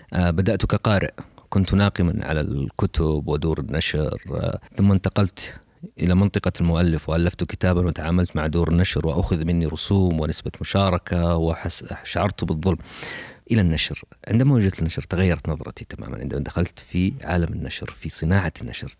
بدأت كقارئ، كنت ناقما على الكتب ودور النشر، ثم انتقلت إلى منطقة المؤلف وألفت كتابا وتعاملت مع دور النشر وأخذ مني رسوم ونسبة مشاركة وشعرت بالظلم إلى النشر. عندما وجدت النشر تغيرت نظرتي تماما. عندما دخلت في عالم النشر، في صناعة النشر،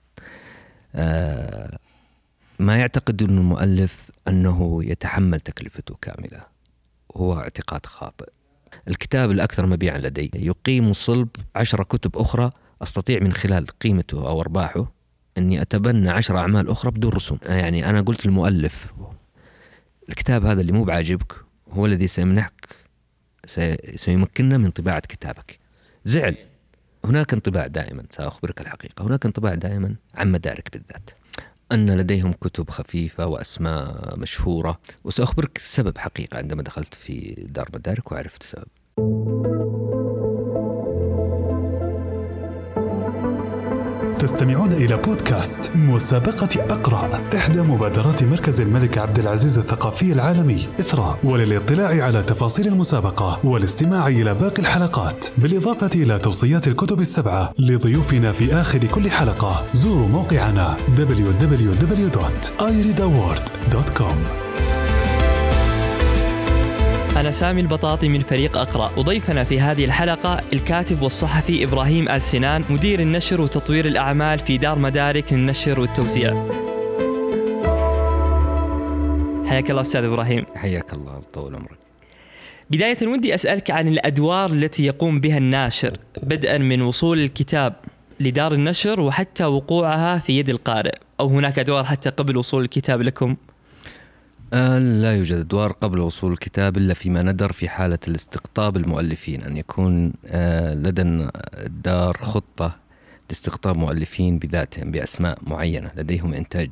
ما يعتقد المؤلف أنه يتحمل تكلفته كاملة هو اعتقاد خاطئ. الكتاب الأكثر مبيعا لدي يقيم صلب 10 كتب أخرى، أستطيع من خلال قيمته أو أرباحه أني أتبنى 10 أعمال أخرى بدون رسوم. يعني أنا قلت للمؤلف الكتاب هذا اللي مو بعاجبك هو الذي سيمنحك، سيمكننا من طباعة كتابك. زعل. هناك انطباع دائما، سأخبرك الحقيقة، هناك انطباع دائما عن مدارك بالذات أن لديهم كتب خفيفة وأسماء مشهورة، وسأخبرك السبب حقيقة عندما دخلت في دار مدارك وعرفت السبب. تستمعون إلى بودكاست مسابقة أقرأ، إحدى مبادرات مركز الملك عبد العزيز الثقافي العالمي إثراء. وللاطلاع على تفاصيل المسابقة والاستماع إلى باقي الحلقات بالإضافة إلى توصيات الكتب السبعة لضيوفنا في آخر كل حلقة، زوروا موقعنا www.ireadaward.com. أنا سامي البطاطي من فريق أقرأ، وضيفنا في هذه الحلقة الكاتب والصحفي إبراهيم آل سنان، مدير النشر وتطوير الأعمال في دار مدارك للنشر والتوزيع. حياك الله أستاذ إبراهيم. حياك الله، طول عمرك. بداية ودي أسألك عن الأدوار التي يقوم بها الناشر، بدءا من وصول الكتاب لدار النشر وحتى وقوعها في يد القارئ، أو هناك أدوار حتى قبل وصول الكتاب لكم؟ لا يوجد أدوار قبل وصول الكتاب إلا فيما ندر في حالة الاستقطاب المؤلفين، أن يكون لدى الدار خطة لاستقطاب مؤلفين بذاتهم بأسماء معينة لديهم إنتاج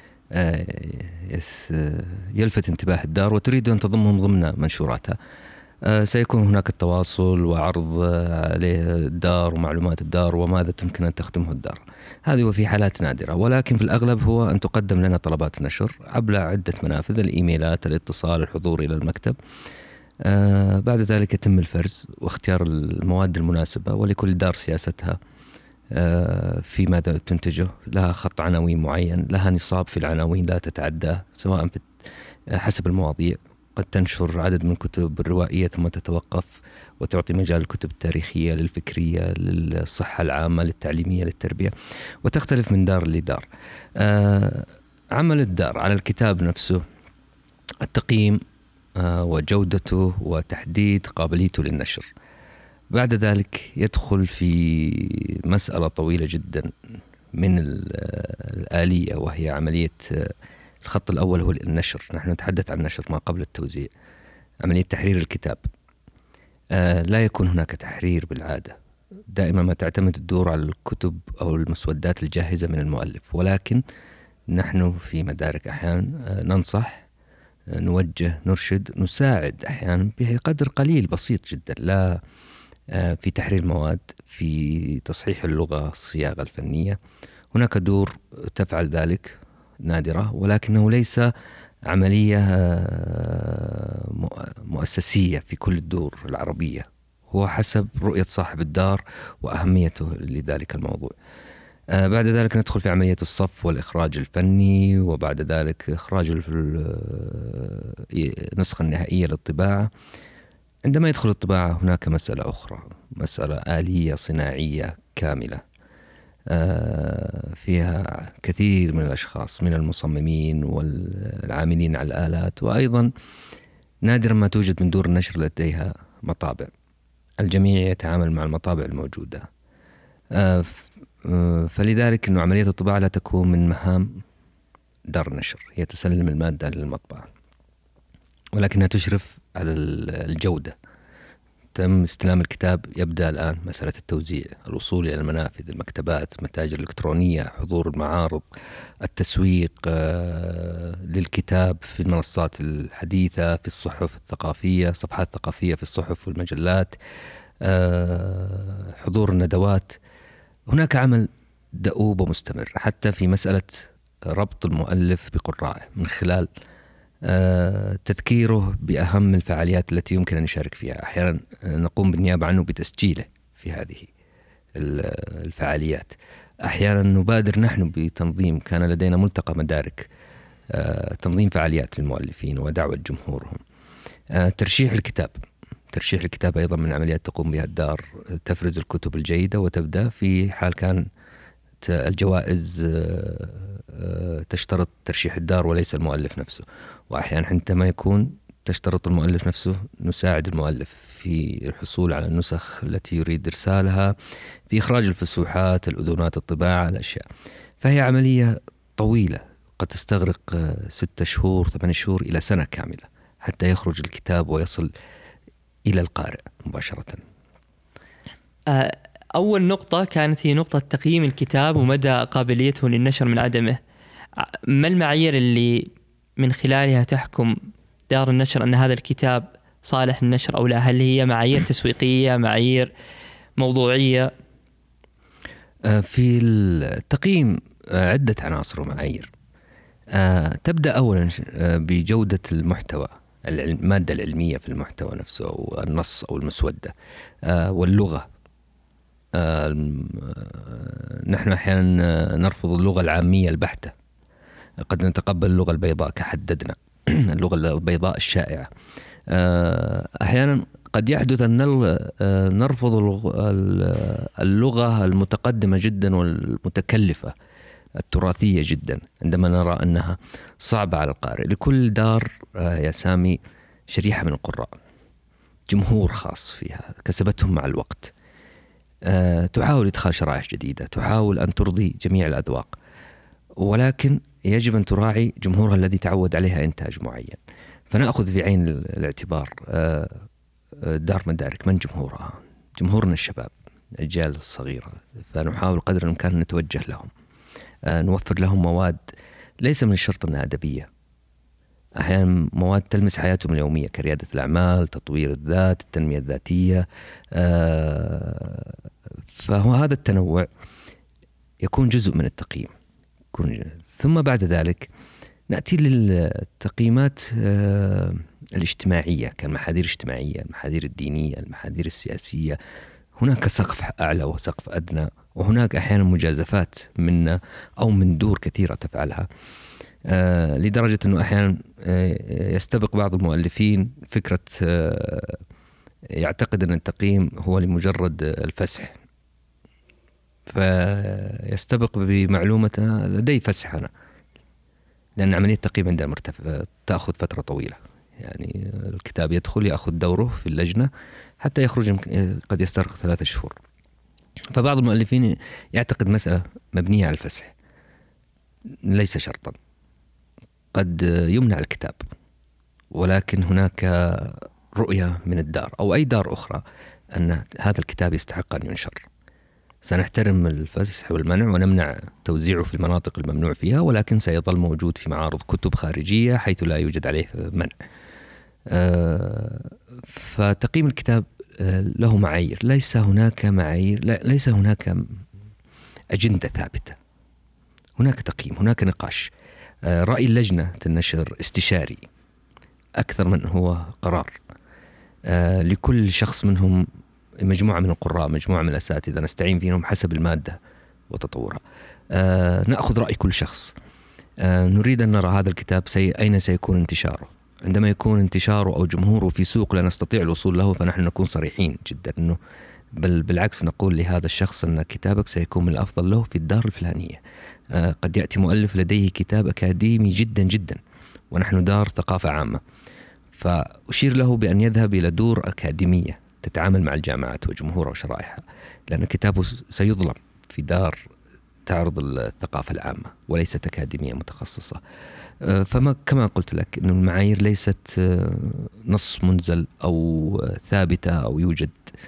يلفت انتباه الدار وتريد أن تضمهم ضمن منشوراتها. سيكون هناك التواصل وعرض عليه الدار ومعلومات الدار وماذا تمكن أن تخدمه الدار. هذه وفي حالات نادرة، ولكن في الأغلب هو أن تقدم لنا طلبات النشر عبر عدة منافذ: الإيميلات، الاتصال، الحضور إلى المكتب. بعد ذلك يتم الفرز واختيار المواد المناسبة، ولكل دار سياستها في ماذا تنتجه. لها خط عناوين معين، لها نصاب في العناوين لا تتعدى، سواء حسب المواضيع. قد تنشر عدد من كتب الروائية ثم تتوقف وتعطي مجال الكتب التاريخية، للفكرية، للصحة العامة، للتعليمية، للتربية، وتختلف من دار لدار. عمل الدار على الكتاب نفسه التقييم وجودته وتحديد قابليته للنشر. بعد ذلك يدخل في مسألة طويلة جدا من الآلية، وهي عملية الخط الأول هو النشر. نحن نتحدث عن النشر ما قبل التوزيع، عملية تحرير الكتاب. لا يكون هناك تحرير بالعادة، دائما ما تعتمد الدور على الكتب أو المسودات الجاهزة من المؤلف، ولكن نحن في مدارك أحيانا ننصح، نوجه، نرشد، نساعد أحيانا بقدر قليل بسيط جدا، لا في تحرير المواد، في تصحيح اللغة، الصياغة الفنية. هناك دور تفعل ذلك نادرة، ولكنه ليس عملية مؤسسية في كل الدور العربية، هو حسب رؤية صاحب الدار وأهميته لذلك الموضوع. بعد ذلك ندخل في عملية الصف والإخراج الفني، وبعد ذلك إخراج النسخة النهائية للطباعة. عندما يدخل الطباعة هناك مسألة أخرى، مسألة آلية صناعية كاملة فيها كثير من الأشخاص من المصممين والعاملين على الآلات، وأيضا نادرا ما توجد من دور النشر لديها مطابع. الجميع يتعامل مع المطابع الموجودة، فلذلك أن عملية الطباعة لا تكون من مهام دار النشر، هي تسلم المادة للمطبعة ولكنها تشرف على الجودة. تم استلام الكتاب، يبدأ الآن مسألة التوزيع، الوصول إلى المنافذ، المكتبات، المتاجر الإلكترونية، حضور المعارض، التسويق للكتاب في المنصات الحديثة، في الصحف الثقافية، صفحات ثقافية في الصحف والمجلات، حضور الندوات. هناك عمل دؤوب ومستمر حتى في مسألة ربط المؤلف بقراءه من خلال تذكيره بأهم الفعاليات التي يمكن أن يشارك فيها. أحيانا نقوم بالنيابة عنه بتسجيله في هذه الفعاليات. أحيانا نبادر نحن بتنظيم، كان لدينا ملتقى مدارك، تنظيم فعاليات للمؤلفين ودعوة جمهورهم. ترشيح الكتاب أيضا من عمليات تقوم بها الدار، تفرز الكتب الجيدة وتبدأ في حال كان الجوائز تشترط ترشيح الدار وليس المؤلف نفسه، وأحيانا عندما يكون تشترط المؤلف نفسه نساعد المؤلف في الحصول على النسخ التي يريد إرسالها، في إخراج الفسوحات، الأذونات، الطباعة، الأشياء. فهي عملية طويلة قد تستغرق 6 شهور 8 شهور إلى سنة كاملة حتى يخرج الكتاب ويصل إلى القارئ مباشرة. أول نقطة كانت هي نقطة تقييم الكتاب ومدى قابليته للنشر من عدمه. ما المعايير اللي من خلالها تحكم دار النشر أن هذا الكتاب صالح للنشر أو لا؟ هل هي معايير تسويقية، معايير موضوعية؟ في التقييم عدة عناصر ومعايير. تبدأ أولا بجودة المحتوى، المادة العلمية في المحتوى نفسه أو النص أو المسودة، واللغة. نحن أحيانا نرفض اللغة العامية البحتة، قد نتقبل اللغة البيضاء كحددنا اللغة البيضاء الشائعة. أحيانا قد يحدث أن نرفض اللغة المتقدمة جدا والمتكلفة التراثية جدا عندما نرى أنها صعبة على القارئ. لكل دار يا سامي شريحة من القراء، جمهور خاص فيها كسبتهم مع الوقت، تحاول إدخال شرائح جديدة، تحاول أن ترضي جميع الأذواق، ولكن يجب أن تراعي جمهورها الذي تعود عليها إنتاج معين. فنأخذ في عين الاعتبار دار مدارك، من جمهورها؟ جمهورنا الشباب، الأجيال الصغيرة، فنحاول قدر الإمكان نتوجه لهم، نوفر لهم مواد ليس من الشرط أنها أدبية، أحيانا مواد تلمس حياتهم اليومية كريادة الأعمال، تطوير الذات، التنمية الذاتية. فهو هذا التنوع يكون جزء من التقييم. ثم بعد ذلك نأتي للتقييمات الاجتماعية، كالمحاذير الاجتماعية، المحاذير الدينية، المحاذير السياسية. هناك سقف أعلى وسقف أدنى، وهناك أحيانا مجازفات منا أو من دور كثيرة تفعلها، لدرجة أنه أحيانا يستبق بعض المؤلفين فكرة يعتقد أن التقييم هو لمجرد الفسح، فيستبق بمعلومة لدي فسح أنا، لأن عملية التقييم عندنا تأخذ فترة طويلة. يعني الكتاب يدخل يأخذ دوره في اللجنة حتى يخرج قد يستغرق 3 شهور. فبعض المؤلفين يعتقد مسألة مبنية على الفسح، ليس شرطا، قد يمنع الكتاب، ولكن هناك رؤية من الدار أو أي دار أخرى أن هذا الكتاب يستحق أن ينشر. سنحترم الفسح والمنع ونمنع توزيعه في المناطق الممنوع فيها، ولكن سيظل موجود في معارض كتب خارجية حيث لا يوجد عليه منع. فتقييم الكتاب له معايير، ليس هناك معايير، ليس هناك أجندة ثابتة، هناك تقييم، هناك نقاش. رأي اللجنة النشر استشاري أكثر من هو قرار. لكل شخص منهم مجموعة من القراء، مجموعة من الأساتذة نستعين فيهم حسب المادة وتطورها. نأخذ رأي كل شخص. نريد أن نرى هذا الكتاب أين سيكون انتشاره. عندما يكون انتشاره أو جمهوره في سوق لا نستطيع الوصول له، فنحن نكون صريحين جدا أنه بالعكس نقول لهذا الشخص أن كتابك سيكون من الأفضل له في الدار الفلانية. قد يأتي مؤلف لديه كتاب أكاديمي جدا جدا ونحن دار ثقافة عامة، فأشير له بأن يذهب إلى دور أكاديمية تتعامل مع الجامعات وجمهورها وشرائحها، لأن كتابه سيظلم في دار تعرض الثقافة العامة وليست أكاديمية متخصصة. فما كما قلت لك أن المعايير ليست نص منزل أو ثابتة أو يوجد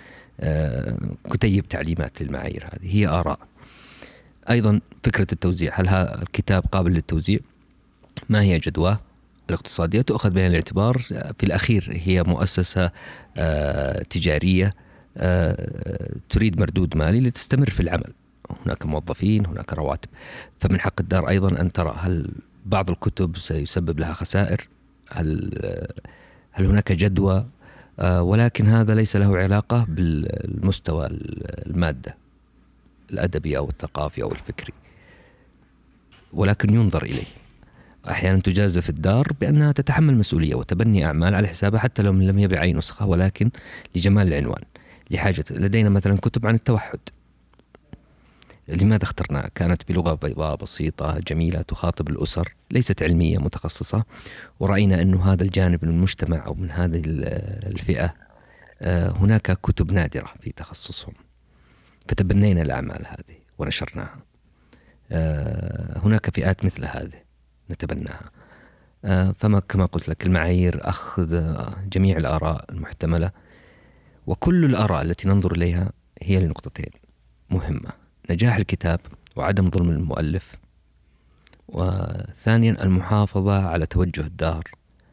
كتيب تعليمات للمعايير، هذه هي آراء. أيضا فكرة التوزيع، هل هذا الكتاب قابل للتوزيع؟ ما هي جدواه الاقتصادية؟ تأخذ بعين الاعتبار. في الأخير هي مؤسسة تجارية تريد مردود مالي لتستمر في العمل، هناك موظفين، هناك رواتب، فمن حق الدار أيضا أن ترى هل بعض الكتب سيسبب لها خسائر، هل هناك جدوى، ولكن هذا ليس له علاقة بالمستوى المادة الأدبي أو الثقافي أو الفكري، ولكن ينظر إليه. أحيانا تجازف الدار بأنها تتحمل مسؤولية وتبني أعمال على حسابها حتى لو لم يبع أي نسخة، ولكن لجمال العنوان، لحاجة. لدينا مثلا كتب عن التوحد، لماذا اخترناها؟ كانت بلغة بيضاء بسيطة جميلة تخاطب الأسر، ليست علمية متخصصة، ورأينا أنه هذا الجانب من المجتمع أو من هذه الفئة هناك كتب نادرة في تخصصهم، فتبنينا الأعمال هذه ونشرناها. هناك فئات مثل هذه نتبناها. كما قلت لك، المعايير أخذ جميع الآراء المحتملة، وكل الآراء التي ننظر إليها هي لنقطتين مهمة: نجاح الكتاب وعدم ظلم المؤلف، وثانيا المحافظة على توجه الدار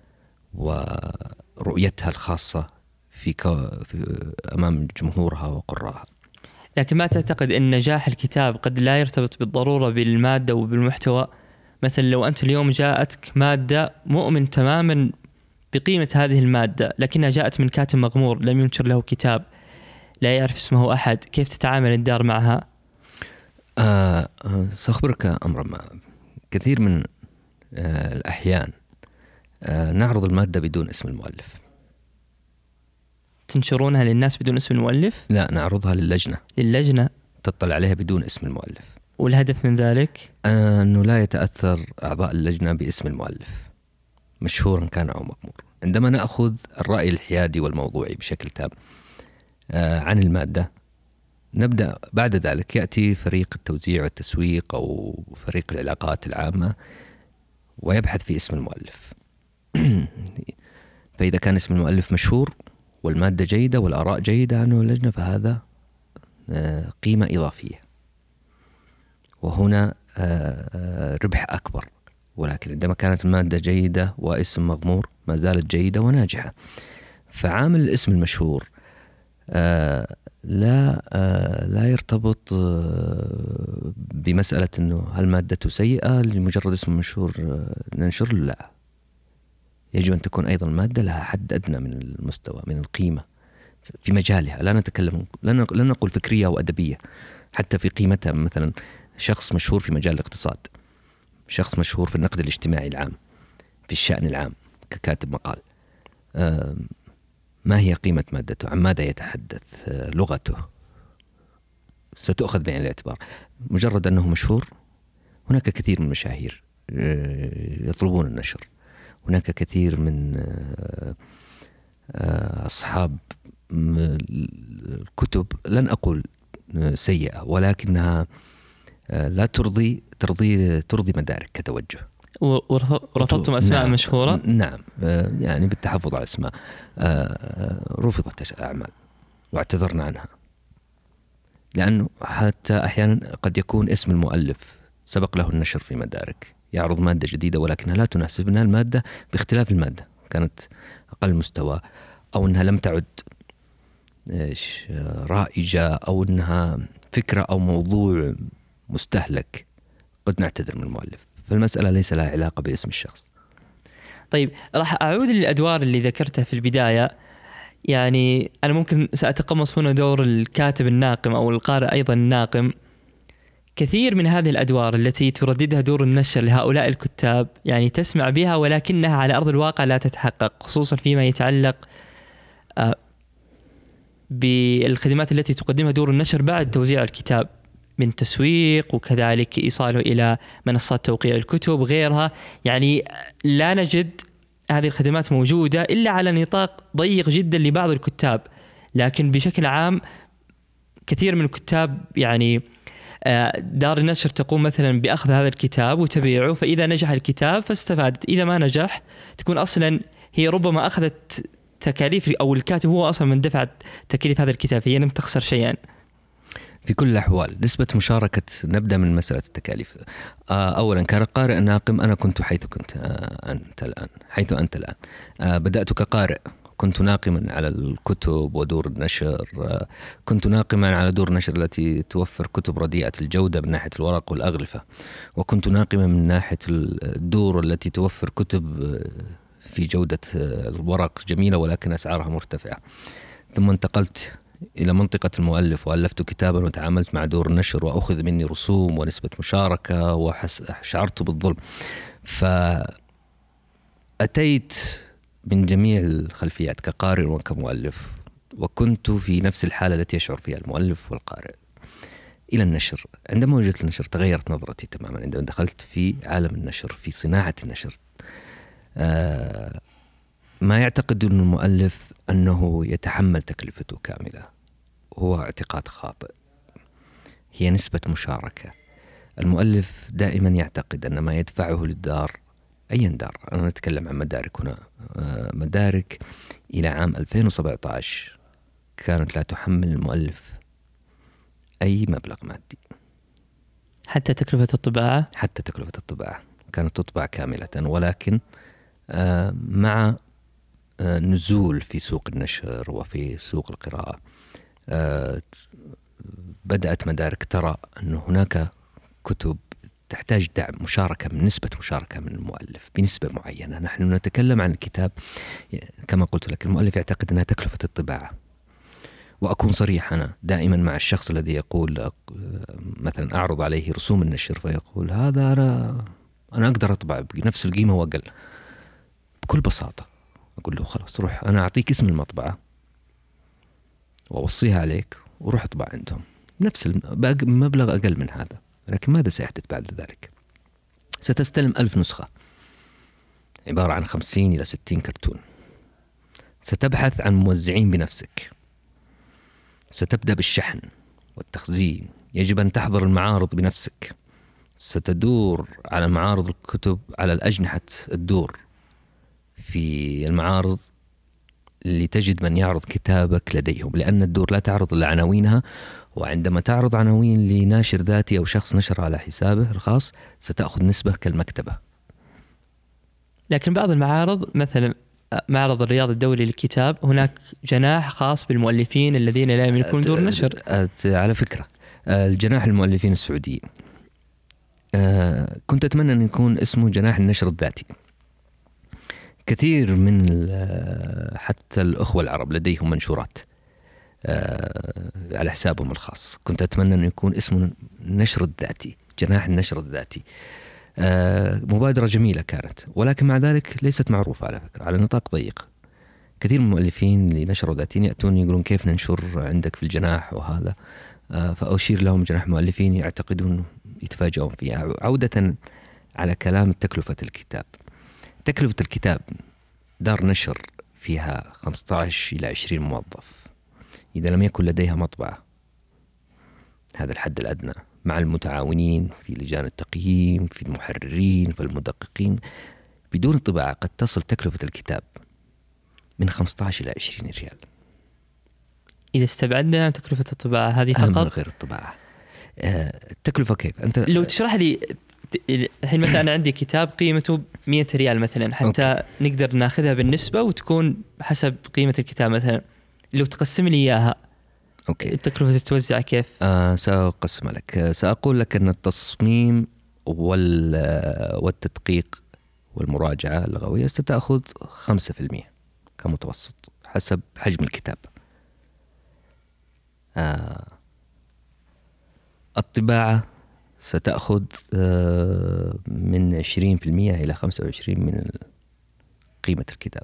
ورؤيتها الخاصة في أمام جمهورها وقراءها. لكن ما تعتقد أن نجاح الكتاب قد لا يرتبط بالضرورة بالمادة وبالمحتوى؟ مثلا لو أنت اليوم جاءتك مادة مؤمن تماما بقيمة هذه المادة، لكنها جاءت من كاتب مغمور لم ينشر له كتاب، لا يعرف اسمه أحد، كيف تتعامل الدار معها؟ سأخبرك أمرا ما. كثير من الأحيان نعرض المادة بدون اسم المؤلف. تنشرونها للناس بدون اسم المؤلف؟ لا، نعرضها للجنة تطلع عليها بدون اسم المؤلف. والهدف من ذلك؟ أنه لا يتأثر أعضاء اللجنة باسم المؤلف، مشهورا كان أو مغمور. عندما نأخذ الرأي الحيادي والموضوعي بشكل تام عن المادة، نبدأ بعد ذلك يأتي فريق التوزيع والتسويق أو فريق العلاقات العامة ويبحث في اسم المؤلف. فإذا كان اسم المؤلف مشهور والمادة جيدة والآراء جيدة عنه اللجنة، فهذا قيمة إضافية، وهنا ربح أكبر. ولكن عندما كانت المادة جيدة واسم مغمور، ما زالت جيدة وناجحة. فعامل الاسم المشهور لا يرتبط بمسألة أنه هل مادته سيئة لمجرد اسم مشهور ننشر. لا، يجب أن تكون أيضا المادة لها حد أدنى من المستوى، من القيمة في مجالها. لا نتكلم، لن نقول فكرية أو أدبية، حتى في قيمتها. مثلا شخص مشهور في مجال الاقتصاد، شخص مشهور في النقد الاجتماعي العام، في الشأن العام ككاتب مقال، ما هي قيمة مادته؟ عن ماذا يتحدث؟ لغته ستؤخذ بعين الاعتبار. مجرد أنه مشهور، هناك كثير من المشاهير يطلبون النشر، هناك كثير من أصحاب الكتب، لن أقول سيئة، ولكنها لا ترضي مدارك كتوجه. ورفضتم أسماء نعم مشهورة؟ نعم، يعني بالتحفظ على أسماء. رفضت أعمال واعتذرنا عنها، لأنه حتى أحيانا قد يكون اسم المؤلف سبق له النشر في مدارك، يعرض مادة جديدة ولكنها لا تناسبنا المادة، باختلاف المادة كانت أقل مستوى، أو أنها لم تعد رائجة، أو أنها فكرة أو موضوع مستهلك، قد نعتذر من المؤلف. فالمسألة ليس لها علاقة باسم الشخص. طيب، راح أعود للأدوار اللي ذكرتها في البداية. يعني أنا ممكن سأتقمص هنا دور الكاتب الناقم أو القارئ أيضا الناقم. كثير من هذه الأدوار التي ترددها دور النشر لهؤلاء الكتاب يعني تسمع بها، ولكنها على أرض الواقع لا تتحقق، خصوصا فيما يتعلق بالخدمات التي تقدمها دور النشر بعد توزيع الكتاب من تسويق، وكذلك إيصاله إلى منصات توقيع الكتب غيرها. يعني لا نجد هذه الخدمات موجودة إلا على نطاق ضيق جدا لبعض الكتاب، لكن بشكل عام كثير من الكتاب يعني دار النشر تقوم مثلا بأخذ هذا الكتاب وتبيعه، فإذا نجح الكتاب فاستفادت، إذا ما نجح تكون أصلا هي ربما أخذت تكاليف، أو الكاتب هو أصلا من دفع تكاليف هذا الكتاب، فهي لم تخسر شيئا. في كل الأحوال نسبة مشاركة، نبدأ من مسألة التكاليف. أولا كان قارئ ناقم، أنا كنت حيث أنت الآن. بدأت كقارئ، كنت ناقما على الكتب ودور النشر، كنت ناقما على دور النشر التي توفر كتب رديئة الجودة من ناحية الورق والأغلفة، وكنت ناقما من ناحية الدور التي توفر كتب في جودة الورق جميلة ولكن أسعارها مرتفعة. ثم انتقلت إلى منطقة المؤلف وألفت كتابا وتعاملت مع دور النشر وأخذ مني رسوم ونسبة مشاركة وشعرت بالظلم. فأتيت من جميع الخلفيات كقارئ وكمؤلف، وكنت في نفس الحالة التي يشعر فيها المؤلف والقارئ إلى النشر. عندما وجدت النشر تغيرت نظرتي تماما. عندما دخلت في عالم النشر، في صناعة النشر، ما يعتقد المؤلف أنه يتحمل تكلفته كاملة، هو اعتقاد خاطئ، هي نسبة مشاركة. المؤلف دائما يعتقد أن ما يدفعه للدار، أي دار، أنا نتكلم عن مدارك هنا، مدارك إلى عام 2017 كانت لا تحمل المؤلف أي مبلغ مادي، حتى تكلفة الطباعة. حتى تكلفة الطباعة كانت تطبع كاملة، ولكن مع نزول في سوق النشر وفي سوق القراءة بدأت مدارك ترى أن هناك كتب تحتاج دعم، مشاركة، من نسبة مشاركة من المؤلف بنسبة معينة. نحن نتكلم عن الكتاب كما قلت لك، المؤلف يعتقد أنها تكلفة الطباعة. وأكون صريح أنا دائما مع الشخص الذي يقول مثلا أعرض عليه رسوم النشر فيقول هذا أنا أقدر أطبع بنفس القيمة وأقل، بكل بساطة أقول له خلاص روح، أنا أعطيك اسم المطبعة وأوصيها عليك وروح أطبع عندهم نفس مبلغ أقل من هذا. لكن ماذا سيحدث بعد ذلك؟ ستستلم 1000 نسخة عبارة عن 50 إلى 60 كرتون. ستبحث عن موزعين بنفسك، ستبدأ بالشحن والتخزين، يجب أن تحضر المعارض بنفسك، ستدور على معارض الكتب، على الأجنحة الدور في المعارض لتجد من يعرض كتابك لديهم، لأن الدور لا تعرض إلا عناوينها، وعندما تعرض عناوين لناشر ذاتي أو شخص نشر على حسابه الخاص ستأخذ نسبة كالمكتبة. لكن بعض المعارض مثلا معرض الرياض الدولي للكتاب هناك جناح خاص بالمؤلفين الذين لا يملكون دور نشر. على فكرة الجناح المؤلفين السعوديين كنت أتمنى أن يكون اسمه جناح النشر الذاتي. كثير من حتى الأخوة العرب لديهم منشورات على حسابهم الخاص، كنت أتمنى أن يكون اسمه النشر الذاتي، جناح النشر الذاتي. مبادرة جميلة كانت، ولكن مع ذلك ليست معروفة على فكرة، على نطاق ضيق. كثير من المؤلفين اللي نشروا ذاتيين يأتون يقولون كيف ننشر عندك في الجناح وهذا، فأشير لهم جناح مؤلفين يعتقدون يتفاجئون فيها. عودة على كلام تكلفة الكتاب، تكلفة الكتاب دار نشر فيها 15 إلى 20 موظف، إذا لم يكن لديها مطبعة، هذا الحد الأدنى، مع المتعاونين في لجان التقييم، في المحررين، في المدققين. بدون طباعة قد تصل تكلفة الكتاب من 15 إلى 20 ريال. إذا استبعدنا تكلفة الطباعة هذه فقط، من غير الطباعة. التكلفة كيف؟ أنت لو تشرح لي الحين مثلا أنا عندي كتاب قيمته 100 ريال مثلا، حتى أوكي. نقدر ناخذها بالنسبة وتكون حسب قيمة الكتاب مثلا، لو تقسم لي إياها أوكي. التكلفة تتوزع كيف؟ سأقسم لك، سأقول لك أن التصميم والتدقيق والمراجعة اللغوية ستأخذ 5% كمتوسط حسب حجم الكتاب. الطباعة ستأخذ من 20% إلى 25% من قيمة الكتاب.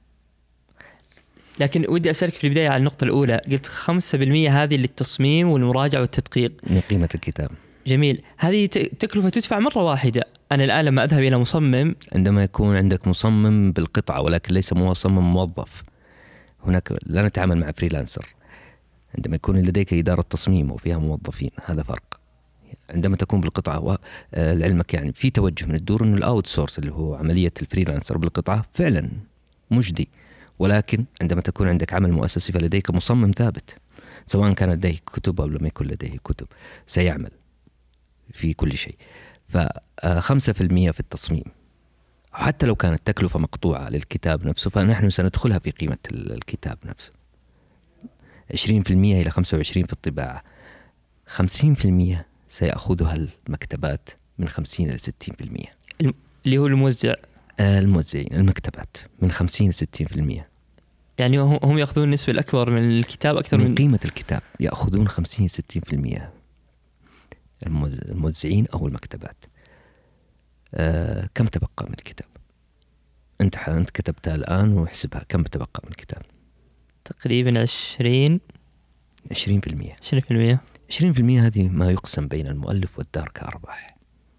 لكن ودي أسألك في البداية على النقطة الأولى، قلت 5% هذه للتصميم والمراجعة والتدقيق من قيمة الكتاب. جميل. هذه تكلفة تدفع مرة واحدة. أنا الآن لما أذهب إلى مصمم، عندما يكون عندك مصمم بالقطعة ولكن ليس مصمم موظف، هناك لا نتعامل مع فريلانسر. عندما يكون لديك إدارة تصميم وفيها موظفين هذا فرق. عندما تكون بالقطعة لعلمك يعني في توجه من الدور أنه الأوت سورس اللي هو عملية الفريلانسر بالقطعة فعلا مجدي، ولكن عندما تكون عندك عمل مؤسسي فلديك مصمم ثابت، سواء كان لديه كتب أو لم يكن لديه كتب سيعمل في كل شيء. ف5% في التصميم، حتى لو كانت تكلفة مقطوعة للكتاب نفسه فنحن سندخلها في قيمة الكتاب نفسه. 20% إلى 25% في الطباعة، 50% سيأخذها المكتبات من 50 إلى 60%، اللي هو الموزع. الموزعين المكتبات من 50 ل 60%. يعني هم يأخذون النسبة الأكبر من الكتاب أكثر من قيمة الكتاب، يأخذون 50 60% الموزعين أو المكتبات. كم تبقى من الكتاب؟ أنت كتبتها الآن وحسبها، كم تبقى من الكتاب؟ تقريبا 20%. 20% هذه ما يقسم بين المؤلف والدار كأرباح.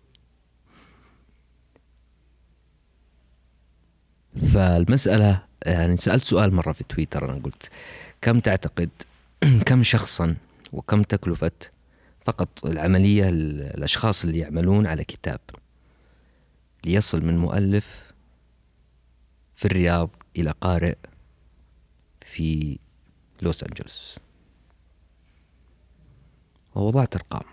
فالمسألة يعني سألت سؤال مرة في تويتر، أنا قلت كم تعتقد كم شخصا وكم تكلفة فقط العملية الأشخاص اللي يعملون على كتاب ليصل من مؤلف في الرياض إلى قارئ في لوس أنجلوس؟ ووضعت أرقام.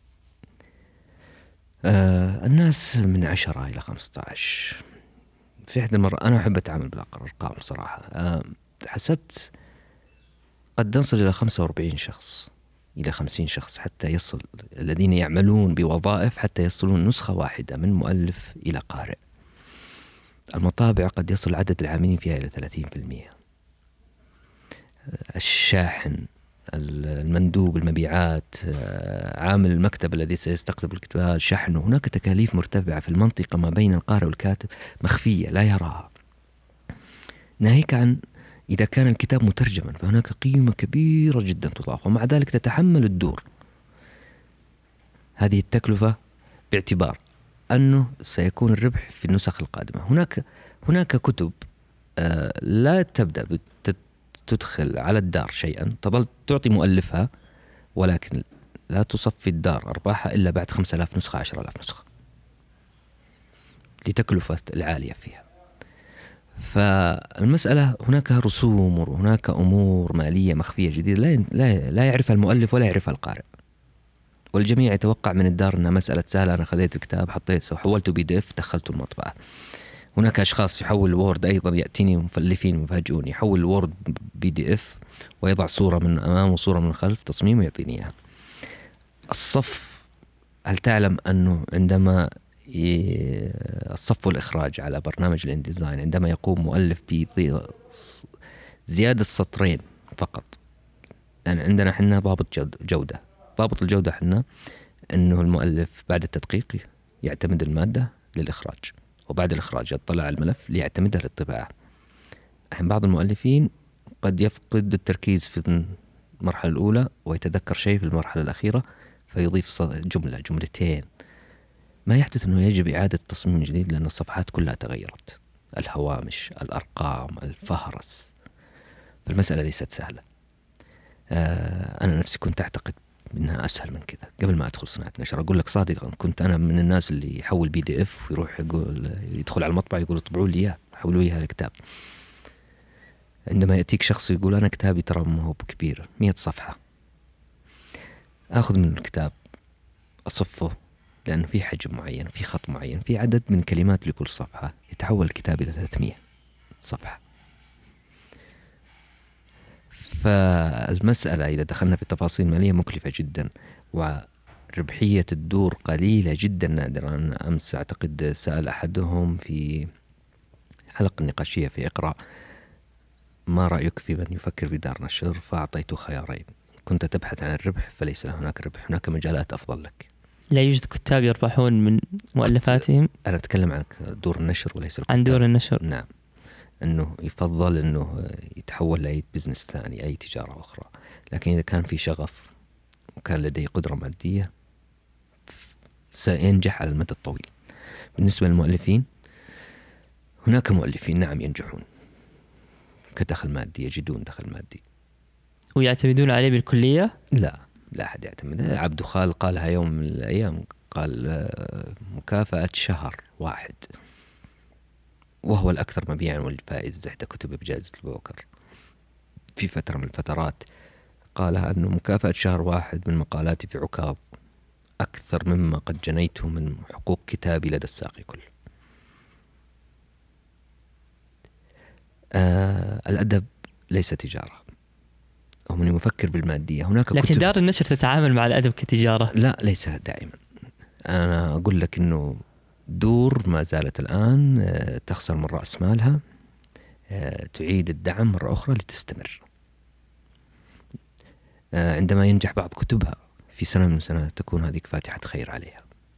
الناس من 10 إلى 15. في إحدى المرة أنا أحب أتعامل بالأرقام صراحة. حسبت قد نصل إلى 45 شخص إلى 50 شخص حتى يصل الذين يعملون بوظائف حتى يصلون نسخة واحدة من مؤلف إلى قارئ. المطابع قد يصل عدد العاملين فيها إلى 30%. الشاحن، المندوب المبيعات، عامل المكتب الذي سيستقطب الكتاب، شحنه، هناك تكاليف مرتفعة في المنطقة ما بين القارئ والكاتب مخفية لا يراها، ناهيك عن إذا كان الكتاب مترجما فهناك قيمة كبيرة جدا تضاف، ومع ذلك تتحمل الدور هذه التكلفة باعتبار أنه سيكون الربح في النسخ القادمة. هناك كتب لا تبدأ تدخل على الدار شيئا، تظل تعطي مؤلفها ولكن لا تصفي الدار أرباحها إلا بعد 5000 نسخة 10000 نسخة لتكلفة العالية فيها. فالمسألة هناك رسوم وهناك أمور مالية مخفية جديدة لا يعرفها المؤلف ولا يعرفها القارئ، والجميع يتوقع من الدار أنها مسألة سهلة، أنا خذيت الكتاب حولته PDF دخلته المطبعة. هناك أشخاص يحول الوورد، أيضا يأتيني مفلفين مفاجئون يحول الوورد PDF ويضع صورة من أمام وصورة من خلف تصميم ويعطيني إياها. الصف، هل تعلم أنه عندما الصف والإخراج على برنامج الانديزاين عندما يقوم مؤلف بزيادة سطرين فقط، لأن يعني عندنا حنا ضابط جودة. ضابط الجودة حنا أنه المؤلف بعد التدقيق يعتمد المادة للإخراج، وبعد الإخراج يطلع على الملف ليعتمدها للطباعة. أحيانا بعض المؤلفين قد يفقد التركيز في المرحلة الأولى ويتذكر شيء في المرحلة الأخيرة فيضيف جملتين. ما يحدث أنه يجب إعادة تصميم جديد لأن الصفحات كلها تغيرت، الهوامش، الأرقام، الفهرس. فالمسألة ليست سهلة. أنا نفسي كنت أعتقد إنها أسهل من كذا قبل ما أدخل صناعة نشر. أقول لك صادقا كنت أنا من الناس اللي يحول PDF ويروح يدخل على المطبع يقول طبعوا لي إياه، حولوا لي هذا الكتاب. عندما يأتيك شخص يقول أنا كتابي ترى ما هو كبير 100 صفحة، أخذ من الكتاب أصفه لأنه في حجم معين، في خط معين، في عدد من كلمات لكل صفحة، يتحول الكتاب إلى 300 صفحة. فالمسألة إذا دخلنا في التفاصيل المالية مكلفة جدا، وربحية الدور قليلة جدا نادرا. أنا أمس أعتقد سأل أحدهم في حلقة نقاشية في إقراء ما رأيك في من يفكر في دار نشر، فأعطيته خيارين: كنت تبحث عن الربح فليس هناك ربح، هناك مجالات أفضل لك. لا يوجد كتاب يربحون من مؤلفاتهم. أنا أتكلم عن دور النشر وليس الكتاب. عن دور النشر. نعم، أنه يفضل أنه يتحول لأي بزنس ثاني، أي تجارة أخرى. لكن إذا كان في شغف وكان لديه قدرة مادية سينجح على المدى الطويل. بالنسبة للمؤلفين، هناك مؤلفين نعم ينجحون كدخل مادي، يجدون دخل مادي. ويعتمدون عليه بالكلية؟ لا أحد يعتمد. عبد خال قالها يوم من الأيام، قال مكافأة شهر واحد، وهو الأكثر مبيعا والفائز إحدى كتب بجائزة البوكر في فترة من الفترات. قالها أنه مكافأة شهر واحد من مقالاتي في عكاظ أكثر مما قد جنيته من حقوق كتابي لدى الساقي كله. الأدب ليس تجارة، أو من يفكر بالمادية. هناك لكن كتب. دار النشر تتعامل مع الأدب كتجارة؟ لا، ليس دائما. أنا أقول لك أنه دور ما زالت الآن تخسر من رأس مالها، تعيد الدعم مرة أخرى لتستمر. عندما ينجح بعض كتبها في سنة من السنوات تكون هذه فاتحة خير عليها.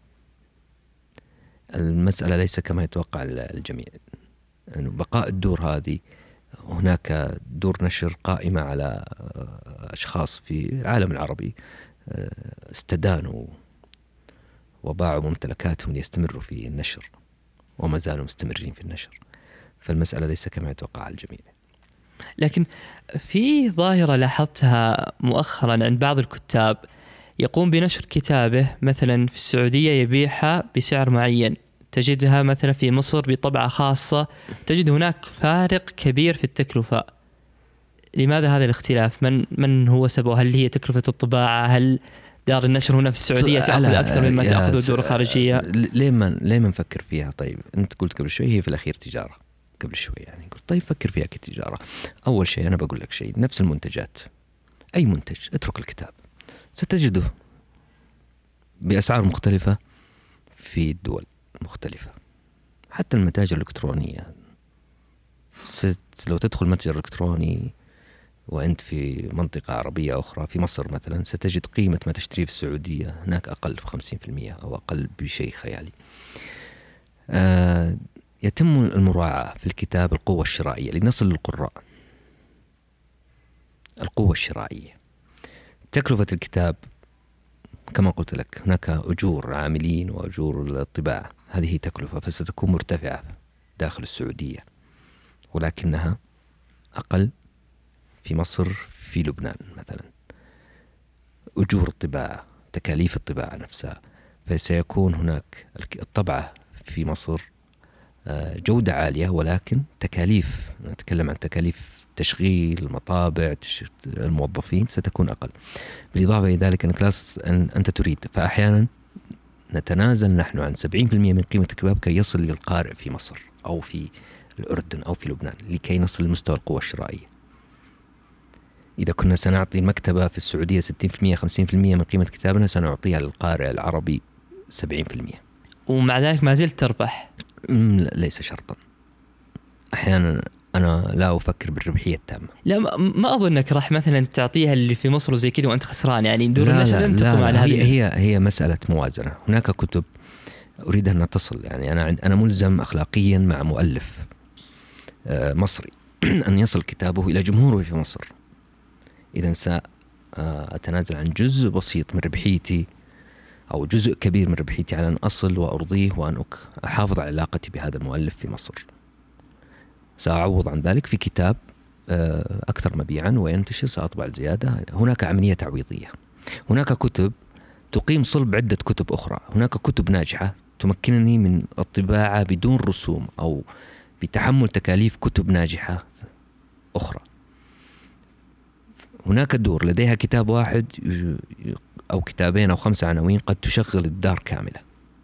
المسألة ليس كما يتوقع الجميع، أنه بقاء الدور هذه، هناك دور نشر قائمة على أشخاص في العالم العربي استدانوا وباعوا ممتلكاتهم ليستمروا في النشر وما زالوا مستمرين في النشر. فالمسألة ليس كما يتوقع الجميع. لكن في ظاهرة لاحظتها مؤخرا عند بعض الكتاب، يقوم بنشر كتابه مثلا في السعودية يبيعها بسعر معين، تجدها مثلا في مصر بطبعة خاصة، تجد هناك فارق كبير في التكلفة. لماذا هذا الاختلاف؟ من هو سببه؟ هل هي تكلفة الطباعة؟ هل دار النشر هنا في السعودية تأخذ أكثر مما تأخذ الدور الخارجية؟ ليه ما نفكر فيها؟ طيب أنت قلت قبل شوي هي في الأخير تجارة، قبل شوي يعني قلت طيب فكر فيها كتجارة. أول شيء أنا بقول لك شيء، نفس المنتجات، أي منتج اترك الكتاب ستجده بأسعار مختلفة في الدول مختلفة. حتى المتاجر الإلكترونية، لو تدخل متجر إلكتروني وأنت في منطقة عربية أخرى في مصر مثلا، ستجد قيمة ما تشتريه في السعودية هناك أقل ب50% أو أقل بشيء خيالي. يتم المراعاة في الكتاب القوة الشرائية لنصل للقراء. القوة الشرائية، تكلفة الكتاب كما قلت لك، هناك أجور عاملين وأجور الطباعة، هذه تكلفة فستكون مرتفعة داخل السعودية، ولكنها أقل في مصر، في لبنان مثلا. أجور الطباعة، تكاليف الطباعة نفسها، فسيكون هناك الطبعة في مصر جودة عالية، ولكن تكاليف، نتكلم عن تكاليف تشغيل المطابع، الموظفين، ستكون أقل. بالإضافة إلى ذلك أنت تريد، فأحيانا نتنازل نحن عن 70% من قيمة الكتاب كي يصل للقارئ في مصر أو في الأردن أو في لبنان، لكي نصل لمستوى القوة الشرائية. إذا كنا سنعطي المكتبة في السعودية 60% 50% من قيمة كتابنا، سنعطيها للقارئ العربي 70%. ومع ذلك ما زلت تربح؟ ليس شرطا. أحيانا أنا لا أفكر بالربحية التامة. لا، ما أظنك راح مثلا تعطيها اللي في مصر وزي كذا وأنت خسران، يعني دور النشر لن تقوم على هذه. هي مسألة موازنة. هناك كتب أريد أن تصل، يعني أنا ملزم أخلاقيا مع مؤلف مصري أن يصل كتابه إلى جمهوره في مصر. إذا سأتنازل عن جزء بسيط من ربحيتي أو جزء كبير من ربحيتي على أن أصل وأرضيه وأن أحافظ على علاقتي بهذا المؤلف في مصر. سأعوض عن ذلك في كتاب أكثر مبيعا وينتشر، سأطبع الزيادة. هناك عملية تعويضية. هناك كتب تقيم صلب عدة كتب أخرى. هناك كتب ناجحة تمكنني من الطباعة بدون رسوم أو بتحمل تكاليف كتب ناجحة أخرى. هناك دور لديها كتاب واحد أو كتابين أو 5 عناوين قد تشغل الدار كاملة.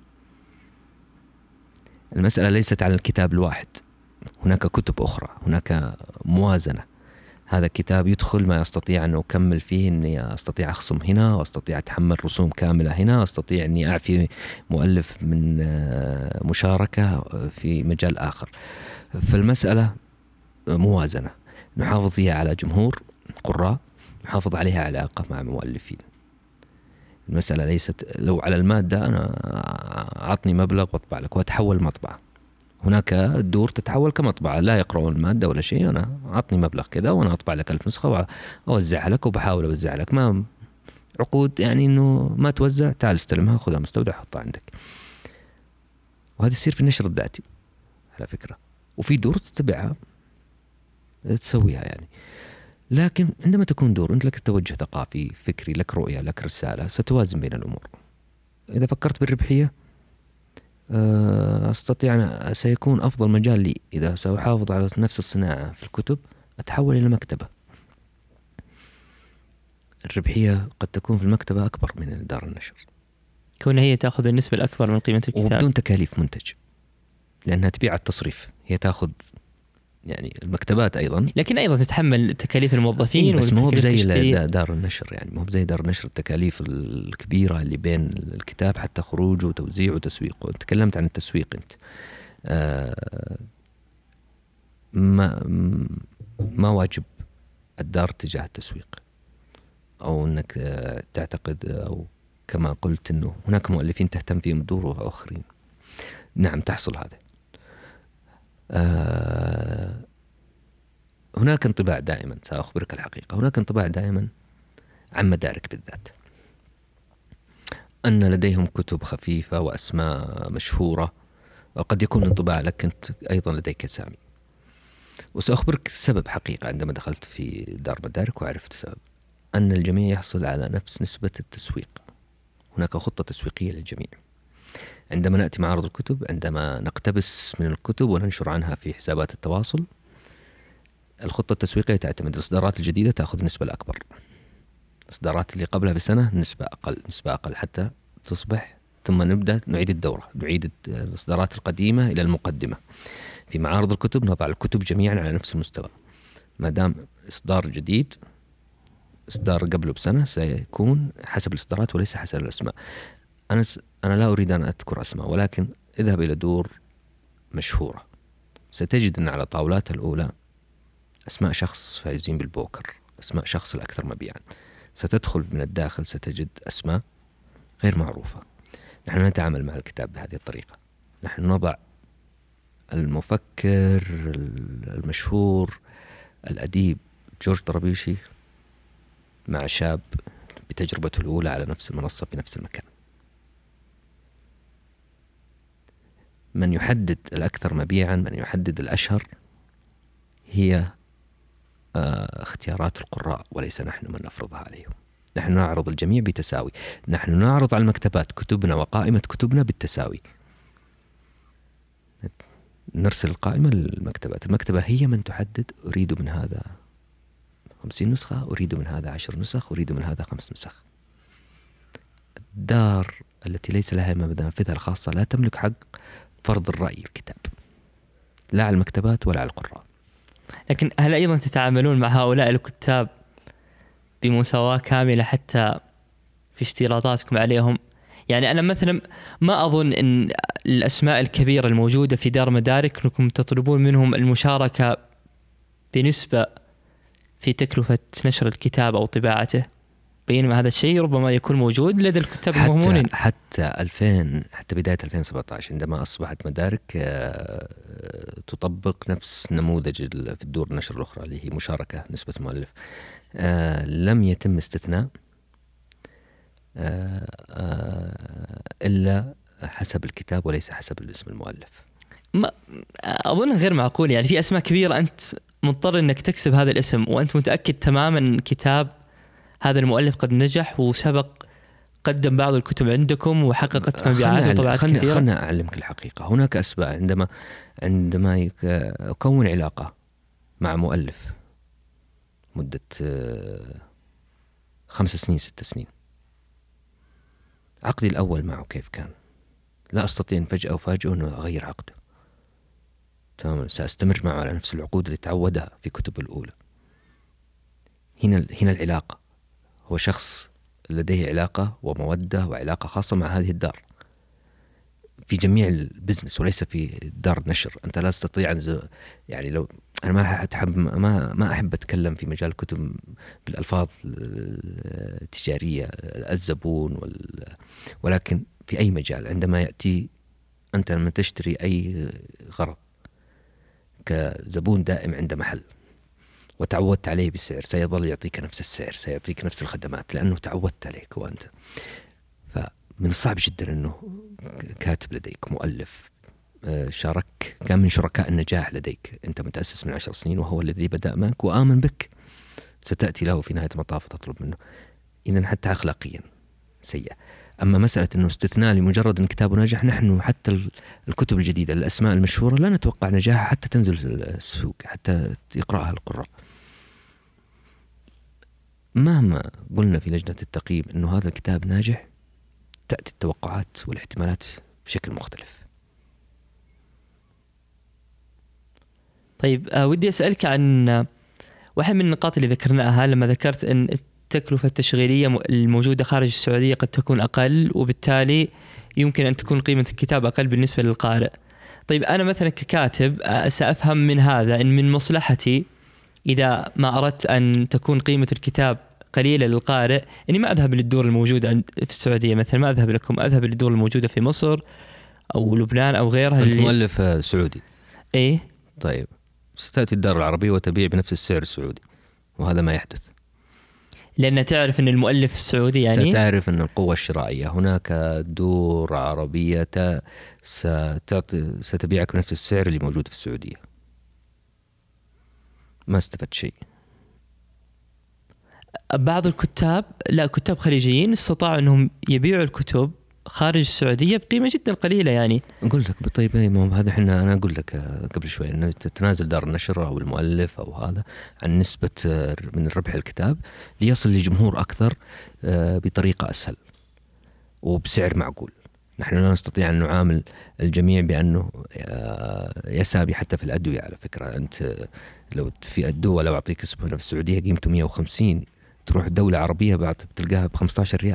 المسألة ليست على الكتاب الواحد، هناك كتب أخرى، هناك موازنة. هذا الكتاب يدخل ما أستطيع أن أكمل فيه، أني أستطيع أخصم هنا وأستطيع أتحمل رسوم كاملة هنا، أستطيع أني أعفي مؤلف من مشاركة في مجال آخر. فالمسألة موازنة، نحافظ فيها على جمهور قراء، نحافظ عليها علاقة مع مؤلفين. المسألة ليست لو على المادة، أنا أعطني مبلغ وأطبع لك وأتحول مطبعة. هناك دور تتحول كمطبعة، لا يقرؤون المادة ولا شيء، أنا أعطني مبلغ كذا وأنا أطبع لك 1000 نسخة وأوزعها لك، وبحاول أوزع لك. ما عقود يعني إنه ما توزع، تعال استلمها، خذها مستودع، حطها عندك. وهذا يصير في النشر الذاتي على فكرة، وفي دور تتبعها تسويها يعني. لكن عندما تكون دور أنت لك توجه ثقافي فكري، لك رؤية، لك رسالة، ستوازن بين الأمور. إذا فكرت بالربحية أستطيع أن سيكون أفضل مجال لي إذا سأحافظ على نفس الصناعة في الكتب، أتحول إلى مكتبة. الربحية قد تكون في المكتبة أكبر من دار النشر، كون هي تأخذ النسبة الأكبر من قيمة الكتاب وبدون تكاليف منتج، لأنها تبيع التصريف. هي تأخذ يعني المكتبات أيضا، لكن أيضا تتحمل تكاليف الموظفين. بس مو زي دار النشر، يعني مو زي دار النشر التكاليف الكبيرة اللي بين الكتاب حتى خروجه وتوزيعه وتسويقه. تكلمت عن التسويق أنت، ما واجب الدار تجاه التسويق، أو أنك تعتقد أو كما قلت أنه هناك مؤلفين تهتم فيهم الدور وآخرين. نعم تحصل هذا. هناك انطباع دائما، سأخبرك الحقيقة، هناك انطباع دائما عن مدارك بالذات أن لديهم كتب خفيفة وأسماء مشهورة، وقد يكون انطباع لك أنت أيضا لديك سامي. وسأخبرك السبب حقيقة عندما دخلت في دار مدارك وعرفت السبب، أن الجميع يحصل على نفس نسبة التسويق. هناك خطة تسويقية للجميع. عندما نأتي معارض الكتب، عندما نقتبس من الكتب وننشر عنها في حسابات التواصل، الخطة التسويقية تعتمد الإصدارات الجديدة تأخذ النسبة الأكبر، الإصدارات اللي قبلها بسنة نسبة أقل حتى تصبح، ثم نبدأ نعيد الدورة، نعيد الإصدارات القديمة إلى المقدمة. في معارض الكتب نضع الكتب جميعا على نفس المستوى، ما دام إصدار جديد، إصدار قبله بسنة سيكون حسب الإصدارات وليس حسب الأسماء. أنا لا أريد أن أذكر أسماء، ولكن اذهب إلى دور مشهورة ستجد أن على طاولات الأولى أسماء شخص فائزين بالبوكر، أسماء شخص الأكثر مبيعا. ستدخل من الداخل ستجد أسماء غير معروفة. نحن نتعامل مع الكتاب بهذه الطريقة. نحن نضع المفكر المشهور الأديب جورج طرابيشي مع شاب بتجربته الأولى على نفس المنصة في نفس المكان. من يحدد الأكثر مبيعا، من يحدد الأشهر، هي اختيارات القراء وليس نحن من نفرضها عليهم. نحن نعرض الجميع بتساوي، نحن نعرض على المكتبات كتبنا وقائمة كتبنا بالتساوي. نرسل القائمة للمكتبات، المكتبة هي من تحدد أريد من هذا 50 نسخة، أريد من هذا 10 نسخ، أريد من هذا 5 نسخ. الدار التي ليس لها منافذها الخاصة لا تملك حق فرض الرأي الكتاب، لا على المكتبات ولا على القراء. لكن هل أيضا تتعاملون مع هؤلاء الكتاب بمساواة كاملة حتى في اشتراطاتكم عليهم؟ يعني أنا مثلا ما أظن أن الأسماء الكبيرة الموجودة في دار مدارك أنكم تطلبون منهم المشاركة بنسبة في تكلفة نشر الكتاب أو طباعته، بينما هذا الشيء ربما يكون موجود لدى الكتاب المهمونين. حتى بداية 2017 عندما أصبحت مدارك تطبق نفس نموذج في الدور النشر الأخرى اللي هي مشاركة نسبة المؤلف، لم يتم استثناء إلا حسب الكتاب وليس حسب الاسم المؤلف. ما أظن غير معقول. يعني في أسماء كبيرة أنت مضطر أنك تكسب هذا الاسم وأنت متأكد تماما أن كتاب هذا المؤلف قد نجح وسبق قدم بعض الكتب عندكم وحققت مبيعات وطبعات كثيرة. خلنا أعلمك الحقيقة. هناك أسباب عندما أكون علاقة مع مؤلف مدة 5 سنين 6 سنين، عقدي الأول معه كيف كان؟ لا أستطيع أن فجأة أفاجئه أنه أغير عقده. تمام، سأستمر معه على نفس العقود اللي تعودها في كتب الأولى. هنا العلاقة، هو شخص لديه علاقة ومودة وعلاقة خاصة مع هذه الدار في جميع البزنس وليس في دار نشر. أنت لا تستطيع يعني لو أنا ما أحب أتكلم في مجال الكتب بالألفاظ التجارية، الزبون ولكن في أي مجال عندما يأتي أنت لما تشتري أي غرض كزبون دائم عند محل وتعودت عليه بالسعر، سيظل يعطيك نفس السعر، سيعطيك نفس الخدمات لأنه تعودت عليك وأنت. فمن الصعب جدا أنه كاتب لديك مؤلف شارك كان من شركاء النجاح لديك، أنت متأسس من 10 سنين وهو الذي بدأ معك وآمن بك، ستأتي له في نهاية المطاف تطلب منه. إذن حتى أخلاقيا سيئة. أما مسألة أنه استثناء لمجرد أن كتابه ناجح، نحن حتى الكتب الجديدة الأسماء المشهورة لا نتوقع نجاحها حتى تنزل السوق، حتى يقرأها القراء. مهما قلنا في لجنة التقييم أنه هذا الكتاب ناجح، تأتي التوقعات والاحتمالات بشكل مختلف. طيب ودي أسألك عن واحد من النقاط اللي ذكرناها لما ذكرت أن التكلفة التشغيلية الموجودة خارج السعودية قد تكون أقل، وبالتالي يمكن أن تكون قيمة الكتاب أقل بالنسبة للقارئ. طيب أنا مثلا ككاتب سأفهم من هذا أن من مصلحتي إذا ما أردت أن تكون قيمة الكتاب قليلة للقارئ أني ما أذهب للدور الموجودة في السعودية مثلا، ما أذهب لكم، أذهب للدور الموجودة في مصر أو لبنان أو غيرها. أنت مؤلف سعودي. إيه طيب ستأتي الدار العربية وتبيع بنفس السعر السعودي، وهذا ما يحدث. لأن تعرف أن المؤلف السعودي يعني ستعرف أن القوة الشرائية هناك دور عربية ستبيعك بنفس السعر اللي موجود في السعودية. ما استفدت شيء. بعض الكتاب، لا كتاب خليجيين، استطاعوا أنهم يبيعوا الكتب خارج السعودية بقيمة جدا قليلة. يعني نقول لك طيب ما هذا احنا، أنا أقول لك قبل شوي أن تتنازل دار النشر أو المؤلف أو هذا عن نسبة من الربح الكتاب ليصل لجمهور أكثر بطريقة أسهل وبسعر معقول. نحن لا نستطيع أن نعامل الجميع بأنه يسابي حتى في الأدوية. على فكرة أنت لو في الدواء لو أعطيك اسمه هنا في السعودية قيمته 150، تروح دولة عربية بعد بتلقاها ب15 ريال،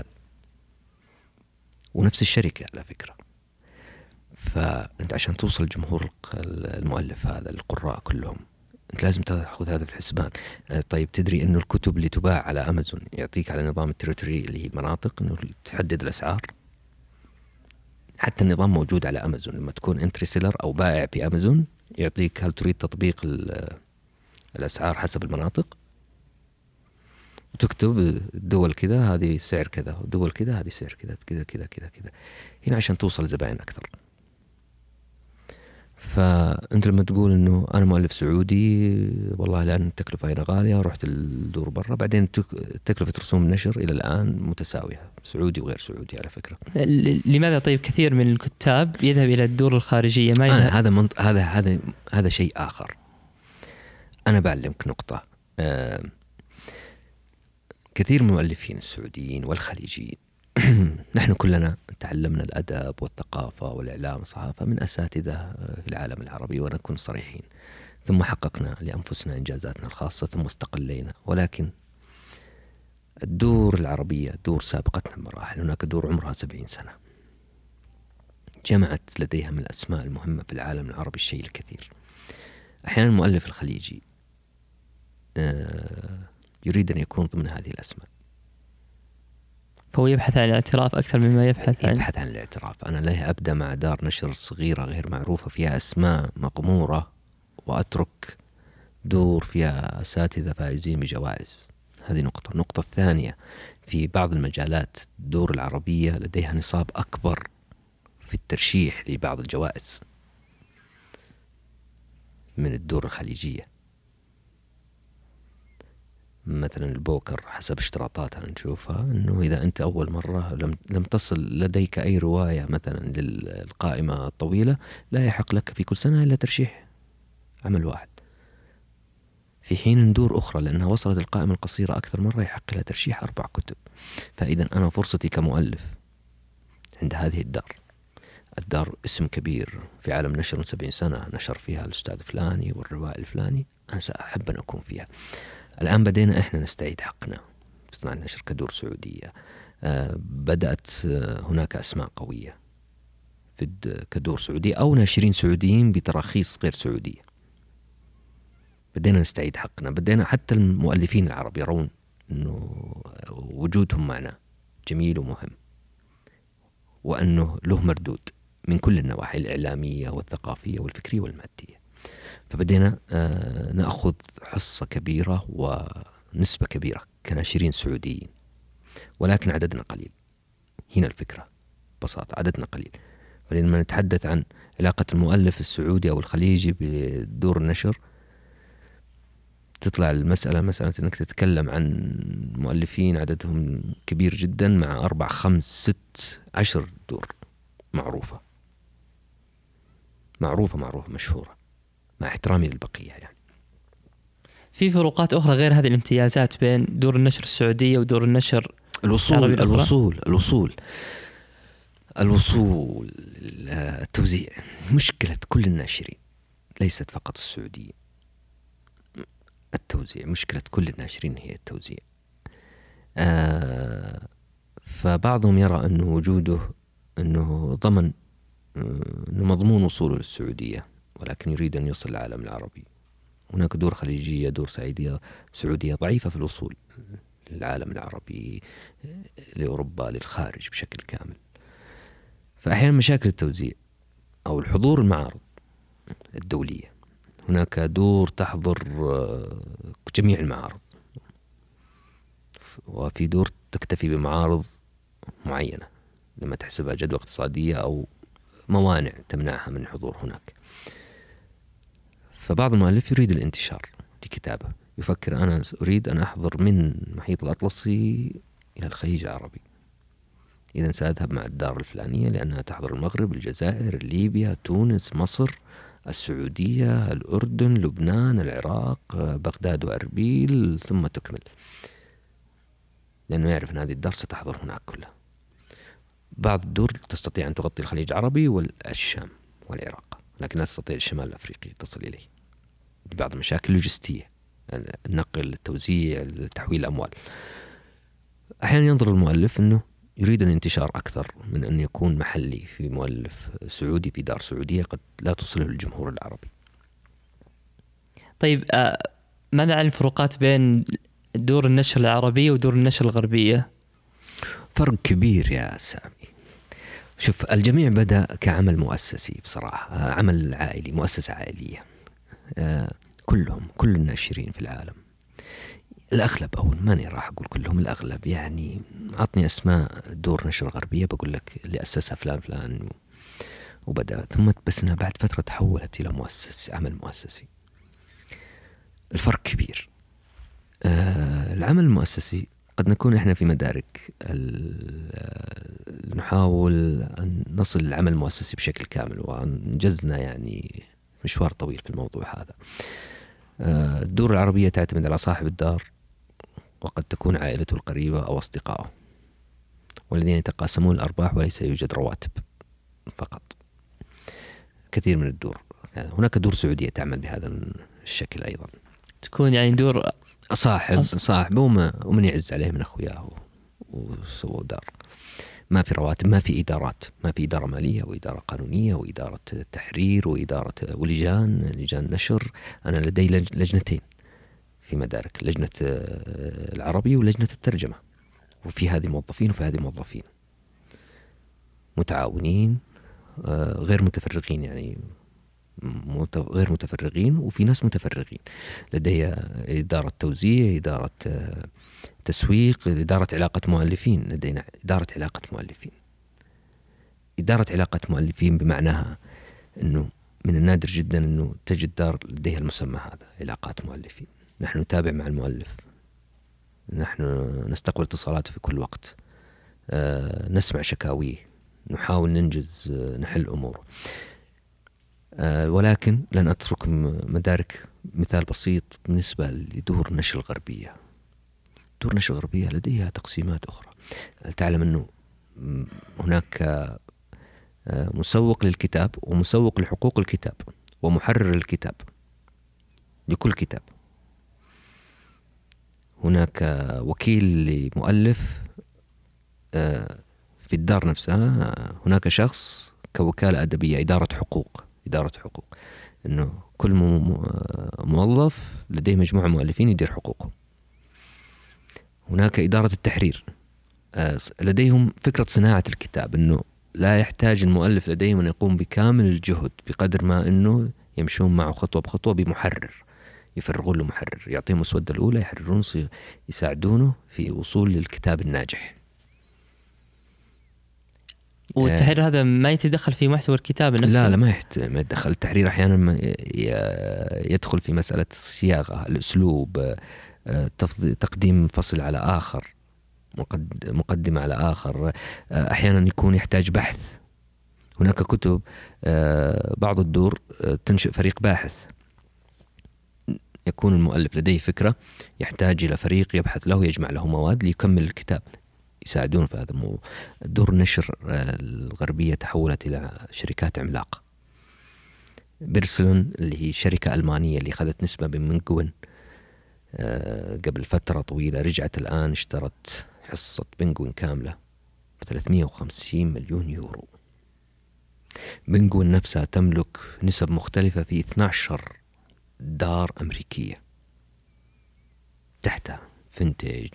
ونفس الشركة على فكرة. فأنت عشان توصل لجمهور المؤلف هذا القراء كلهم أنت لازم تأخذ هذا في الحسبان. طيب تدري أنه الكتب اللي تباع على أمازون يعطيك على نظام التريتوري اللي هي المناطق أنه تحدد الأسعار. حتى النظام موجود على أمازون، لما تكون انتري سيلر أو بائع في أمازون يعطيك هل تريد تطبيق الأسعار حسب المناطق، وتكتب الدول كذا هذه سعر كذا، والدول كذا هذه سعر كذا كذا كذا كذا كذا، هنا عشان توصل لزبائن أكثر. فأنت لما تقول إنه أنا مؤلف سعودي والله لأن التكلفة هنا غالية رحت الدور برا، بعدين تكلفة رسوم النشر إلى الآن متساوية سعودي وغير سعودي على فكرة. لماذا طيب كثير من الكتاب يذهب إلى الدور الخارجية؟ ما هذا شيء آخر. أنا بعلمك نقطة. كثير من المؤلفين السعوديين والخليجيين نحن كلنا تعلمنا الأدب والثقافة والإعلام والصحافة من أساتذة في العالم العربي، ونكون صريحين، ثم حققنا لأنفسنا إنجازاتنا الخاصة ثم استقلينا. ولكن الدور العربية دور سابقتنا بمراحل. هناك دور عمرها 70 سنة جمعت لديها من الأسماء المهمة في العالم العربي الشيء الكثير. أحيانا المؤلف الخليجي يريد أن يكون ضمن هذه الأسماء، فهو يبحث عن الاعتراف أكثر مما يبحث عن الاعتراف. أنا لا أبدأ مع دار نشر صغيرة غير معروفة فيها أسماء مقمورة وأترك دور فيها أساتذة فائزين بجوائز. هذه نقطة. النقطة الثانية، في بعض المجالات الدور العربية لديها نصاب أكبر في الترشيح لبعض الجوائز من الدور الخليجية. مثلا البوكر حسب اشتراطاتها نشوفها أنه إذا أنت أول مرة لم تصل لديك أي رواية مثلا للقائمة الطويلة لا يحق لك في كل سنة إلا ترشيح عمل واحد، في حين ندور أخرى لأنها وصلت القائمة القصيرة أكثر مرة يحق لها ترشيح 4 كتب. فإذا أنا فرصتي كمؤلف عند هذه الدار اسم كبير في عالم نشر من 70 سنة نشر فيها الأستاذ فلاني والروائي الفلاني، أنا سأحب أن أكون فيها. الآن بدينا إحنا نستعيد حقنا في صناعة النشر كدور سعودية. بدأت هناك أسماء قوية في كدور سعودي أو ناشرين سعوديين بتراخيص غير سعودية. بدينا نستعيد حقنا، بدينا حتى المؤلفين العرب يرون أنه وجودهم معنا جميل ومهم، وأنه له مردود من كل النواحي الإعلامية والثقافية والفكرية والمادية. فبدينا نأخذ حصة كبيرة ونسبة كبيرة كناشرين سعوديين، ولكن عددنا قليل. هنا الفكرة ببساطة، عددنا قليل. فلما نتحدث عن علاقة المؤلف السعودي أو الخليجي بدور النشر تطلع المسألة مسألة أنك تتكلم عن مؤلفين عددهم كبير جدا مع 4 5 6 10 دور معروفة مشهورة، مع احترامي للبقية. يعني في فروقات أخرى غير هذه الامتيازات بين دور النشر السعودية ودور النشر الوصول التوزيع. مشكلة كل الناشرين ليست فقط السعوديين، التوزيع. مشكلة كل الناشرين هي التوزيع. فبعضهم يرى أنه وجوده أنه ضمن أنه مضمون وصوله للسعودية، ولكن يريد أن يوصل للعالم العربي. هناك دور خليجية، دور سعودية ضعيفة في الوصول للعالم العربي، لأوروبا، للخارج بشكل كامل. فأحيانا مشاكل التوزيع أو الحضور المعارض الدولية، هناك دور تحضر جميع المعارض، وفي دور تكتفي بمعارض معينة لما تحسبها جدوى اقتصادية أو موانع تمنعها من الحضور هناك. فبعض المؤلف يريد الانتشار لكتابه، يفكر أنا أريد أن أحضر من المحيط الأطلسي إلى الخليج العربي، إذن سأذهب مع الدار الفلانية لأنها تحضر المغرب، الجزائر، ليبيا، تونس، مصر، السعودية، الأردن، لبنان، العراق، بغداد وأربيل، ثم تكمل، لأنه يعرف أن هذه الدار ستحضر هناك كلها. بعض الدور تستطيع أن تغطي الخليج العربي والشام والعراق، لكن لا تستطيع الشمال الأفريقي تصل إليه ببعض المشاكل اللوجستية، النقل، التوزيع، تحويل الأموال. أحيانا ينظر المؤلف أنه يريد الانتشار أكثر من أن يكون محلي في مؤلف سعودي في دار سعودية قد لا تصله للجمهور العربي. طيب ماذا عن الفروقات بين دور النشر العربية ودور النشر الغربية؟ فرق كبير يا سامي. شوف، الجميع بدأ كعمل مؤسسي بصراحة، عمل عائلي، مؤسسة عائلية. كلهم، كل الناشرين في العالم، الأغلب، أو ماني راح أقول كلهم، الأغلب يعني. عطني أسماء دور نشر غربية بقول لك اللي أسسها فلان فلان وبدأ، ثم بس أنها بعد فترة تحولت إلى عمل مؤسسي. الفرق كبير. العمل المؤسسي قد نكون إحنا في مدارك نحاول أن نصل للعمل المؤسسي بشكل كامل، وانجزنا يعني مشوار طويل في الموضوع هذا. الدور العربية تعتمد على صاحب الدار، وقد تكون عائلته القريبة أو أصدقائه، والذين يتقاسمون الأرباح، وليس يوجد رواتب فقط. كثير من الدور. هناك دور سعودية تعمل بهذا الشكل أيضا، تكون يعني دور صاحب ومن يعز عليه من أخوياه وسووا دار. ما في رواتب، ما في إدارات، ما في إدارة مالية وإدارة قانونية وإدارة تحرير وإدارة لجان نشر. أنا لدي لجنتين في مدارك، لجنة العربي ولجنة الترجمة، وفي هذه موظفين وفي هذه موظفين متعاونين، غير متفرغين، يعني غير متفرغين، وفي ناس متفرغين. لدي إدارة توزيع، إدارة تسويق، إدارة علاقة مؤلفين. لدينا إدارة علاقة مؤلفين. إدارة علاقة مؤلفين بمعناها أنه من النادر جدا أنه تجد دار لديها المسمى هذا، علاقات مؤلفين. نحن نتابع مع المؤلف، نحن نستقبل اتصالاته في كل وقت، نسمع شكاويه، نحاول ننجز، نحل أمور. ولكن لن أترك مدارك. مثال بسيط بالنسبة لدور نشر الغربية. دور نشر الغربية لديها تقسيمات أخرى. تعلم أنه هناك مسوق للكتاب، ومسوق لحقوق الكتاب، ومحرر الكتاب لكل كتاب. هناك وكيل لمؤلف في الدار نفسها. هناك شخص كوكالة أدبية، إدارة حقوق، إنه كل موظف لديه مجموعة مؤلفين يدير حقوقهم. هناك إدارة التحرير، لديهم فكرة صناعة الكتاب، إنه لا يحتاج المؤلف لديهم أن يقوم بكامل الجهد، بقدر ما إنه يمشون معه خطوة بخطوة بمحرر، يفرغون له محرر، يعطيهم السودة الأولى، يحررون، يساعدونه في وصول للكتاب الناجح. والتحرير هذا ما يتدخل في محتوى الكتاب نفسه؟ لا ما يتدخل. التحرير أحيانا يدخل في مسألة الصياغة، الأسلوب، تقديم فصل على آخر، مقدمة على آخر. أحيانا يكون يحتاج بحث. هناك كتب، بعض الدور تنشئ فريق باحث. يكون المؤلف لديه فكرة، يحتاج إلى فريق يبحث له، يجمع له مواد ليكمل الكتاب، يساعدون في هذا الموضوع. دور النشر الغربية تحولت إلى شركات عملاقة. بيرسلون اللي هي شركة ألمانية اللي أخذت نسبة من منجوين، قبل فترة طويلة، رجعت الآن اشترت حصة بنغوين كاملة ب$350 مليون. بنغوين نفسها تملك نسب مختلفة في 12 دار أمريكية تحتها، فينتج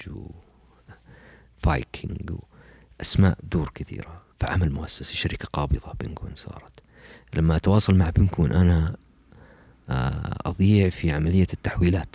وفايكنج وأسماء دور كثيرة. فعمل مؤسسي، شركة قابضة بنغوين صارت. لما أتواصل مع بنغوين أنا أضيع في عملية التحويلات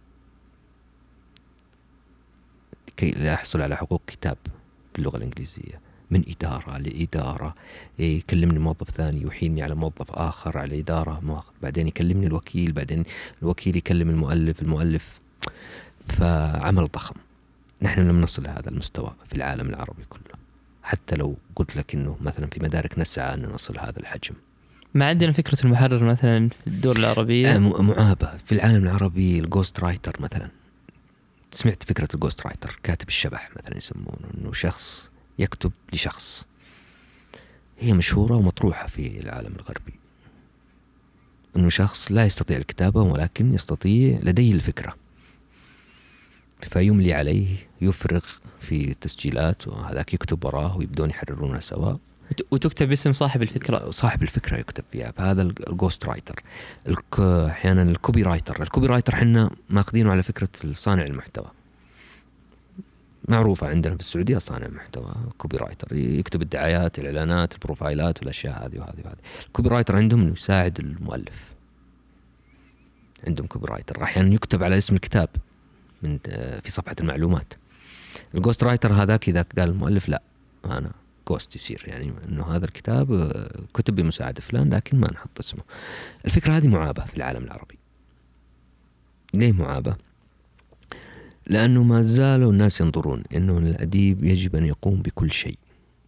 كي لا أحصل على حقوق كتاب باللغة الإنجليزية من إدارة لإدارة. يكلمني موظف ثاني يحيلني على موظف آخر على إدارة، بعدين يكلمني الوكيل، بعدين الوكيل يكلم المؤلف. فعمل ضخم. نحن لم نصل لهذا المستوى في العالم العربي كله، حتى لو قلت لك إنه مثلا في مدارك نسعى أن نصل هذا الحجم. ما عندنا فكرة المحرر مثلا في الدول العربية. معابة في العالم العربي. الجوست رايتر مثلا، سمعت فكرة الجوست رايتر، كاتب الشبح مثلا يسمونه، إنه شخص يكتب لشخص. هي مشهورة ومطروحة في العالم الغربي، إنه شخص لا يستطيع الكتابة ولكن يستطيع لديه الفكرة، فيملي عليه، يفرغ في تسجيلات وهذاك يكتب وراه ويبدون يحررونها سوا، وتكتب باسم صاحب الفكرة. صاحب الفكرة يكتب فيها. فهذا الجوست رايتر. أحيانا الكوبي رايتر حنا ماخذينه على فكرة صانع المحتوى. معروفة عندنا في السعودية صانع محتوى كوبي رايتر، يكتب الدعايات، الإعلانات، البروفايلات والأشياء هذه وهذه. الكوبي رايتر عندهم إنه يساعد المؤلف. عندهم كوبي رايتر أحيانا يكتب على اسم الكتاب من في صفحة المعلومات. الجوست رايتر هذاك إذا قال المؤلف لا أنا جوست يصير، يعني إنه هذا الكتاب كتب بمساعدة فلان لكن ما نحط اسمه. الفكرة هذه معابة في العالم العربي. ليه معابة؟ لأنه ما زالوا الناس ينظرون إنه الأديب يجب أن يقوم بكل شيء،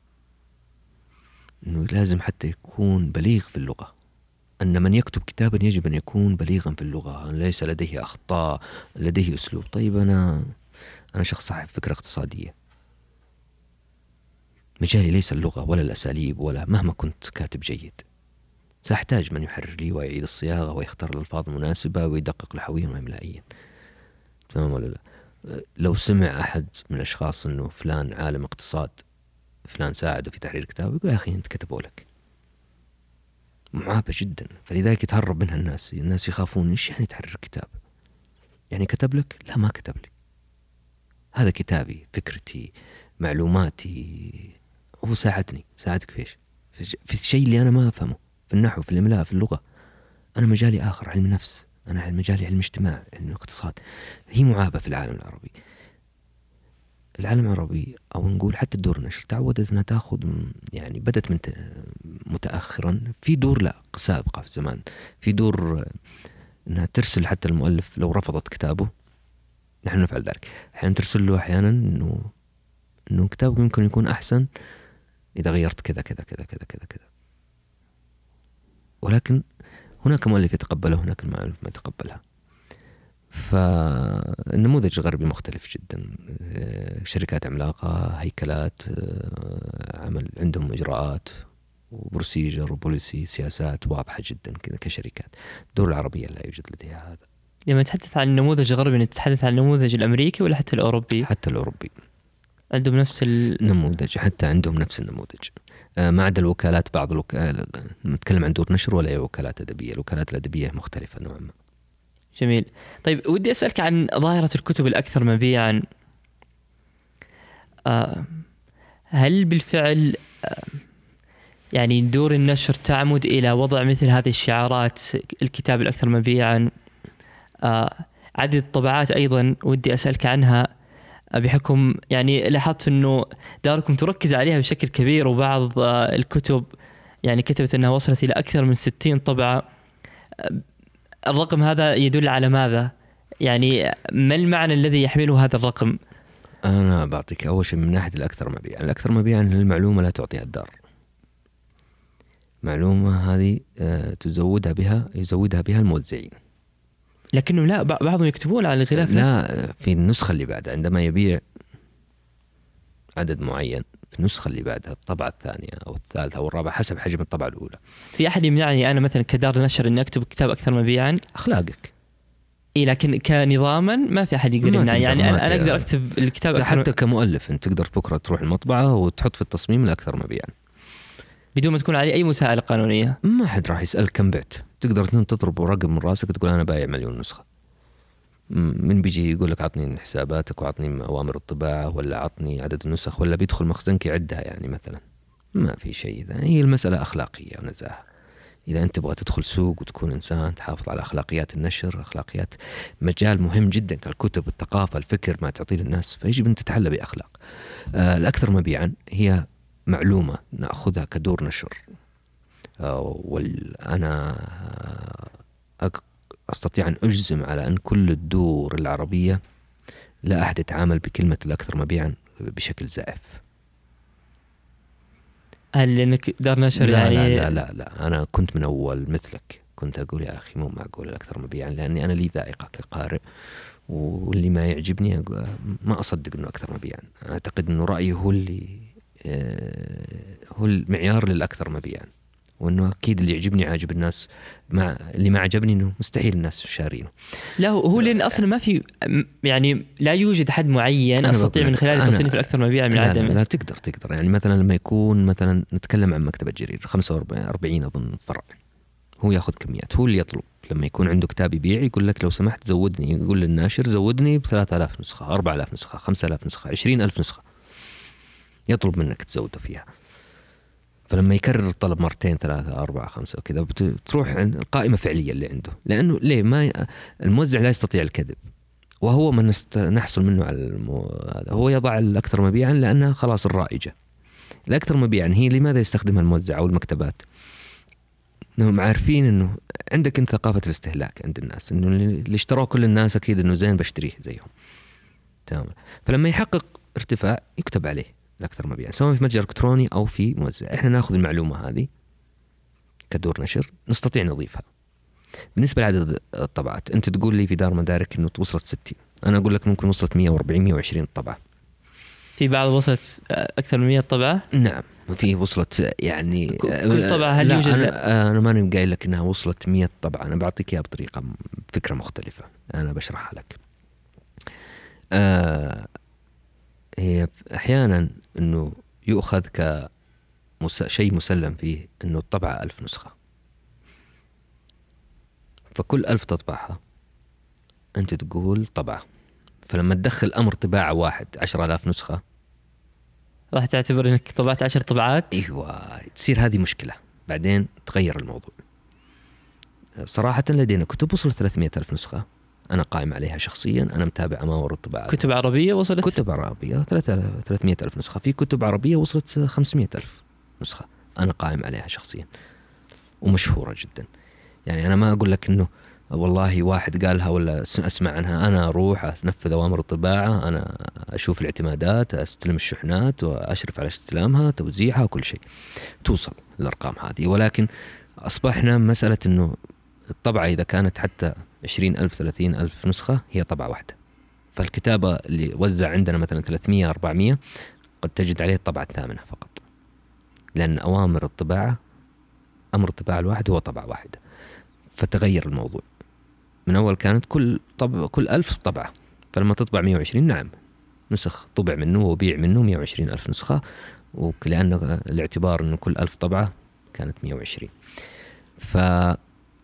إنه لازم حتى يكون بليغ في اللغة، أن من يكتب كتابا يجب أن يكون بليغا في اللغة، ليس لديه أخطاء، لديه أسلوب. طيب أنا شخص صاحب فكرة اقتصادية، مجالي ليس اللغة ولا الأساليب، ولا مهما كنت كاتب جيد سأحتاج من يحرر لي ويعيد الصياغة ويختار الألفاظ المناسبة ويدقق لحويا وإملائيا. تمام ولا لا؟ لو سمع أحد من الأشخاص أنه فلان عالم اقتصاد، فلان ساعده في تحرير كتاب، يقول يا أخي أنت كتبوا لك. معابة جدا. فلذلك يتهرب منها الناس يخافون. إيش يعني تحرر كتاب؟ يعني كتب لك؟ لا ما كتب لك، هذا كتابي، فكرتي، معلوماتي، هو ساعدك في الشيء اللي أنا ما أفهمه، في النحو، في الإملاء، في اللغة. أنا مجالي آخر، علم نفس، أنا مجالي علم اجتماع، علم اقتصاد. هي معابة في العالم العربي. العالم العربي أو نقول حتى الدور النشر تعودت أنها تأخذ، يعني بدت من متأخرا، في دور لا سابقة في زمان، في دور أنها ترسل حتى المؤلف لو رفضت كتابه. نحن نفعل ذلك أحيانا، ترسل له أحيانا إنه كتابك يمكن يكون أحسن إذا غيرت كذا كذا كذا كذا كذا كذا. ولكن هناك مؤلف يتقبله، هناك مؤلف ما يتقبلها. فالنموذج الغربي مختلف جدا. شركات عملاقة، هيكلات عمل، عندهم إجراءات وبروسيجر وبوليسي، سياسات واضحة جدا كذا كشركات. الدول العربية لا يوجد لديها هذا. لما نتحدث عن النموذج الغربي نتحدث عن النموذج الأمريكي ولا حتى الأوروبي؟ حتى الأوروبي عندهم نفس النموذج، حتى عندهم نفس النموذج، ما عدا الوكالات. بعض نتكلم عن دور نشر ولا وكالات أدبية. الوكالات الأدبية مختلفة نوعا ما. جميل. طيب ودي أسألك عن ظاهرة الكتب الأكثر مبيعا. هل بالفعل يعني دور النشر تعمد إلى وضع مثل هذه الشعارات، الكتاب الأكثر مبيعا؟ عدد الطبعات أيضا ودي أسألك عنها، بحكم يعني لاحظت أنه داركم تركز عليها بشكل كبير، وبعض الكتب يعني كتبت أنها وصلت إلى أكثر من 60 طبعة. الرقم هذا يدل على ماذا؟ يعني ما المعنى الذي يحمله هذا الرقم؟ أنا بعطيك أول شيء من ناحية الأكثر مبيعا. الأكثر مبيعا المعلومة لا تعطيها الدار. معلومة هذه يزودها بها الموزعين، لكنه لا، بعضهم يكتبون على الغلاف. لا، في النسخة اللي بعدها عندما يبيع عدد معين، في النسخة اللي بعدها الطبعة الثانية أو الثالثة أو الرابعة حسب حجم الطبعة الأولى. في أحد يمنعني أنا مثلا كدار نشر إني أكتب كتاب أكثر مبيعا؟ أخلاقك. لكن كنظاما ما في أحد يقدر يمنع. يعني أنا أقدر أكتب الكتاب حتى كمؤلف أنت تقدر بكرة تروح المطبعة وتحط في التصميم الأكثر مبيعا بدون ما تكون عليه أي مساءلة قانونية. ما حد راح يسألك كم بعت. تقدر تضرب رقم من راسك تقول أنا بايع 1,000,000 نسخة. من بيجي يقول لك عطني حساباتك وعطني أوامر الطباعة ولا عطني عدد النسخ ولا بيدخل مخزنك يعدها يعني مثلا. ما في شيء. إذا هي المسألة أخلاقية ونزاهة. إذا أنت تبغى تدخل سوق وتكون إنسان تحافظ على أخلاقيات النشر، أخلاقيات مجال مهم جدا كالكتب، الثقافة، الفكر، ما تعطيه للناس، فيجب أن تتحلى بأخلاق. الأكثر مبيعا هي معلومة نأخذها كدور نشر. وأنا أستطيع أن أجزم على أن كل الدور العربية لا أحد يتعامل بكلمة الأكثر مبيعا بشكل زائف. هل لأنك دار نشر لا يعني؟ لا لا لا لا، أنا كنت من أول مثلك كنت أقول يا أخي مو معقول الأكثر مبيعا، لأني أنا لي ذائقة كقارئ، واللي ما يعجبني ما أصدق أنه أكثر مبيعا. أعتقد أنه رأيي هو المعيار للأكثر مبيعا، وأنه أكيد اللي يعجبني عاجب الناس، اللي ما عجبني أنه مستحيل الناس شارينه. لا هو لأن أصلا ما في يعني لا يوجد حد معين أستطيع من خلاله تصنيف الأكثر مبيعا من عدم. لا تقدر يعني مثلا لما يكون مثلا نتكلم عن مكتبة جرير 45 أظن فرع، هو يأخذ كميات، هو اللي يطلب لما يكون عنده كتاب يبيع يقول لك لو سمحت زودني، يقول للناشر زودني ب3000 نسخة، 4000 نسخة، 5000 نسخة، 20,000 نسخة، يطلب منك تزوده فيها. فلما يكرر الطلب مرتين 3 4 5 وكذا بتروح عند القائمة فعلية اللي عنده، لأنه ليه ما الموزع لا يستطيع الكذب، وهو من نحصل منه على هو يضع الأكثر مبيعا لأنها خلاص الرائجة. الأكثر مبيعا هي لماذا يستخدمها الموزع أو المكتبات؟ انهم عارفين انه عندك انت ثقافة الاستهلاك عند الناس، انه اللي اشتروه كل الناس اكيد انه زين بشتريه زيهم. تمام. فلما يحقق ارتفاع يكتب عليه الاكثر مبيعا سواء في متجر الكتروني او في موزع. احنا ناخذ المعلومة هذه كدور نشر نستطيع نضيفها. بالنسبة لعدد الطبعات انت تقول لي في دار مدارك انه وصلت 60، انا اقول لك ممكن وصلت 140 120 طبعة. في بعض وصلت اكثر من 100 طبعة. نعم في وصلت يعني كل طبعة هل يوجد؟ أنا ماني قايل لك إنها وصلت 100 طبعة، أنا بعطيك إياها بطريقة فكرة مختلفة أنا بشرحها لك. هي أحيانا إنه يؤخذ شيء مسلم فيه إنه الطبعة 1000 نسخة، فكل 1000 تطبعها أنت تقول طبعة، فلما تدخل أمر طباعة واحد 10,000 نسخة راح تعتبر انك طبعت 10 طبعات. ايوه تصير هذه مشكله، بعدين تغير الموضوع. صراحه لدينا كتب وصلت 300,000 نسخه، انا قائم عليها شخصيا، انا متابع اماور الطباعه. كتب عربيه وصلت؟ كتب عربيه 300,000 نسخه، في كتب عربيه وصلت 500,000 نسخه، انا قائم عليها شخصيا ومشهوره جدا. يعني انا ما اقول لك انه والله واحد قالها ولا أسمع عنها، أنا أروح أنفذ أوامر الطباعة، أنا أشوف الاعتمادات، أستلم الشحنات وأشرف على استلامها توزيعها وكل شيء، توصل الأرقام هذه. ولكن أصبحنا مسألة أنه الطبعة إذا كانت حتى 20,000 30,000 نسخة هي طبعة واحدة، فالكتابة اللي وزع عندنا مثلا 300 400 قد تجد عليه الطبعة الثامنة فقط، لأن أوامر الطباعة أمر الطباعة الواحد هو طبعة واحدة. فتغير الموضوع، من أول كانت كل 1000 طبعة، فلما تطبع 120 نعم نسخ طبع منه وبيع منه 120,000 نسخة، ولأن الاعتبار أنه كل 1000 طبعة كانت 120. فهي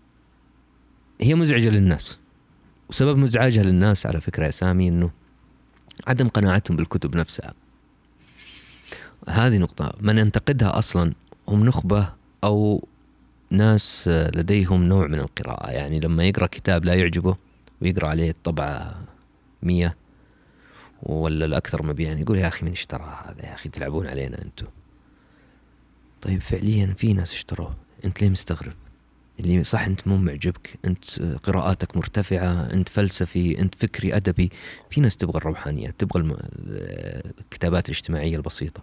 مزعجة للناس، وسبب مزعجها للناس على فكرة يا سامي أنه عدم قناعتهم بالكتب نفسها. هذه نقطة من ينتقدها أصلا هم نخبة أو ناس لديهم نوع من القراءة، يعني لما يقرأ كتاب لا يعجبه ويقرأ عليه الطبعة 100 ولا الأكثر مبيعا يقول يا أخي من اشترى هذا، يا أخي تلعبون علينا أنتو. طيب فعليا في ناس اشتروه، أنت ليه مستغرب؟ اللي صح أنت مو معجبك، أنت قراءاتك مرتفعة، أنت فلسفي، أنت فكري أدبي، في ناس تبغى الروحانيات، تبغى الكتابات الاجتماعية البسيطة.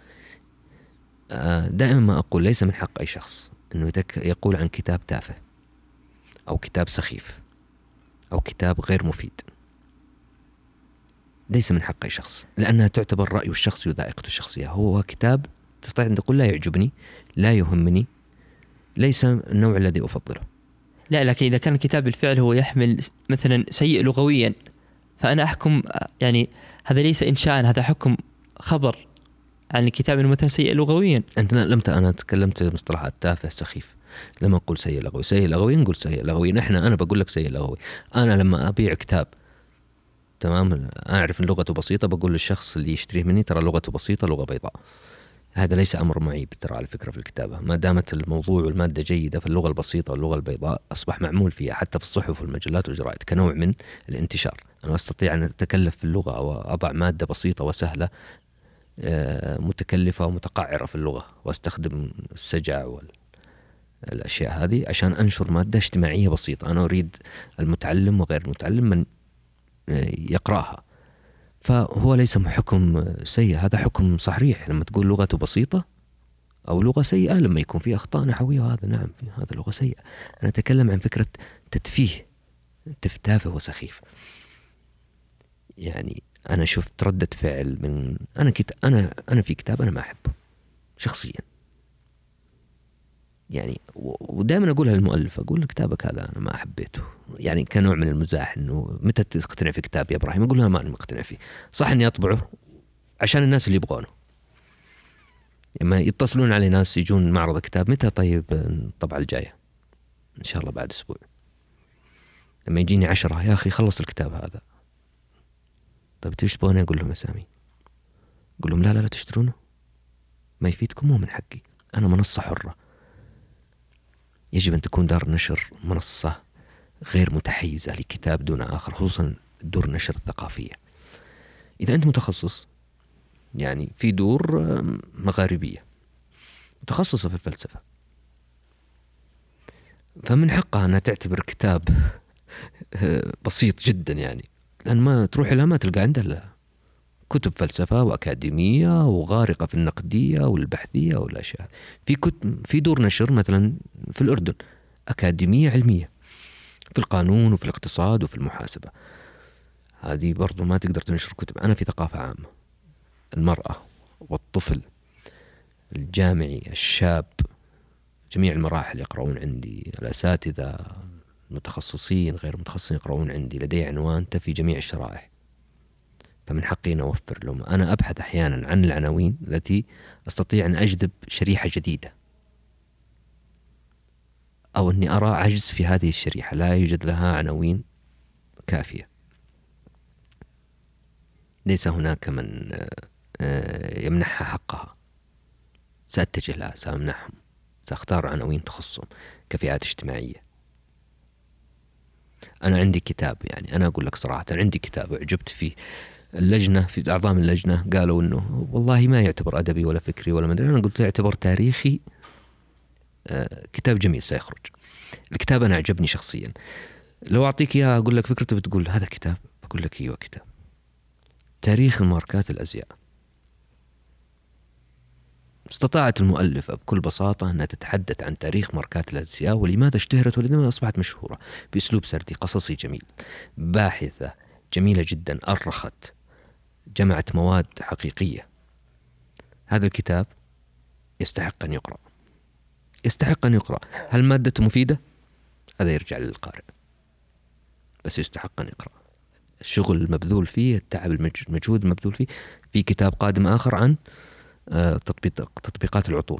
دائما ما أقول ليس من حق أي شخص أنه يقول عن كتاب تافه أو كتاب سخيف أو كتاب غير مفيد، ليس من حق أي شخص، لأنها تعتبر رأيه الشخصي وذائقته الشخصية. هو كتاب تستطيع أن تقول لا يعجبني، لا يهمني، ليس النوع الذي أفضله، لا، لكن إذا كان الكتاب بالفعل هو يحمل مثلا سيء لغويا، فأنا أحكم يعني هذا ليس إنشاء، هذا حكم خبر عن الكتاب إنه مثلا سيء لغويا. أنا تكلمت مصطلحات تافه سخيف. لما أقول سيء لغوي، سيء لغوي نقول سيء لغوي. أنا بقول لك سيء لغوي. أنا لما أبيع كتاب تمام أعرف إن لغته بسيطة، بقول للشخص اللي يشتريه مني ترى لغته بسيطة، لغة بيضاء. هذا ليس أمر معيب ترى على فكرة في الكتابة، ما دامت الموضوع والمادة جيدة، فاللغة البسيطة واللغة البيضاء أصبح معمول فيها حتى في الصحف والمجلات والجرائد كنوع من الانتشار. أنا أستطيع أن أتكلف في اللغة أو أضع مادة بسيطة وسهلة متكلفة ومتقعرة في اللغة، وأستخدم السجع والأشياء هذه عشان أنشر مادة اجتماعية بسيطة. أنا أريد المتعلم وغير المتعلم من يقرأها. فهو ليس حكم سيء، هذا حكم صحيح. لما تقول لغته بسيطة أو لغة سيئة لما يكون في أخطاء نحوية، وهذا نعم هذا لغة سيئة. أنا أتكلم عن فكرة تتفيه، تافه وسخيف. يعني أنا شفت ردة فعل من أنا في كتاب أنا ما أحبه شخصيا، يعني ودائما أقولها للمؤلف، أقول كتابك هذا أنا ما حبيته، يعني كنوع من المزاح إنه متى تقتنع في كتاب يا إبراهيم؟ أقول له ما أنا مقتنع فيه. صح إني أطبعه عشان الناس اللي يبغونه. لما يتصلون علي ناس يجون معرض كتاب، متى طيب الطبعة الجاية؟ إن شاء الله بعد أسبوع. لما يجيني 10 يا أخي خلص الكتاب هذا، طيب تيش تبغوني أقول لهم أسامي؟ أقول لهم لا تشترونه، ما يفيدكم، مو من حقي، أنا منصة حرة. يجب أن تكون دار النشر منصة غير متحيزة لكتاب دون آخر، خصوصا دور النشر الثقافية. إذا أنت متخصص، يعني في دور مغاربية متخصصة في الفلسفة، فمن حقها أنها تعتبر كتاب بسيط جدا، يعني لأن ما تروح لها ما تلقى عندها كتب فلسفة وأكاديمية وغارقة في النقدية والبحثية والأشياء. في دور نشر مثلا في الأردن أكاديمية علمية في القانون وفي الاقتصاد وفي المحاسبة، هذه برضو ما تقدر تنشر كتب. أنا في ثقافة عامة، المرأة والطفل، الجامعي، الشاب، جميع المراحل يقرؤون عندي، الأساتذة المتخصصين غير متخصصين يقرؤون عندي، لدي عنوان تفي جميع الشرائح، فمن حقي أن أوفر لهم. أنا أبحث أحيانا عن العناوين التي أستطيع أن أجذب شريحة جديدة، أو أني أرى عجز في هذه الشريحة لا يوجد لها عناوين كافية. ليس هناك من يمنحها حقها، سأتجه لها، سأمنحهم، سأختار عناوين تخصهم كفئات اجتماعية. أنا عندي كتاب، يعني أنا أقول لك صراحة عندي كتاب أعجبت فيه، اللجنة في أعضاء من اللجنة قالوا إنه والله ما يعتبر أدبي ولا فكري ولا مدري، أنا قلت يعتبر تاريخي، كتاب جميل سيخرج. الكتاب أنا أعجبني شخصيا، لو أعطيك إياه أقول لك فكرته بتقول هذا كتاب، أقول لك أيوة كتاب تاريخ الماركات الأزياء. استطاعت المؤلفة بكل بساطة أنها تتحدث عن تاريخ ماركات الأزياء ولماذا اشتهرت ولماذا أصبحت مشهورة بأسلوب سردي قصصي جميل، باحثة جميلة جدا، أرخت، جمعت مواد حقيقية. هذا الكتاب يستحق أن يقرأ، يستحق أن يقرأ. هل مادته مفيدة؟ هذا يرجع للقارئ، بس يستحق أن يقرأ. الشغل المبذول فيه، التعب المجهود المبذول فيه. في كتاب قادم آخر عن تطبيقات العطور.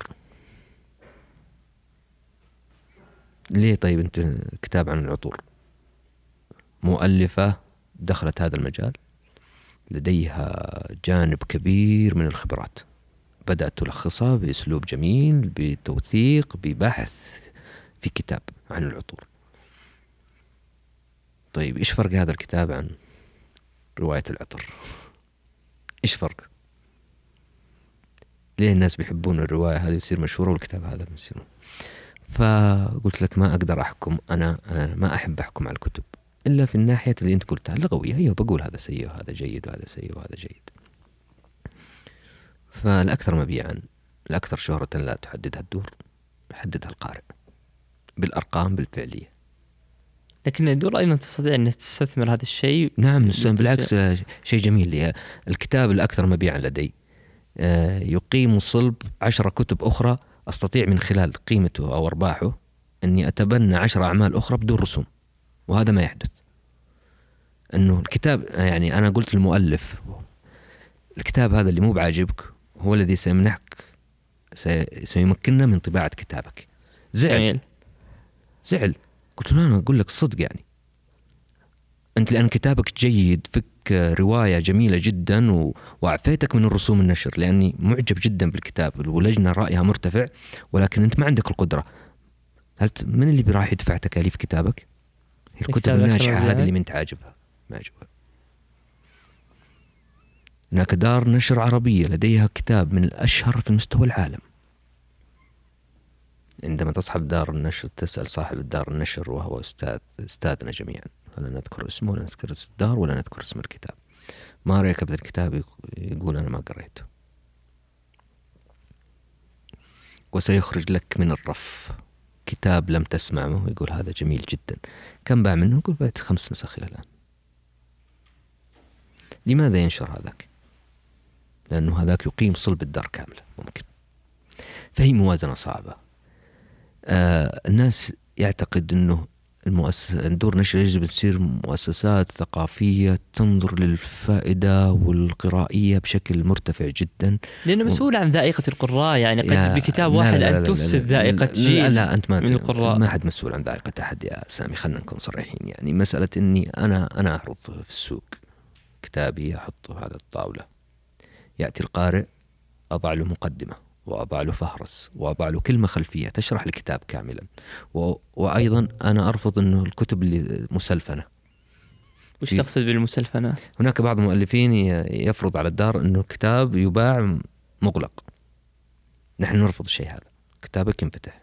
ليه طيب أنت كتاب عن العطور؟ مؤلفة دخلت هذا المجال، لديها جانب كبير من الخبرات، بدأت تلخصها بأسلوب جميل، بتوثيق، ببحث، في كتاب عن العطور. طيب إيش فرق هذا الكتاب عن رواية العطر؟ إيش فرق؟ ليه الناس بيحبون الرواية هذه يصير مشهورة والكتاب هذا يصير؟ فقلت لك ما أقدر أحكم، أنا ما أحب أحكم على الكتب إلا في الناحية اللي أنت قلتها اللغوية. أيوة بقول هذا سيء وهذا جيد وهذا سيء وهذا جيد. فالأكثر مبيعا، الأكثر شهرة لا تحددها الدور، يحددها القارئ بالأرقام، بالفعلية. لكن الدور أيضا تستطيع أن تستثمر هذا الشيء. نعم بالعكس، شيء جميل. الكتاب الأكثر مبيعا لدي يقيم صلب 10 كتب أخرى أستطيع من خلال قيمته أو أرباحه أني أتبنى 10 أعمال أخرى بدون رسوم، وهذا ما يحدث. أنه الكتاب يعني أنا قلت للمؤلف الكتاب هذا اللي مو بعاجبك هو الذي سيمنحك سيمكننا من طباعة كتابك. زعل. قلت له أنا أقول لك الصدق يعني أنت لأن كتابك جيد، فك رواية جميلة جدا وأعفيتك من الرسوم النشر لأني معجب جدا بالكتاب ولجنة رأيها مرتفع، ولكن أنت ما عندك القدرة. من اللي راح يدفع تكاليف كتابك؟ هي الكتب الناجحة هذه اللي من تعجبها ما عجبها. هناك دار نشر عربية لديها كتاب من الأشهر في مستوى العالم. عندما تصحب دار النشر تسأل صاحب الدار النشر وهو أستاذنا جميعا، ولا نذكر اسمه ولا نذكر اسم الدار ولا نذكر اسم الكتاب، ما رأيك بهذا الكتاب؟ يقول أنا ما قريته. وسيخرج لك من الرف كتاب لم تسمعه يقول هذا جميل جدا. كم باع منه؟ يقول بعت 5 نسخ إلى الآن. لماذا ينشر هذاك؟ لأنه هذاك يقيم صلب الدار كاملة ممكن. فهي موازنة صعبة. الناس يعتقد أنه دور نشر يجب تصير مؤسسات ثقافية تنظر للفائدة والقرائية بشكل مرتفع جدا، لأنه مسؤول عن ذائقة القراء. يعني قد بكتاب واحد أن تفسد ذائقة جيل. لا أنت من القراء. ما حد مسؤول عن ذائقة أحد يا سامي، خلنا نكون صريحين. يعني مسألة أني أنا أعرض في السوق كتابي أحطه على الطاولة، يأتي القارئ أضع له مقدمة وأضع له فهرس وأضع له كلمة خلفية تشرح الكتاب كاملا. وأيضا أنا أرفض أنه الكتب اللي مسلفنة. وش تقصد بالمسلفنة؟ هناك بعض المؤلفين يفرض على الدار أنه الكتاب يباع مغلق. نحن نرفض الشيء هذا. كتابك ينفتح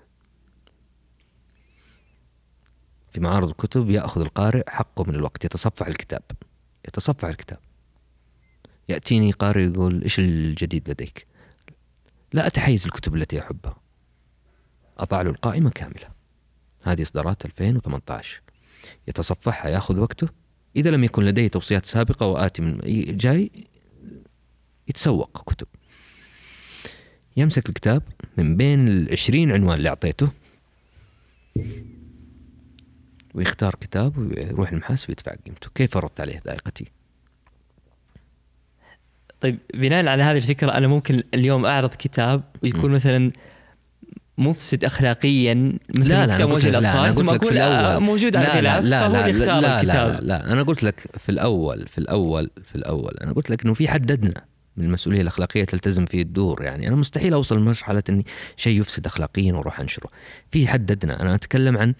في معارض الكتب، يأخذ القارئ حقه من الوقت، يتصفح الكتاب. يأتيني قارئ يقول إيش الجديد لديك؟ لا أتحيز الكتب التي أحبها، أضع له القائمة كاملة. هذه إصدارات 2018 يتصفحها، يأخذ وقته. إذا لم يكن لديه توصيات سابقة وآتي من جاي يتسوق كتب، يمسك الكتاب من بين 20 عنوان اللي أعطيته ويختار كتاب ويروح المحاسب يدفع قيمته. كيف فرضت عليه ذائقتي؟ طيب بناء على هذه الفكرة أنا ممكن اليوم أعرض كتاب ويكون مثلا مفسد أخلاقيا مثل كتاب موجه الأطفال، ثم أقول موجود على الغلاف فهو يختار الكتاب. لا أنا قلت لك في الأول أنا قلت لك إنه في حددنا من المسؤولية الأخلاقية تلتزم فيه الدور. يعني أنا مستحيل أوصل لمرحلة إني شيء يفسد أخلاقيا وأروح أنشره. في حددنا. أنا أتكلم عن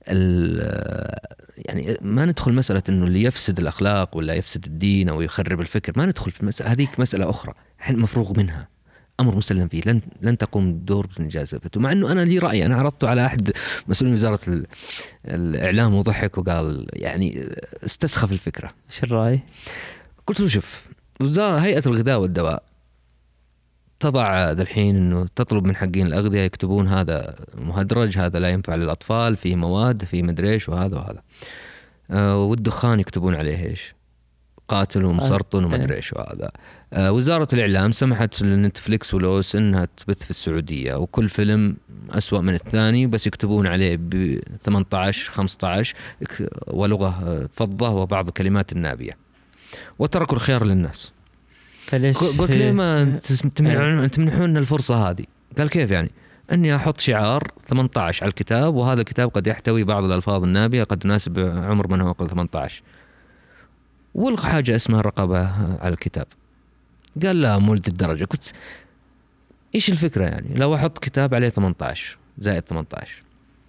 يعني ما ندخل مسألة إنه اللي يفسد الأخلاق ولا يفسد الدين أو يخرب الفكر، ما ندخل في المسألة هذيك، مسألة أخرى مفروغ منها، أمر مسلم فيه، لن تقوم الدور بنجازته. مع إنه أنا لي رأي، أنا عرضته على أحد مسؤولين وزارة الإعلام وضحك وقال يعني استسخف الفكرة. إيش الرأي؟ قلت له شوف، هيئة الغذاء والدواء تضع ذا الحين إنه تطلب من حقين الأغذية يكتبون هذا مهدرج، هذا لا ينفع للأطفال، فيه مواد، فيه مدريش وهذا والدخان يكتبون عليه إيش قاتل ومسرطن ومدريش وهذا. وزارة الإعلام سمحت لنتفليكس ولوس إنها تبث في السعودية، وكل فيلم أسوأ من الثاني بس يكتبون عليه ب 18 15 ولغة فضة وبعض الكلمات النابية، وتركوا الخيار للناس. قلت ليه ما تمنحون الفرصة هذه؟ قال كيف يعني؟ أني أحط شعار 18 على الكتاب، وهذا الكتاب قد يحتوي بعض الألفاظ النابية قد تناسب عمر من هو أقل 18، والغى حاجة اسمها الرقابة على الكتاب. قال لا مو للدرجة. كنت إيش الفكرة يعني لو أحط كتاب عليه 18 زائد 18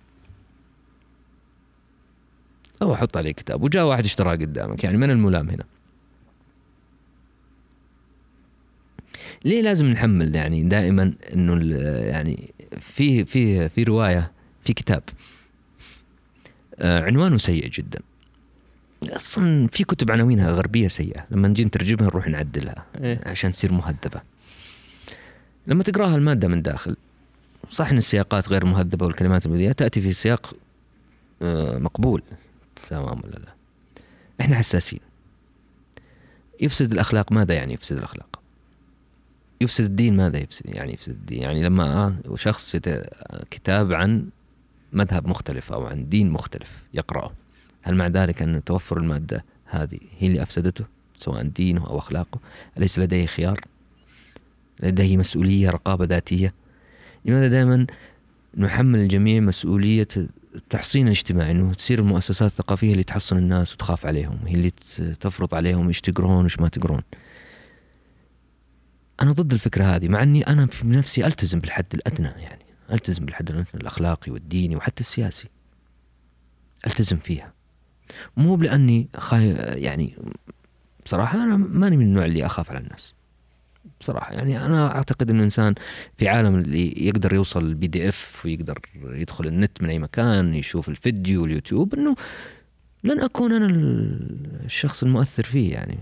أو أحط عليه كتاب وجاء واحد اشتراه قدامك، يعني من الملام هنا؟ ليه لازم نحمل يعني دائما إنه يعني في رواية في كتاب عنوانه سيء جدا. أصلا في كتب عناوينها غربية سيئة، لما نجي نترجمها نروح نعدلها عشان تصير مهذبة. لما تقراها المادة من داخل صح إن السياقات غير مهذبة والكلمات البذيئة تأتي في سياق مقبول، تمام ولا لا؟ إحنا حساسين. يفسد الأخلاق، ماذا يعني يفسد الأخلاق؟ يفسد الدين، ماذا يفسد يعني يفسد الدين؟ يعني لما شخص كتاب عن مذهب مختلف أو عن دين مختلف يقرأه، هل مع ذلك أن توفر المادة هذه هي اللي أفسدته سواء دينه أو أخلاقه؟ أليس لديه خيار؟ لديه مسؤولية، رقابة ذاتية؟ لماذا دائما نحمل الجميع مسؤولية التحصين الاجتماعي، أنه تصير المؤسسات الثقافية اللي تحصن الناس وتخاف عليهم، هي اللي تفرض عليهم إيش تقرون وإيش ما تقرون؟ أنا ضد الفكرة هذه، مع أني أنا في نفسي ألتزم بالحد الأدنى، يعني ألتزم بالحد الأدنى الأخلاقي والديني وحتى السياسي، ألتزم فيها. مو لأني يعني بصراحة أنا ماني من النوع اللي أخاف على الناس بصراحة. يعني أنا أعتقد أن الإنسان في عالم اللي يقدر يوصل PDF ويقدر يدخل النت من أي مكان يشوف الفيديو واليوتيوب، أنه لن أكون أنا الشخص المؤثر فيه. يعني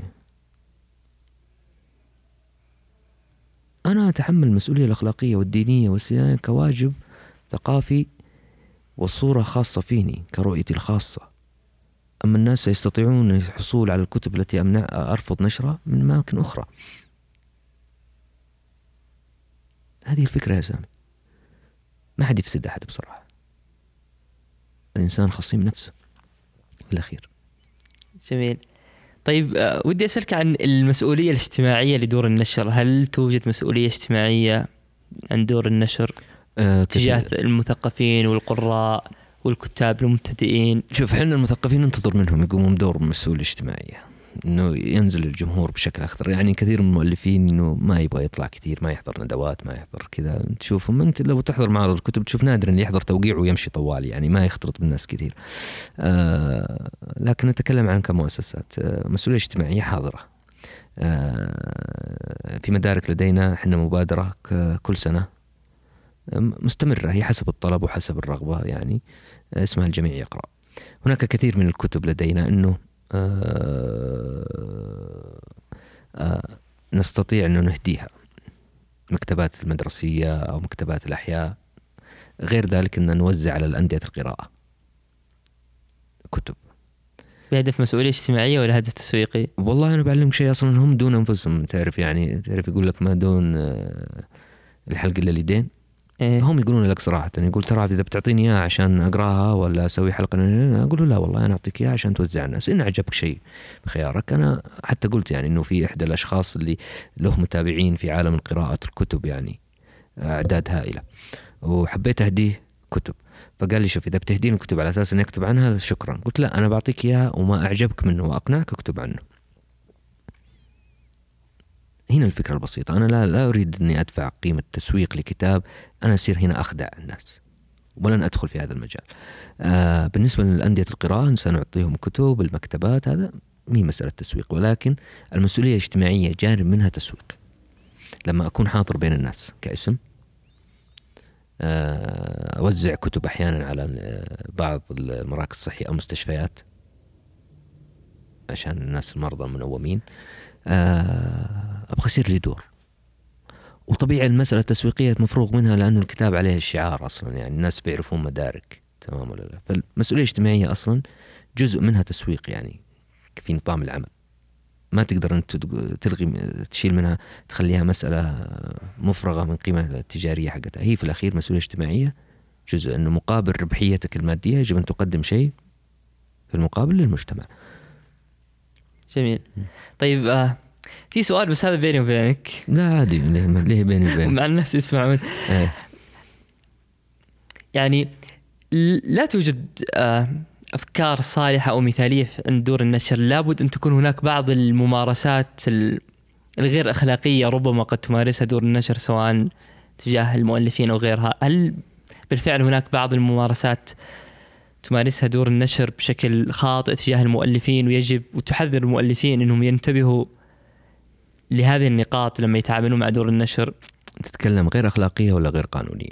أنا أتحمل المسؤولية الأخلاقية والدينية والسياسية كواجب ثقافي والصورة خاصة فيني كرؤيتي الخاصة. أما الناس سيستطيعون الحصول على الكتب التي أرفض نشرها من أماكن أخرى. هذه الفكرة يا سامي، ما حد يفسد أحد بصراحة. الإنسان خصيم نفسه في الأخير. جميل. طيب ودي أسألك عن المسؤولية الاجتماعية لدور النشر. هل توجد مسؤولية اجتماعية عن دور النشر تجاه المثقفين والقراء والكتاب المبتدئين؟ شوف، حنا المثقفين ننتظر منهم يقومون بدور مسؤولية اجتماعية، انه ينزل الجمهور بشكل اكثر. يعني كثير من المؤلفين انه ما يبغى يطلع كثير، ما يحضر ندوات، ما يحضر كذا. تشوفهم انت لو تحضر معرض الكتب تشوف نادرا اللي يحضر توقيع ويمشي طوال، يعني ما يختلط بالناس كثير. لكن نتكلم عن كمؤسسات مسؤولية اجتماعية حاضرة. في مدارك لدينا حنا مبادرة كل سنة مستمرة، هي حسب الطلب وحسب الرغبة، يعني اسمها الجميع يقرأ. هناك كثير من الكتب لدينا انه نستطيع أن نهديها، مكتبات المدرسية أو مكتبات الأحياء. غير ذلك أن نوزع على الأندية القراءة كتب بهدف مسؤولية اجتماعية ولا هدف تسويقي؟ والله أنا بعلمك شيء أصلا هم دون أنفسهم. تعرف يعني يقول لك ما دون الحلق إلا اليدين. هم يقولون لك صراحة، يقول ترى إذا بتعطيني إياها عشان أقراها ولا أسوي حلقة، أقول له لا والله أنا أعطيك إياها عشان توزع الناس. إن عجبك شيء بخيارك. أنا حتى قلت يعني إنه في إحدى الأشخاص اللي له متابعين في عالم القراءة الكتب، يعني أعداد هائلة، وحبيت أهديه كتب، فقال لي شوف إذا بتهديني الكتب على أساس إني أكتب عنها شكرا. قلت لا، أنا بعطيك إياها وما أعجبك منه وأقنعك أكتب عنه. هنا الفكرة البسيطة. أنا لا أريد أني أدفع قيمة تسويق لكتاب، أنا أصير هنا أخدع الناس ولن أدخل في هذا المجال. بالنسبة للأندية القراءة سنعطيهم كتب المكتبات، هذا مي مسألة تسويق، ولكن المسؤولية الاجتماعية جانب منها تسويق. لما أكون حاضر بين الناس كاسم، أوزع كتب أحيانا على بعض المراكز الصحية أو مستشفيات عشان الناس المرضى المنومين. أبغى يصير لي دور. وطبيعي المسألة التسويقية مفروغ منها لأنه الكتاب عليه الشعار أصلا، يعني الناس بيعرفون مدارك، تمام ولا لا؟ فالمسؤولية الاجتماعية أصلا جزء منها تسويق، يعني في نظام العمل. ما تقدر أن تلغي تشيل منها تخليها مسألة مفرغة من قيمة التجارية حقتها. هي في الأخير مسؤولية اجتماعية، جزء أنه مقابل ربحيتك المادية يجب أن تقدم شيء في المقابل للمجتمع. جميل. طيب في سؤال بس هذا بيني وبينك. لا عادي، ليه بيني وبينك؟ مع الناس يسمعون. يعني لا توجد أفكار صالحة أو مثالية عند دور النشر. لابد أن تكون هناك بعض الممارسات الغير أخلاقية ربما قد تمارسها دور النشر سواء تجاه المؤلفين أو غيرها. هل بالفعل هناك بعض الممارسات تمارسها دور النشر بشكل خاطئ تجاه المؤلفين، ويجب وتحذر المؤلفين أنهم ينتبهوا لهذه النقاط لما يتعاملون مع دور النشر؟ تتكلم غير أخلاقية ولا غير قانونية؟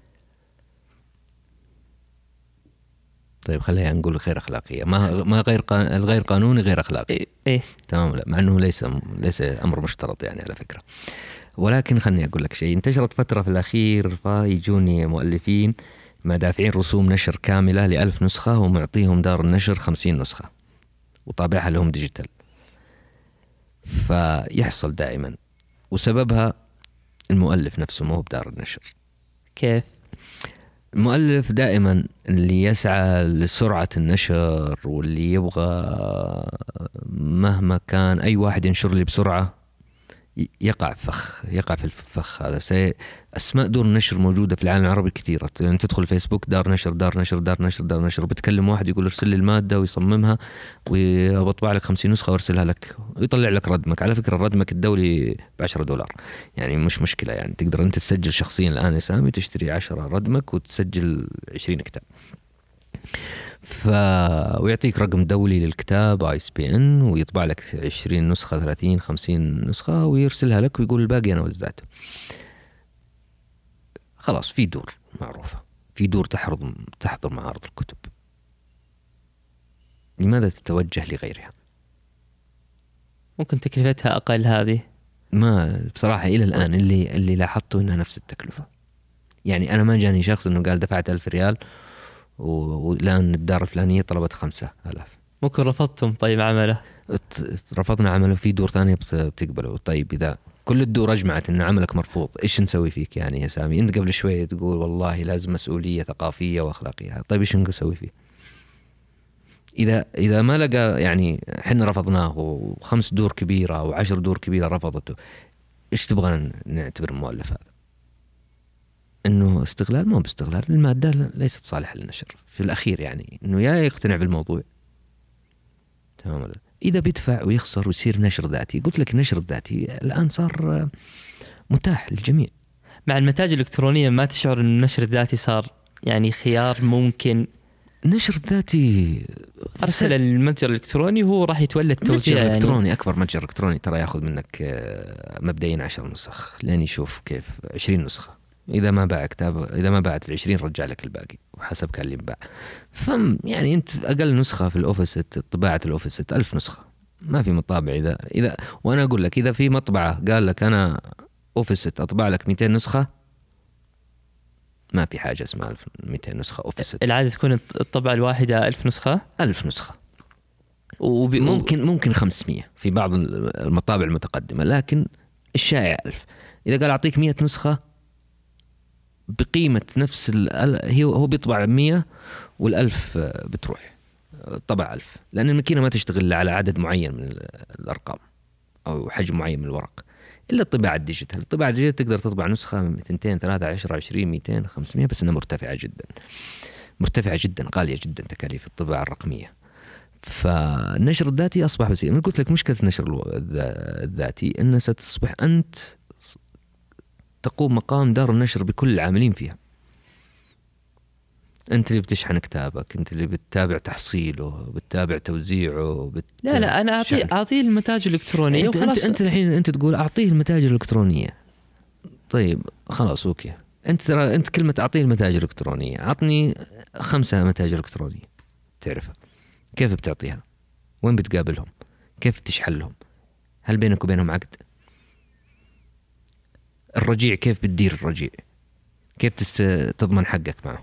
طيب خلينا نقول غير أخلاقية. ما الغير قانوني غير أخلاقي. إيه تمام. لا، مع أنه ليس أمر مشترط يعني على فكرة. ولكن خلني أقول لك شيء. انتشرت فترة في الأخير فيجوني مؤلفين ما دافعين رسوم نشر كاملة ل1000 نسخة ومعطيهم دار النشر 50 نسخة وطابعها لهم ديجيتال. فيحصل دائما، وسببها المؤلف نفسه مو بدار النشر. كيف؟ المؤلف دائما اللي يسعى لسرعة النشر، واللي يبغى مهما كان أي واحد ينشر لي بسرعة يقع في الفخ هذا. أسماء دور النشر موجودة في العالم العربي كثيرة. يعني تدخل فيسبوك دار نشر دار نشر دار نشر دار نشر، وبتكلم واحد يقول ارسل لي المادة ويصممها وأطبع لك 50 نسخة وارسلها لك ويطلع لك ردمك. على فكرة ردمك الدولي $10، يعني مش مشكلة. يعني تقدر أنت تسجل شخصيا الآن يا سامي، تشتري 10 ردمك وتسجل 20 كتاب، ويعطيك رقم دولي للكتاب ISBN، ويطبع لك 20 نسخة 30 50 نسخة ويرسلها لك ويقول الباقي أنا وزعته. خلاص في دور معروفة، في دور تحضر معارض الكتب. لماذا تتوجه لغيرها؟ ممكن تكلفتها أقل. هذه ما بصراحة إلى الآن اللي لاحظته إنها نفس التكلفة. يعني أنا ما جاني شخص إنه قال دفعت 1000 ريال ولأن الدار الفلانية طلبت 5000. ممكن رفضتم طيب عمله؟ رفضنا عمله. في دور ثانية بتقبله. طيب إذا كل الدور أجمعت إن عملك مرفوض، إيش نسوي فيك يعني يا سامي؟ أنت قبل شوية تقول والله لازم مسؤولية ثقافية وأخلاقية. طيب إيش نسوي فيه؟ إذا ما لقى، يعني حنا رفضناه و5 دور كبيرة و10 دور كبيرة رفضته، إيش تبغى نعتبر المؤلف هذا؟ إنه استغلال؟ ما باستغلال. المادة ليست صالحة للنشر في الأخير. يعني إنه يا يقتنع بالموضوع تمام، إذا بيدفع ويخسر ويصير نشر ذاتي. قلت لك النشر الذاتي الآن صار متاح للجميع. مع المتاجر الإلكترونية ما تشعر أن النشر الذاتي صار يعني خيار ممكن؟ نشر ذاتي أرسل المتجر الإلكتروني وهو راح يتولى التوزيع. متجر إلكتروني، أكبر متجر إلكتروني ترى ياخذ منك مبدئيا 10 نسخ لين يشوف كيف 20 نسخة. إذا ما باع كتاب، إذا ما باعت 20 رجع لك الباقي وحسب كان اللي انباع. يعني أنت أقل نسخة في الأوفست، طباعة الأوفست 1000 نسخة، ما في مطابع. إذا وأنا أقول لك إذا في مطبعة قال لك أنا أوفست أطبع لك 200 نسخة، ما في حاجة اسمها 200 نسخة أوفست. العادة تكون الطبعة الواحدة 1000 نسخة. 1000 نسخة ممكن 500 في بعض المطابع المتقدمة، لكن الشائع 1000. إذا قال أعطيك 100 نسخة بقيمة نفس هو بيطبع 100 وال1000 بتروح طبع 1000، لأن الماكينة ما تشتغل على عدد معين من الأرقام أو حجم معين من الورق إلا الطباعة الديجيتال. الطباعة الديجيتال تقدر تطبع نسخة 200 3 10 20 200 500، بس إنها مرتفعة جدا غالية جدا تكاليف الطباعة الرقمية. فالنشر الذاتي أصبح وسيلة. أنا قلت لك مشكلة النشر الذاتي أنها ستصبح أنت تقوم مقام دار النشر بكل العاملين فيها. أنت اللي بتشحن كتابك، أنت اللي بتتابع تحصيله، بتتابع توزيعه، لا أنا أعطيه المتاجر الإلكترونية وخلاص. أنت الحين أنت تقول أعطيه المتاجر الإلكترونية. طيب خلاص أوكي، أنت كلمة أعطيه المتاجر الإلكترونية، أعطني 5 متاجر إلكترونية تعرفها. كيف بتعطيها؟ وين بتقابلهم؟ كيف بتشحن لهم؟ هل بينك وبينهم عقد؟ الرجيع كيف بتدير الرجيع؟ كيف تضمن حقك معه؟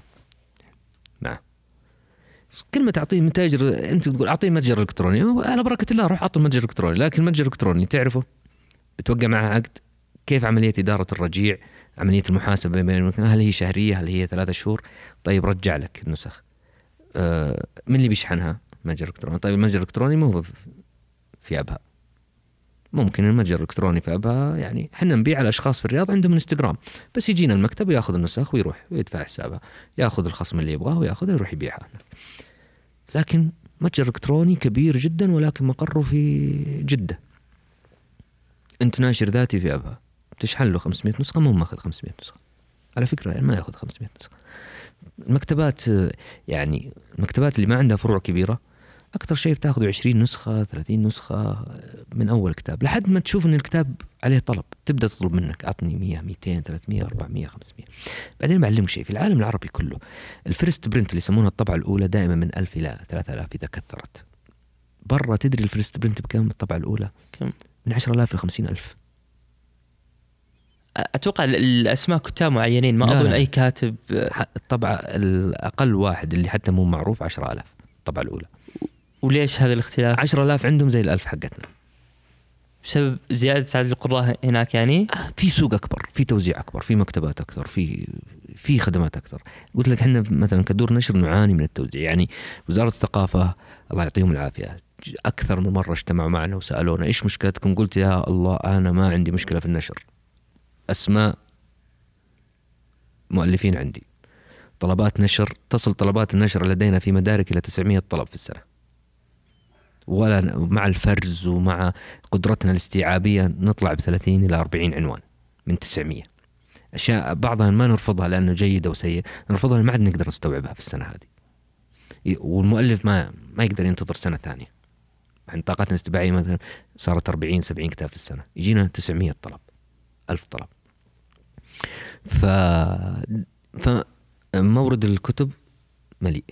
كلمة تعطيه متاجر، أنت تقول أعطيه متجر إلكتروني، على بركة الله روح أعطي متجر إلكتروني، لكن المتجر الإلكتروني تعرفه؟ بتوقع معه عقد؟ كيف عملية إدارة الرجيع؟ عملية المحاسبة بين هل هي شهرية؟ هل هي 3 شهور؟ طيب رجع لك النسخ. من اللي بيشحنها؟ متجر إلكتروني. طيب المتجر الإلكتروني مو في أبها. ممكن المتجر الإلكتروني في أبها، يعني حنا نبيع على أشخاص في الرياض عندهم انستغرام، بس يجينا المكتب ويأخذ النسخ ويروح ويدفع حسابها، يأخذ الخصم اللي يبغاه ويأخذه ويروح يبيعها. لكن متجر إلكتروني كبير جدا ولكن مقره في جدة. أنت ناشر ذاتي في أبها تشحن له 500 نسخة، مو ماخذ 500 نسخة على فكرة، يعني ما يأخذ 500 نسخة. المكتبات، يعني المكتبات اللي ما عندها فروع كبيرة أكثر شيء بتاخذ 20 نسخة 30 نسخة من أول كتاب، لحد ما تشوف إن الكتاب عليه طلب تبدأ تطلب منك أعطني 100 200 300 400 500. بعدين بعلمك شيء في العالم العربي كله، الفيرست برنت اللي يسمونها الطبعة الأولى دائما من 1000 إلى 3000 إذا كثرت. برا تدري الفيرست برنت بكم الطبعة الأولى؟ كم؟ من 10,000 ل 50,000. أتوقع الأسماء كتاب معينين، ما أظن أي كاتب. الطبعة الأقل واحد اللي حتى مو معروف 10,000 الطبعة الأولى. وليش هذا الاختلاف؟ 10,000 عندهم زي 1000 حقتنا، بسبب زيادة عدد القراء هناك يعني. في سوق أكبر، في توزيع أكبر، في مكتبات أكثر، في في خدمات أكثر. قلت لك إحنا مثلا كدور نشر نعاني من التوزيع. يعني وزارة الثقافة الله يعطيهم العافية أكثر من مرة اجتمعوا معنا وسألونا إيش مشكلتكم؟ قلت يا الله أنا ما عندي مشكلة في النشر، أسماء مؤلفين عندي، طلبات نشر، تصل طلبات النشر لدينا في مدارك إلى 900 طلب في السنة، ولا مع الفرز ومع قدرتنا الاستيعابية نطلع ب30 إلى 40 عنوان من 900. أشياء بعضها ما نرفضها لأنه جيدة وسيئة، نرفضها ما عاد نقدر نستوعبها في السنة هذه، والمؤلف ما يقدر ينتظر سنة ثانية. عن طاقتنا الاستيعابية مثلا صارت 40-70 كتاب في السنة، يجينا 900 طلب، 1000 طلب. فمورد الكتب مليء.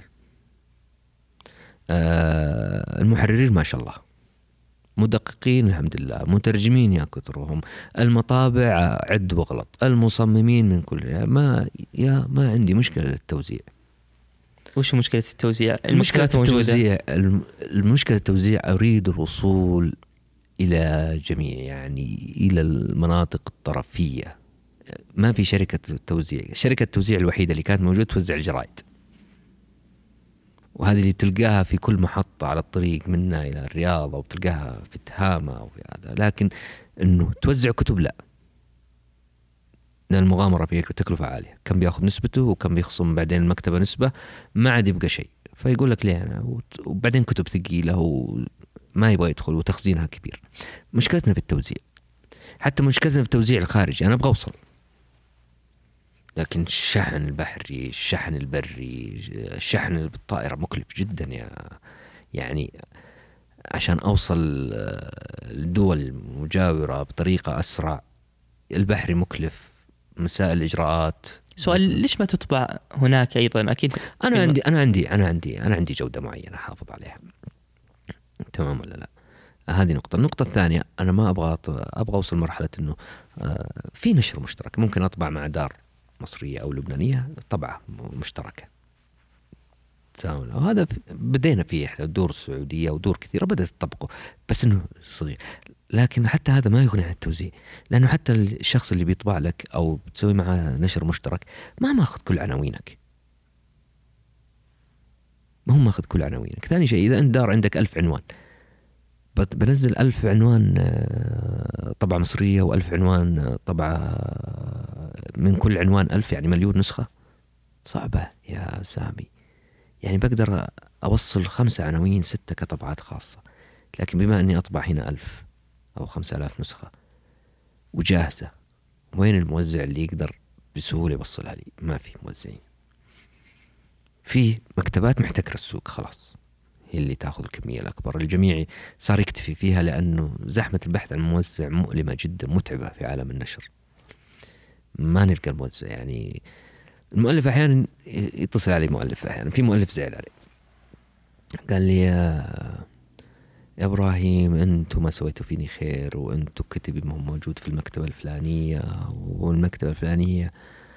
المحررين ما شاء الله، مدققين الحمد لله، مترجمين يا كثرهم، المطابع عد وغلط، المصممين من كل ما عندي مشكلة للتوزيع. وش مشكلة التوزيع؟ المشكلة التوزيع أريد الوصول إلى جميع، يعني إلى المناطق الطرفية. ما في شركة التوزيع الوحيدة اللي كانت موجودة توزع الجرائد، وهذه اللي بتلقاها في كل محطة على الطريق منا إلى الرياض، أو بتلقاها في تهامة أو في هذا. لكن إنه توزع كتب لا، لأن المغامرة فيها تكلفة عالية، كم بياخذ نسبته وكم بيخصم بعدين المكتبة نسبة، ما عاد يبقى شيء. فيقول لك ليه أنا، وبعدين كتب ثقيلة وما يبغى يدخل وتخزينها كبير. مشكلتنا في التوزيع، حتى مشكلتنا في التوزيع الخارجي. أنا أبغى أوصل، لكن الشحن البحري، الشحن البري، الشحن بالطائرة مكلف جدا يعني عشان أوصل الدول المجاورة بطريقة أسرع. البحري مكلف، مسائل الإجراءات. سؤال، ليش ما تطبع هناك أيضا؟ أكيد أنا عندي جودة معينة حافظ عليها، تمام ولا لا؟ هذه نقطة. النقطة الثانية، أنا ما أبغى أوصل مرحلة إنه في نشر مشترك. ممكن أطبع مع دار مصرية أو لبنانية طبعة مشتركة، وهذا بدينا فيه إحنا، دور السعودية ودور كثيرة بدأت تطبقه، بس إنه صغير. لكن حتى هذا ما يغني عن التوزيع، لأنه حتى الشخص اللي بيطبع لك أو بتسوي معه نشر مشترك ما ماخذ كل عناوينك، ما هم ماخذ كل عناوينك. ثاني شيء، إذا أنت دار عندك 1000 عنوان، بنزل 1000 عنوان طبعة مصرية و1000 عنوان طبعة من كل عنوان 1000، يعني 1,000,000 نسخة. صعبة يا سامي. يعني بقدر أوصل 5 عناوين 6 كطبعات خاصة، لكن بما أني أطبع هنا 1000 أو 5000 نسخة وجاهزة، وين الموزع اللي يقدر بسهولة يوصلها لي؟ ما في موزعين. في مكتبات محتكرة السوق خلاص، هي اللي تأخذ الكمية الأكبر. الجميع صار يكتفي فيها، لأنه زحمة البحث عن موزع مؤلمة جدا، متعبة في عالم النشر. ما نلقى الموزع. يعني المؤلف أحيانا يتصل علي مؤلف، أحيانا في مؤلف زعل علي، قال لي يا إبراهيم أنتوا ما سويتوا فيني خير، وأنتوا كتبي ما هو موجود في المكتبة الفلانية، والمكتبة الفلانية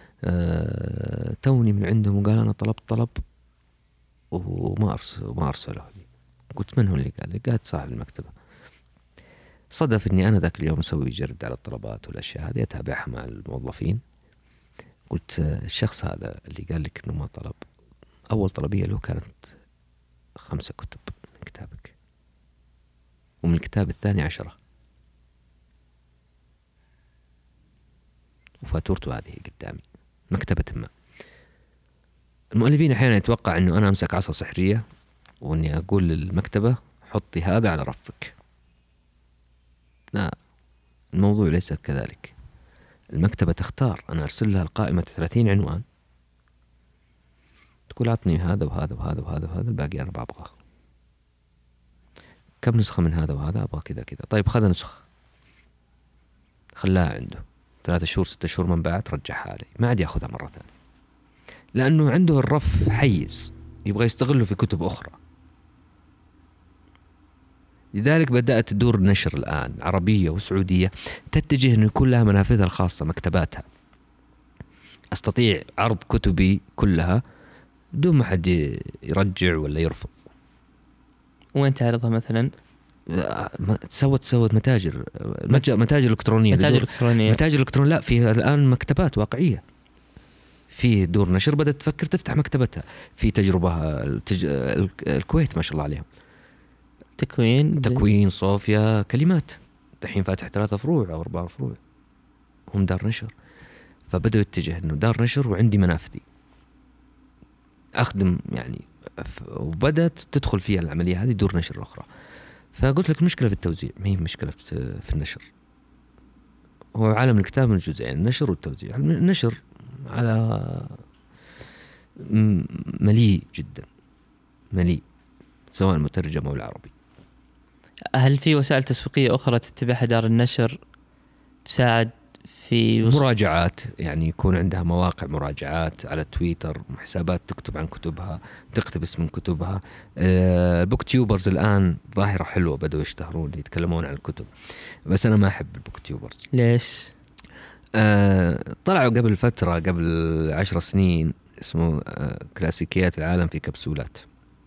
توني من عندهم، وقال أنا طلبت طلب وما أرسله لي. قلت من هو اللي قال لي؟ قالت صاحب المكتبة. صدف أني أنا ذاك اليوم أسوي جرد على الطلبات والأشياء هذه، أتابعها مع الموظفين. قلت الشخص هذا اللي قال لك إنه ما طلب، أول طلبية له كانت 5 كتب من كتابك، ومن الكتاب الثاني 10، وفاتورته هذه قدامي، مكتبة ما. المؤلفين أحيانا يتوقع أنه أنا أمسك عصا سحرية وأني أقول للمكتبة حطي هذا على رفك. لا، الموضوع ليس كذلك. المكتبة تختار، أنا أرسل لها القائمة 30 عنوان، تقول عطني هذا وهذا وهذا وهذا وهذا، الباقي أنا بأبغاه. كم نسخة من هذا وهذا؟ أبغى كذا كذا. طيب خذ نسخة، خلاها عنده 3 شهور 6 شهور، من بعد رجعها علي، ما عاد يأخذها مرة ثانية، لأنه عنده الرف حيز يبغى يستغله في كتب أخرى. لذلك بدأت تدور نشر الآن عربية وسعودية تتجه أن يكون لها منافذها الخاصة، مكتباتها. أستطيع عرض كتبي كلها بدون ما حد يرجع ولا يرفض. وين تعرضها مثلا؟ تسوت متاجر إلكترونية. متاجر إلكترونية. لا، في الآن مكتبات واقعية، في دور نشر بدأت تفكر تفتح مكتبتها. في تجربة الكويت ما شاء الله عليهم، تكوين صوفيا كلمات، الحين فاتح 3 فروع أو 4 فروع، هم دار نشر. فبدأوا يتجه إنه دار نشر وعندي منافذي أخدم يعني، وبدأت تدخل فيها العملية هذه دور نشر أخرى. فقلت لك المشكلة في التوزيع، ما هي مشكلة في النشر. هو عالم الكتاب من جزئين، النشر والتوزيع. النشر على مليء جدا، مليء سواء المترجم أو العربي. هل في وسائل تسويقية أخرى تتبعها دار النشر تساعد في مراجعات؟ يعني يكون عندها مواقع مراجعات على تويتر، حسابات تكتب عن كتبها، تقتبس من كتبها. البوك تيوبرز الآن ظاهرة حلوة، بدأوا يشتهرون يتكلمون عن الكتب، بس أنا ما أحب البوك تيوبرز. ليش؟ طلعوا قبل فترة، قبل 10 سنين، اسمه كلاسيكيات العالم في كبسولات.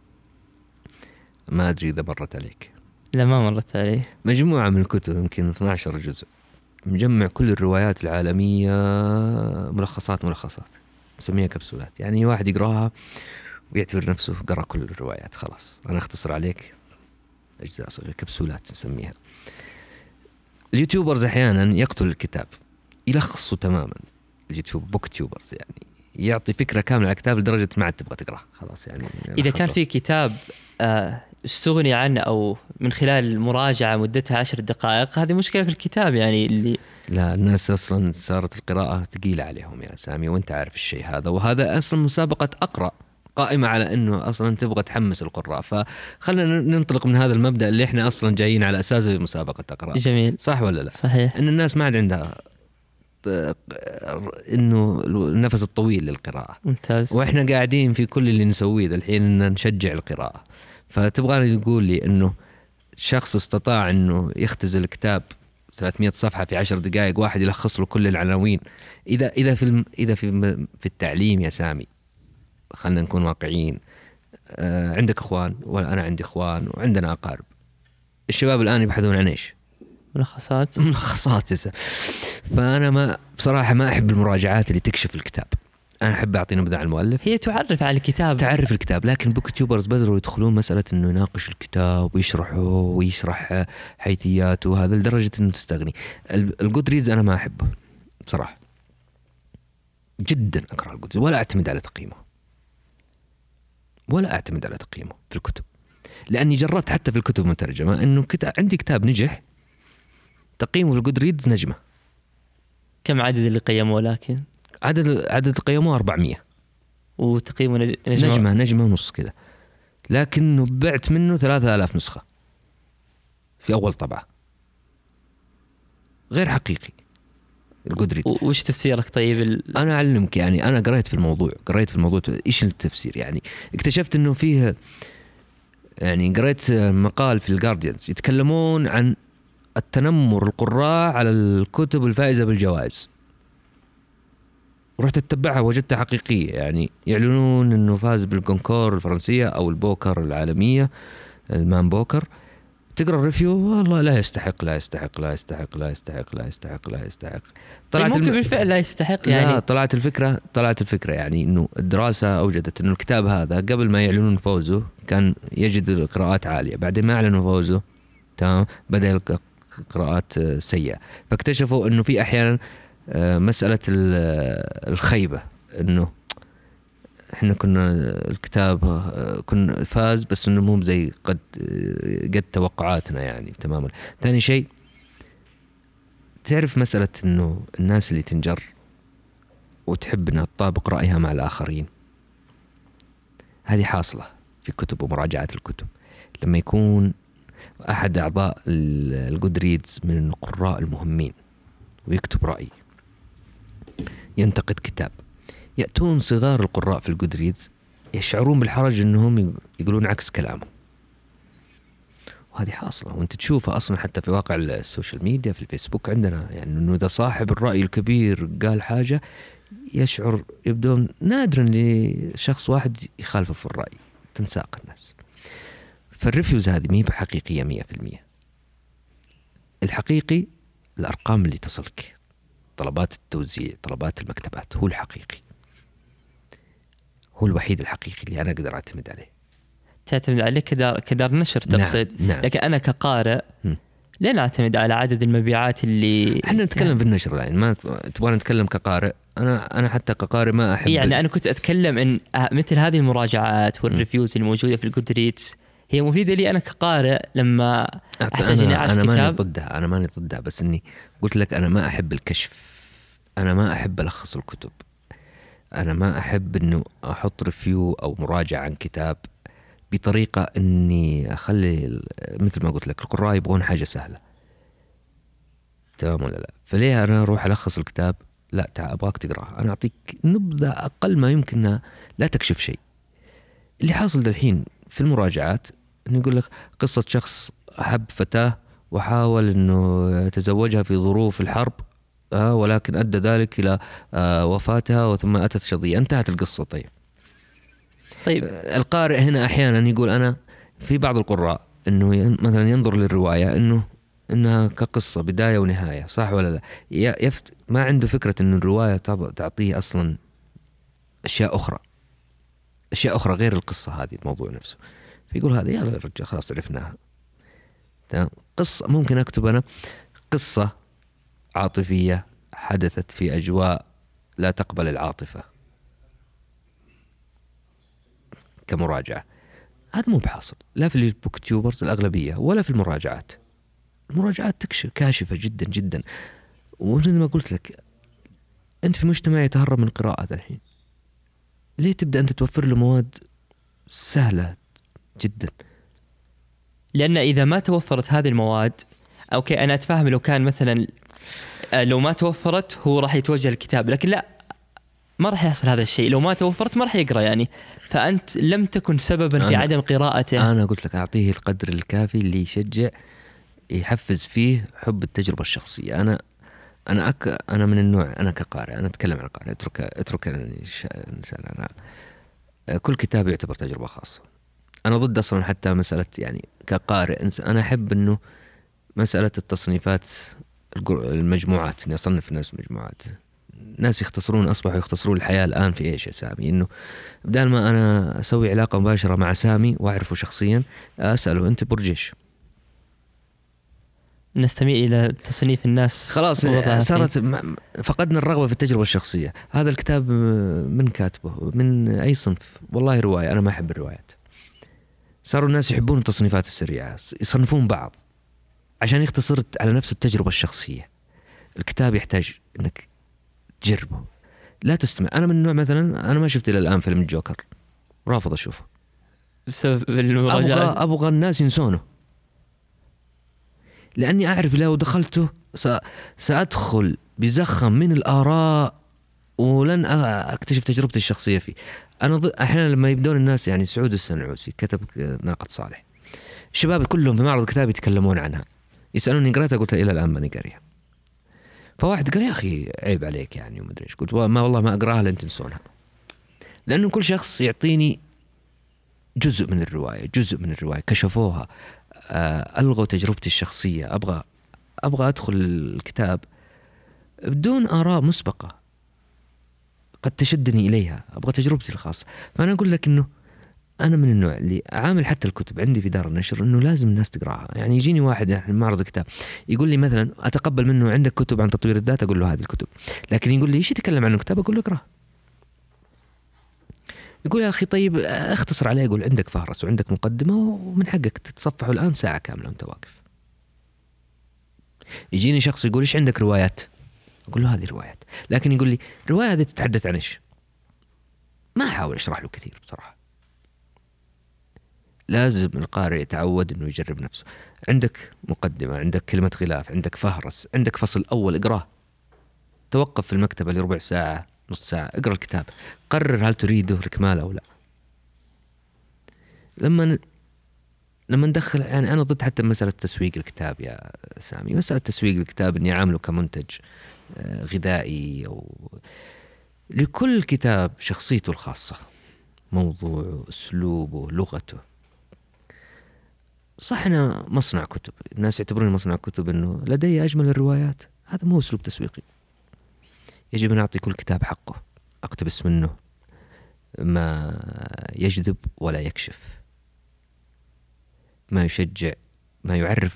ما أدري إذا مرت عليك. لا ما مرت علي. مجموعة من الكتب يمكن 12 جزء، مجمع كل الروايات العالمية، ملخصات مسميها كبسولات. يعني واحد يقراها ويعتبر نفسه قرأ كل الروايات. خلاص أنا أختصر عليك أجزاء صغيرة، كبسولات مسميها. اليوتيوبرز أحيانا يقتل الكتاب، يلخصه تماما. اليوتيوب بوك تيوبرز يعني يعطي فكرة كاملة على الكتاب لدرجة ما عاد تبغى تقرأ خلاص. يعني إذا كان في كتاب استغني عنه أو من خلال مراجعة مدتها 10 دقائق، هذه مشكلة في الكتاب يعني. اللي لا، الناس أصلا صارت القراءة ثقيلة عليهم يا سامي، وانت عارف الشيء هذا. وهذا أصلا مسابقة أقرأ قائمة على أنه أصلا تبغى تحمس القراء. فخلنا ننطلق من هذا المبدأ اللي إحنا أصلا جايين على أساسه مسابقة أقرأ. جميل، صح ولا لا؟ صحيح. إن الناس ما عاد عندها إنه النفس الطويل للقراءة. ممتاز. وإحنا قاعدين في كل اللي نسويه الحين إن نشجع القراءة. فتبغاني تقول لي إنه شخص استطاع إنه يختزل كتاب 300 صفحة في 10 دقائق، واحد يلخص له كل العناوين. إذا في التعليم يا سامي، خلنا نكون واقعيين. عندك أخوان ولا أنا عندي أخوان وعندنا أقارب. الشباب الآن يبحثون عن إيش؟ ملخصات. فأنا بصراحة ما أحب المراجعات اللي تكشف الكتاب. أنا أحب أعطي نبذة عن المؤلف، هي تعرف على الكتاب، تعرف الكتاب. لكن بوك تيوبرز بدروا يدخلون مسألة إنه يناقش الكتاب ويشرح حيثياته، هذا لدرجة إنه تستغني. الجود ريدز أنا ما أحبه بصراحة جدا. أقرأ الجود ولا أعتمد على تقييمه، في الكتب، لأني جربت حتى في الكتب المترجمة إنه عندي كتاب نجح تقييمه في الجود ريدز نجمة. كم عدد اللي قيموه؟ لكن عدد قيموه 400 وتقييمه نجمة ونص كذا، لكنه بعت منه 3000 نسخة في أول طبعة. غير حقيقي الجود ريدز. وش تفسيرك طيب؟ أنا أعلمك يعني، أنا قريت في الموضوع إيش التفسير. يعني اكتشفت إنه فيه، يعني قريت مقال في الجارديانز يتكلمون عن التنمر القراء على الكتب الفائزة بالجوائز، ورحت اتبعها وجدتها حقيقية. يعني يعلنون انه فاز بالكونكور الفرنسية او البوكر العالمية، المان بوكر، تقرأ الريفيو والله لا يستحق لا يستحق لا يستحق لا يستحق لا يستحق لا يستحق. طلعت ممكن بالفعل لا يستحق يعني. لا، طلعت الفكرة يعني انه الدراسة اوجدت انه الكتاب هذا قبل ما يعلنون فوزه كان يجد القراءات عالية، بعد ما اعلنوا فوزه تمام بدأ قراءات سيئة. فاكتشفوا انه في احيانا مسألة الخيبة، انه احنا كنا الكتاب كنا فاز بس انه مو زي قد توقعاتنا يعني تماما. ثاني شيء تعرف مسألة انه الناس اللي تنجر وتحب انها تطابق رأيها مع الآخرين، هذه حاصلة في كتب ومراجعات الكتب. لما يكون أحد أعضاء الجود ريدز من القراء المهمين ويكتب رأي، ينتقد كتاب، يأتون صغار القراء في الجود ريدز يشعرون بالحرج أنهم يقولون عكس كلامه، وهذه حاصلة وانت تشوفها أصلا حتى في واقع السوشيال ميديا في الفيسبوك عندنا. يعني أنه إذا صاحب الرأي الكبير قال حاجة يبدو نادرا لشخص واحد يخالفه في الرأي، تنساق الناس. فالريفيوز هذه مي بحقيقية 100%. الحقيقي الأرقام اللي تصلك، طلبات التوزيع، طلبات المكتبات، هو الحقيقي. هو الوحيد الحقيقي اللي أنا أقدر أعتمد عليه. تعتمد عليه كدار نشر تقصد؟ نعم. لكن أنا كقارئ لين أعتمد على عدد المبيعات اللي احنا نتكلم في النشر يعني ما تبغى نتكلم كقارئ. أنا حتى كقارئ ما أحب يعني أنا كنت أتكلم إن مثل هذه المراجعات والريفيوز الموجودة في الجودريدز هي مفيدة لي أنا كقارئ لما أحتاج إني أعرف كتاب. أنا ماني ضدها بس إني قلت لك أنا ما أحب الكشف. أنا ما أحب ألخص الكتب. أنا ما أحب إنه أحط ريفيو أو مراجعة عن كتاب بطريقة إني أخلي مثل ما قلت لك القراء يبغون حاجة سهلة. تمام ولا لا؟ فليه أنا أروح ألخص الكتاب؟ لا تعال أبغاك تقرأه. أنا أعطيك نبذة أقل ما يمكن، لا تكشف شيء. اللي حاصل دالحين في المراجعات إنه يقول لك قصة شخص أحب فتاة وحاول إنه يتزوجها في ظروف الحرب ولكن أدى ذلك إلى وفاتها وثم أتت شظية. انتهت القصة. طيب القارئ هنا أحيانا يقول أنا في بعض القراء إنه مثلا ينظر للرواية إنها كقصة بداية ونهاية، صح ولا لا؟ ما عنده فكرة إنه الرواية تعطيه أصلا أشياء أخرى غير القصة هذه الموضوع نفسه. فيقول هذا يا رجال خلاص عرفناها. تمام. قصة ممكن أكتب أنا قصة عاطفية حدثت في أجواء لا تقبل العاطفة كمراجعة. هذا مو بحاصل لا في البوكتيوبرز الأغلبية ولا في المراجعات. المراجعات كاشفة جدا جدا. ومثل ما قلت لك أنت في مجتمع يتهرب من القراءة الحين، ليه تبدأ أنت توفر له مواد سهلة جدا؟ لأن إذا ما توفرت هذه المواد أوكي أنا أتفهم لو كان مثلا لو ما توفرت هو راح يتوجه للكتاب، لكن لا ما راح يحصل هذا الشيء. لو ما توفرت ما راح يقرأ يعني، فأنت لم تكن سببا في عدم قراءته. أنا قلت لك أعطيه القدر الكافي اللي يشجع يحفز فيه حب التجربة الشخصية. أنا من النوع، أنا كقارئ، أنا أتكلم عن قارئ، اترك الإنسان. أنا كل كتاب يعتبر تجربة خاصة. أنا ضد أصلا حتى مسألة يعني كقارئ أنا أحب إنه مسألة التصنيفات المجموعات، إني أصنف الناس مجموعات. ناس أصبحوا يختصرون الحياة الآن في إيش يا سامي؟ إنه بدال ما أنا أسوي علاقة مباشرة مع سامي وأعرفه شخصيا أسأله أنت برجيش. نستميل إلى تصنيف الناس. خلاص صارت فقدنا الرغبة في التجربة الشخصية. هذا الكتاب من كاتبه؟ من أي صنف؟ والله رواية. أنا ما أحب الروايات. صاروا الناس يحبون التصنيفات السريعة، يصنفون بعض عشان يختصر على نفس التجربة الشخصية. الكتاب يحتاج إنك تجربه، لا تستمع. أنا من النوع مثلا أنا ما شفت إلى الآن فيلم الجوكر، رافض أشوفه بسبب المراجعة. أبغى الناس ينسونه، لأني أعرف لو دخلته سأدخل بزخم من الآراء ولن أكتشف تجربتي الشخصية فيه. أنا أحيانا لما يبدون الناس يعني سعود السنعوسي كتب ناقة صالح، الشباب كلهم في معرض كتاب يتكلمون عنها، يسألوني قرأتها، قلت إلى الآن ماني قاريها. فواحد قال يا أخي عيب عليك يعني ومدري إيش. قلت ما والله ما أقراها لأن تنسونها، لأنه كل شخص يعطيني جزء من الرواية كشفوها، ألغوا تجربتي الشخصية. أبغى أدخل الكتاب بدون آراء مسبقة قد تشدني إليها، أبغى تجربتي الخاصة. فأنا أقول لك إنه أنا من النوع اللي عامل حتى الكتب عندي في دار النشر إنه لازم الناس تقرأها. يعني يجيني واحد يعني معرض كتاب يقول لي مثلا أتقبل منه عندك كتب عن تطوير الذات، أقول له هذه الكتب. لكن يقول لي إيش يتكلم عن كتاب، أقول له اقرأ. يقول يا أخي طيب اختصر عليه، يقول عندك فهرس وعندك مقدمة ومن حقك تتصفحه الآن ساعة كاملة وانت واقف. يجيني شخص يقول إيش عندك روايات، أقول له هذه روايات. لكن يقول لي رواية هذه تتحدث عن إيش، ما أحاول أشرح له كثير بصراحة. لازم القارئ يتعود إنه يجرب نفسه. عندك مقدمة، عندك كلمة غلاف، عندك فهرس، عندك فصل أول، اقراه. توقف في المكتبة لربع ساعة نص ساعة، اقرأ الكتاب، قرر هل تريده الكمال أو لا. لما ندخل يعني أنا ضد حتى مسألة تسويق الكتاب يا سامي. مسألة تسويق الكتاب إني عامله كمنتج غذائي، أو لكل كتاب شخصيته الخاصة، موضوعه، أسلوبه، لغته. صح أنا مصنع كتب، الناس يعتبروني مصنع كتب إنه لدي أجمل الروايات، هذا مو أسلوب تسويقي. يجب أن أعطي كل كتاب حقه، أقتبس منه ما يجذب ولا يكشف، ما يشجع، ما يعرف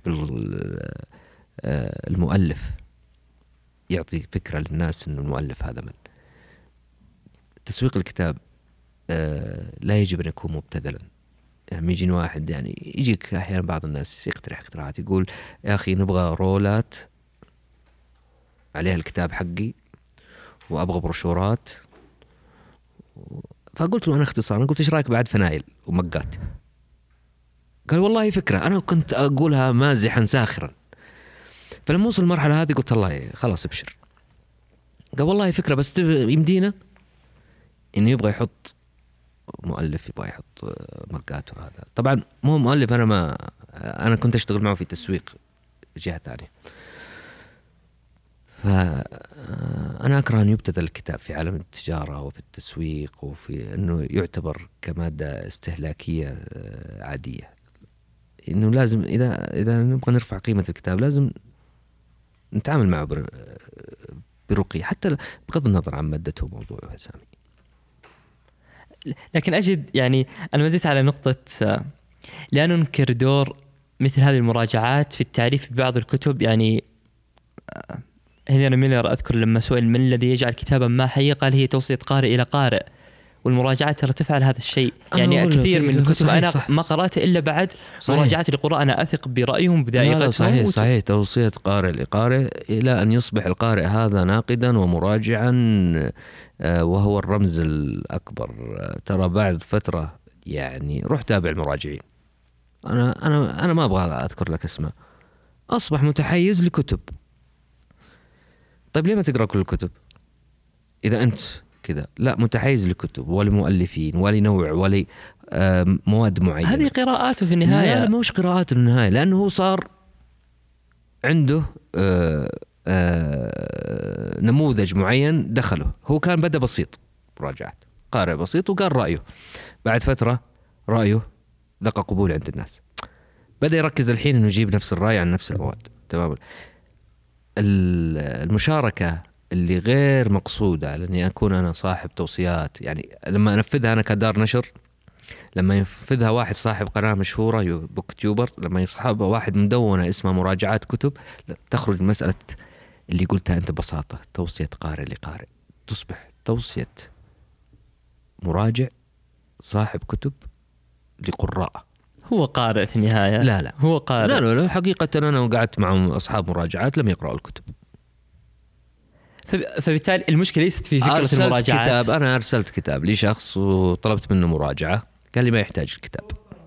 بالمؤلف، يعطي فكرة للناس إنه المؤلف هذا من. تسويق الكتاب لا يجب أن يكون مبتذلا. يعني يجيني واحد، يعني يجيك أحيانا بعض الناس يقترح اقتراحات، يقول يا أخي نبغى رولات عليها الكتاب حقي وأبغى بروشورات. فقلت له أنا اختصار، أنا قلت إيش رأيك بعد فنايل ومقات؟ قال والله فكرة. أنا كنت أقولها مازحا ساخرا. فلما وصل المرحلة هذه قلت الله خلاص ابشر. قال والله فكرة، بس يمدينا إنه يبغى يحط مؤلف، يبغى يحط مقات. وهذا طبعا مو مؤلف، أنا كنت أشتغل معه في تسويق جهة ثانية. فأنا أكره أن يبتذل الكتاب في عالم التجارة وفي التسويق، وفي أنه يعتبر كمادة استهلاكية عادية. إنه لازم إذا نبغى نرفع قيمة الكتاب لازم نتعامل معه برقي، حتى بغض النظر عن مادته وموضوعه. سامي، لكن أجد يعني أنا مديت على نقطة لا ننكر دور مثل هذه المراجعات في التعريف ببعض الكتب. يعني هنري ميلر أذكر لما سئل من الذي يجعل كتابا ما حي، قال هي توصية قارئ إلى قارئ. والمراجعات ترى تفعل هذا الشيء. يعني كثير من الكتب أنا ما قرأت إلا بعد مراجعات لقراء أنا أثق برأيهم بذائقتهم. صحيح توصية قارئ لقارئ إلى أن يصبح القارئ هذا ناقدا ومراجعا، وهو الرمز الأكبر. ترى بعد فترة يعني روح تابع المراجعين. أنا ما أبغى أذكر لك اسمه، أصبح متحيز لكتب. طيب ليه ما تقرأ كل الكتب إذا أنت كذا؟ لا، متحيز لكتب ولمؤلفين ولنوع ولمواد معينة. هذه قراءاته في النهاية. لا مش قراءاته في النهاية، لأنه هو صار عنده نموذج معين دخله. هو كان بدأ بسيط، مراجعات قارئ بسيط، وقال رأيه. بعد فترة رأيه لقى قبول عند الناس، بدأ يركز الحين إنه يجيب نفس الرأي عن نفس المواد. تمام. المشاركة اللي غير مقصودة، لأني أكون أنا صاحب توصيات، يعني لما أنفذها أنا كدار نشر، لما ينفذها واحد صاحب قناة مشهورة بوك تيوبر، لما يصحبها واحد مدونة اسمها مراجعات كتب، تخرج مسألة اللي قلتها أنت ببساطة، توصية قارئ لقارئ، تصبح توصية مراجع صاحب كتب لقراء. هو قارئ في النهاية. لا هو قارئ. لا حقيقة أنا وقعدت مع أصحاب مراجعات لم يقرأوا الكتب. فبالتالي المشكلة ليست في فكرة المراجعات. أنا أرسلت كتاب لشخص وطلبت منه مراجعة، قال لي ما يحتاج الكتاب،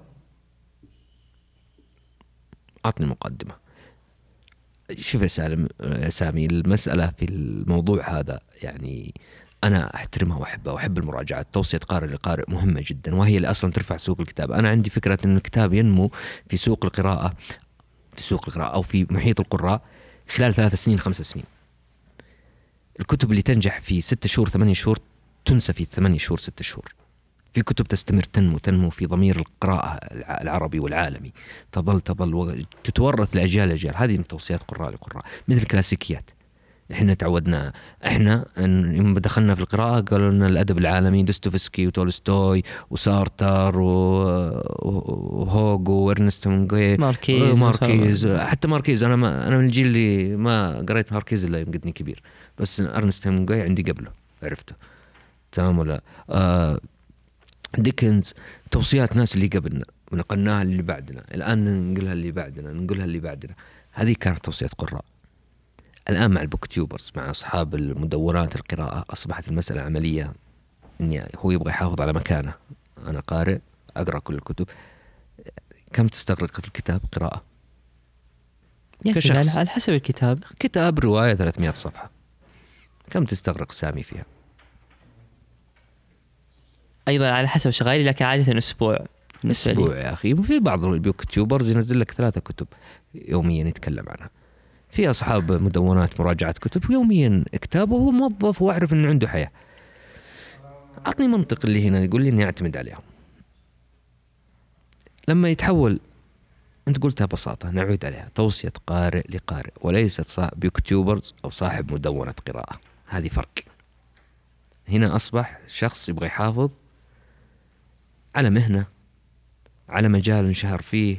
أعطني مقدمة. شوف يا سامي، المسألة في الموضوع هذا يعني أنا أحترمها وأحبها وأحب المراجعات. توصية قارئ لقارئ مهمة جدا، وهي اللي أصلا ترفع سوق الكتاب. أنا عندي فكرة أن الكتاب ينمو في سوق القراءة أو في محيط القراء خلال 3 سنين 5 سنين. الكتب اللي تنجح في 6 شهور 8 شهور تنسى في 8 شهور 6 شهور. في كتب تستمر تنمو في ضمير القراءة العربي والعالمي، تظل تتورث لأجيال. هذه من توصيات قراء لقراء، مثل الكلاسيكيات. احنا تعودنا، احنا لما دخلنا في القراءة قالوا لنا الأدب العالمي دوستويفسكي وتولستوي وسارتر وهوغو وإرنست هيمنغواي ماركيز. حتى ماركيز أنا من الجيل اللي ما قريت ماركيز إلا يمقدني كبير، بس إرنست هيمنغواي عندي قبله عرفته. تمام ولا ديكنز. توصيات ناس اللي قبلنا ونقلناها اللي بعدنا، الآن ننقلها اللي بعدنا. هذه كانت توصيات قراء. الآن مع البوك تيوبرز، مع أصحاب المدونات القراءة، أصبحت المسألة عملية. إني هو يبغى يحافظ على مكانه. أنا قارئ أقرأ كل الكتب. كم تستغرق في الكتاب قراءة؟ كشخص على حسب الكتاب. كتاب رواية 300 صفحة، كم تستغرق سامي فيها؟ أيضا على حسب شغالي، لكن عادة أسبوع يا أخي. في بعض البوك تيوبرز ينزل لك 3 كتب يوميا يتكلم عنها. في أصحاب مدونات مراجعة كتب يوميا كتاب، وهو موظف وأعرف أنه عنده حياة. أعطني منطق اللي هنا يقول لي أني أعتمد عليهم. لما يتحول، أنت قلتها ببساطة، نعود عليها، توصية قارئ لقارئ، وليست صاحب بوك تيوبرز أو صاحب مدونة قراءة. هذه فرق. هنا أصبح شخص يبغى يحافظ على مهنة، على مجال انشهر فيه،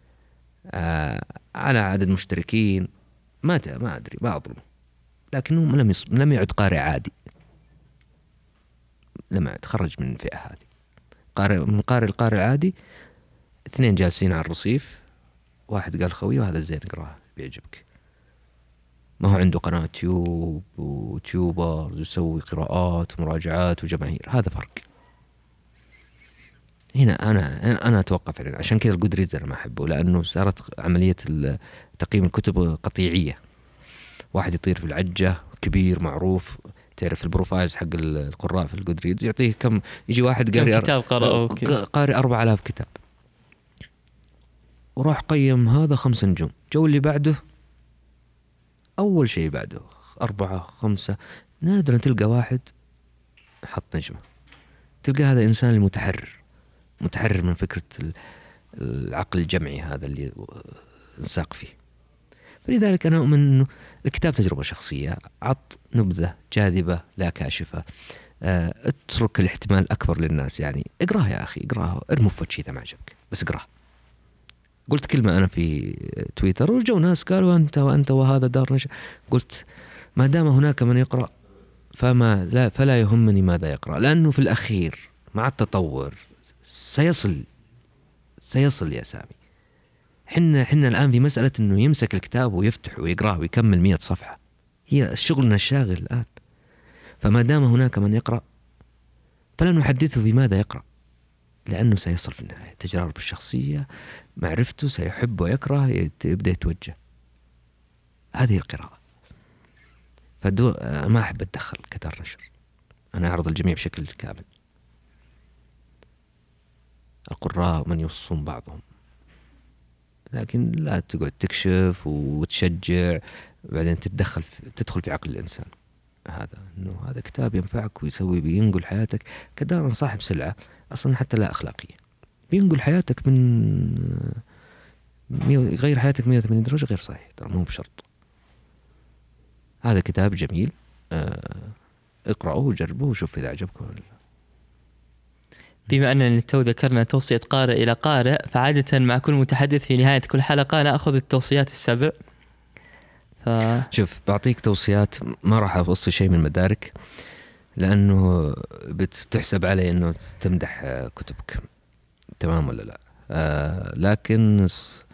على عدد مشتركين، ما أدري، ما أظلم، لكنه لم يعد قارئ عادي، لم يعد، خرج من الفئة هذه. من القارئ العادي 2 جالسين على الرصيف، واحد قال خوي وهذا زين اقراه بيعجبك، ما هو عنده قناة يوتيوب وتيوبرز يسوي قراءات ومراجعات وجماهير. هذا فرق. هنا أنا أتوقف عليه. عشان كذا الجودريدز أنا ما أحبه، لأنه صارت عملية تقييم الكتب قطيعية، واحد يطير في العجة كبير معروف، تعرف البروفايلز حق القراء في الجودريدز يعطيه كم، يجي واحد قارئ 4000 كتاب وراح قيم هذا 5 نجوم، جو اللي بعده أول شيء بعده 4 5، نادرا تلقى واحد حط نجمة. تلقى هذا إنسان متحرر من فكرة العقل الجمعي هذا اللي نساق فيه. فلذلك أنا أؤمن أنه الكتاب تجربة شخصية، عط نبذة جاذبة لا كاشفة، اترك الاحتمال أكبر للناس. يعني اقراه يا أخي، اقراه، ارمو فتشي إذا ما عجبك، بس اقراه. قلت كلمة أنا في تويتر وجو ناس قالوا أنت وهذا دار نشر، قلت ما دام هناك من يقرأ فلا يهمني ماذا يقرأ، لأنه في الأخير مع التطور سيصل يا سامي. حنا الآن في مسألة أنه يمسك الكتاب ويفتح ويقرأه ويكمل 100 صفحة، هي شغلنا الشاغل الآن. فما دام هناك من يقرأ فلا نحدثه بماذا يقرأ، لأنه سيصل في النهاية تجارب الشخصية، معرفته، سيحب ويكره، يبدأ يتوجه. هذه القراءة. ما أحب أتدخل كدار نشر، أنا أعرض الجميع بشكل كامل، القراء من يوصون بعضهم، لكن لا تقعد تكشف وتشجع وبعدين تدخل في عقل الإنسان. إنه هذا كتاب ينفعك ويسوي بينقل حياتك. كدار صاحب سلعة أصلا حتى لا أخلاقية، بينقل حياتك يغير حياتك 180 درجة، غير صحيح، ترى مو بشرط. هذا كتاب جميل، اقرأوه وجربوه وشوف إذا عجبكم ولا لا. بما أننا تو ذكرنا توصية قارئ إلى قارئ، فعادة مع كل متحدث في نهاية كل حلقة نأخذ التوصيات السبع. شوف، بعطيك توصيات، ما راح أوصي شيء من المدارك لأنه بتحسب علي أنه تمدح كتبك، تمام ولا لا؟ لكن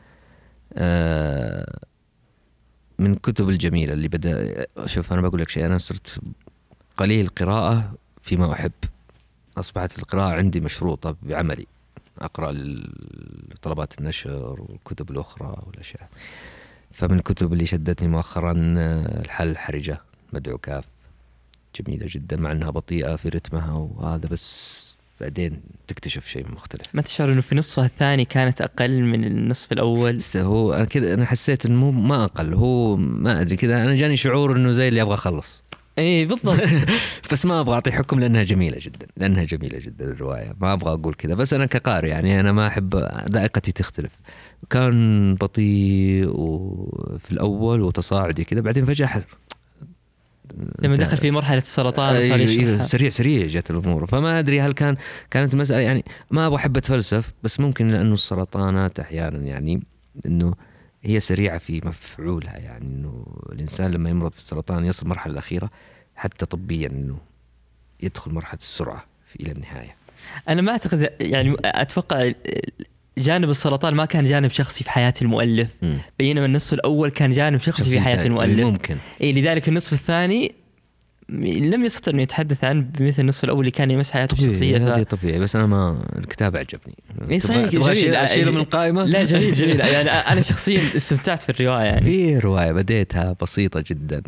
من كتب الجميلة اللي بدأ، شوف أنا بقول لك شيء، أنا صرت قليل قراءة فيما أحب، أصبحت القراءة عندي مشروطة بعملي، أقرأ لطلبات النشر والكتب الأخرى والأشياء. فمن الكتب اللي شدتني مؤخرا الحل الحرجة مدعو كاف، جميلة جدا مع أنها بطيئة في رتمها وهذا، بس بعدين تكتشف شيء مختلف. ما تشعر أنه في نصفها الثاني كانت أقل من النصف الأول؟ هو أنا كذا، أنا حسيت أنه ما أقل، هو ما أدري كذا، أنا جاني شعور أنه زي اللي أبغى أخلص. إيه بالضبط. بس ما أبغى أعطي حكم لأنها جميلة جدا الرواية، ما أبغى أقول كذا، بس أنا كقارئ يعني أنا ما أحب ذائقتي تختلف. كان بطيء وفي الأول وتصاعدي كذا، بعدين فجأة لما دخل في مرحلة السرطان وصار يشرحها سريع جت الأمور. فما أدري هل كانت مسألة، يعني ما أبغى أحب أتفلسف، بس ممكن لأنه السرطانات أحيانا يعني إنه هي سريعة في مفعولها، يعني إنه الإنسان لما يمرض في السرطان يصل مرحلة الأخيرة حتى طبيا إنه يدخل مرحلة السرعة إلى النهاية. أنا ما أعتقد، يعني أتوقع جانب السرطان ما كان جانب شخصي في حياة المؤلف، بينما النصف الأول كان جانب شخصي في حياة المؤلف ممكن. إيه، لذلك النصف الثاني لم يستطع أنه يتحدث عنه بمثل النصف الأول اللي كان يمس حياته الشخصية. هذا طبيعي، بس أنا ما الكتاب عجبني. إيه صحيح، جميل. أشيله من القائمة. لا جميل يعني أنا شخصيا استمتعت في الرواية. يعني في رواية بديتها بسيطة جدا،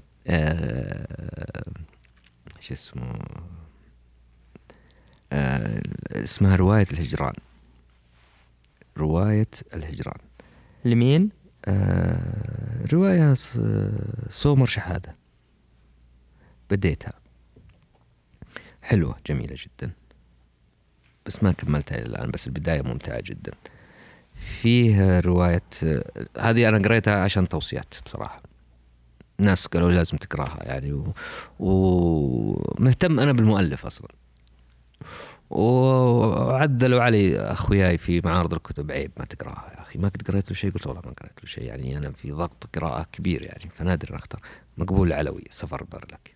شو اسمه، اسمها رواية الهجران. لمين؟ رواية سومر شحادة، بديتها حلوة جميلة جدا، بس ما كملتها إلى الآن، بس البداية ممتعة جدا. فيه رواية هذه أنا قريتها عشان توصيات بصراحة، ناس قالوا لازم تقراها يعني، ومهتم أنا بالمؤلف أصلا، وعدلوا علي أخوياي في معارض الكتب، عيب ما تقراها يا أخي، ما كنت قريت له شيء. قلت والله ما قريت له شيء، يعني أنا في ضغط قراءة كبير يعني، فنادر أن أختار. مقبول العلوي، سفر برلك.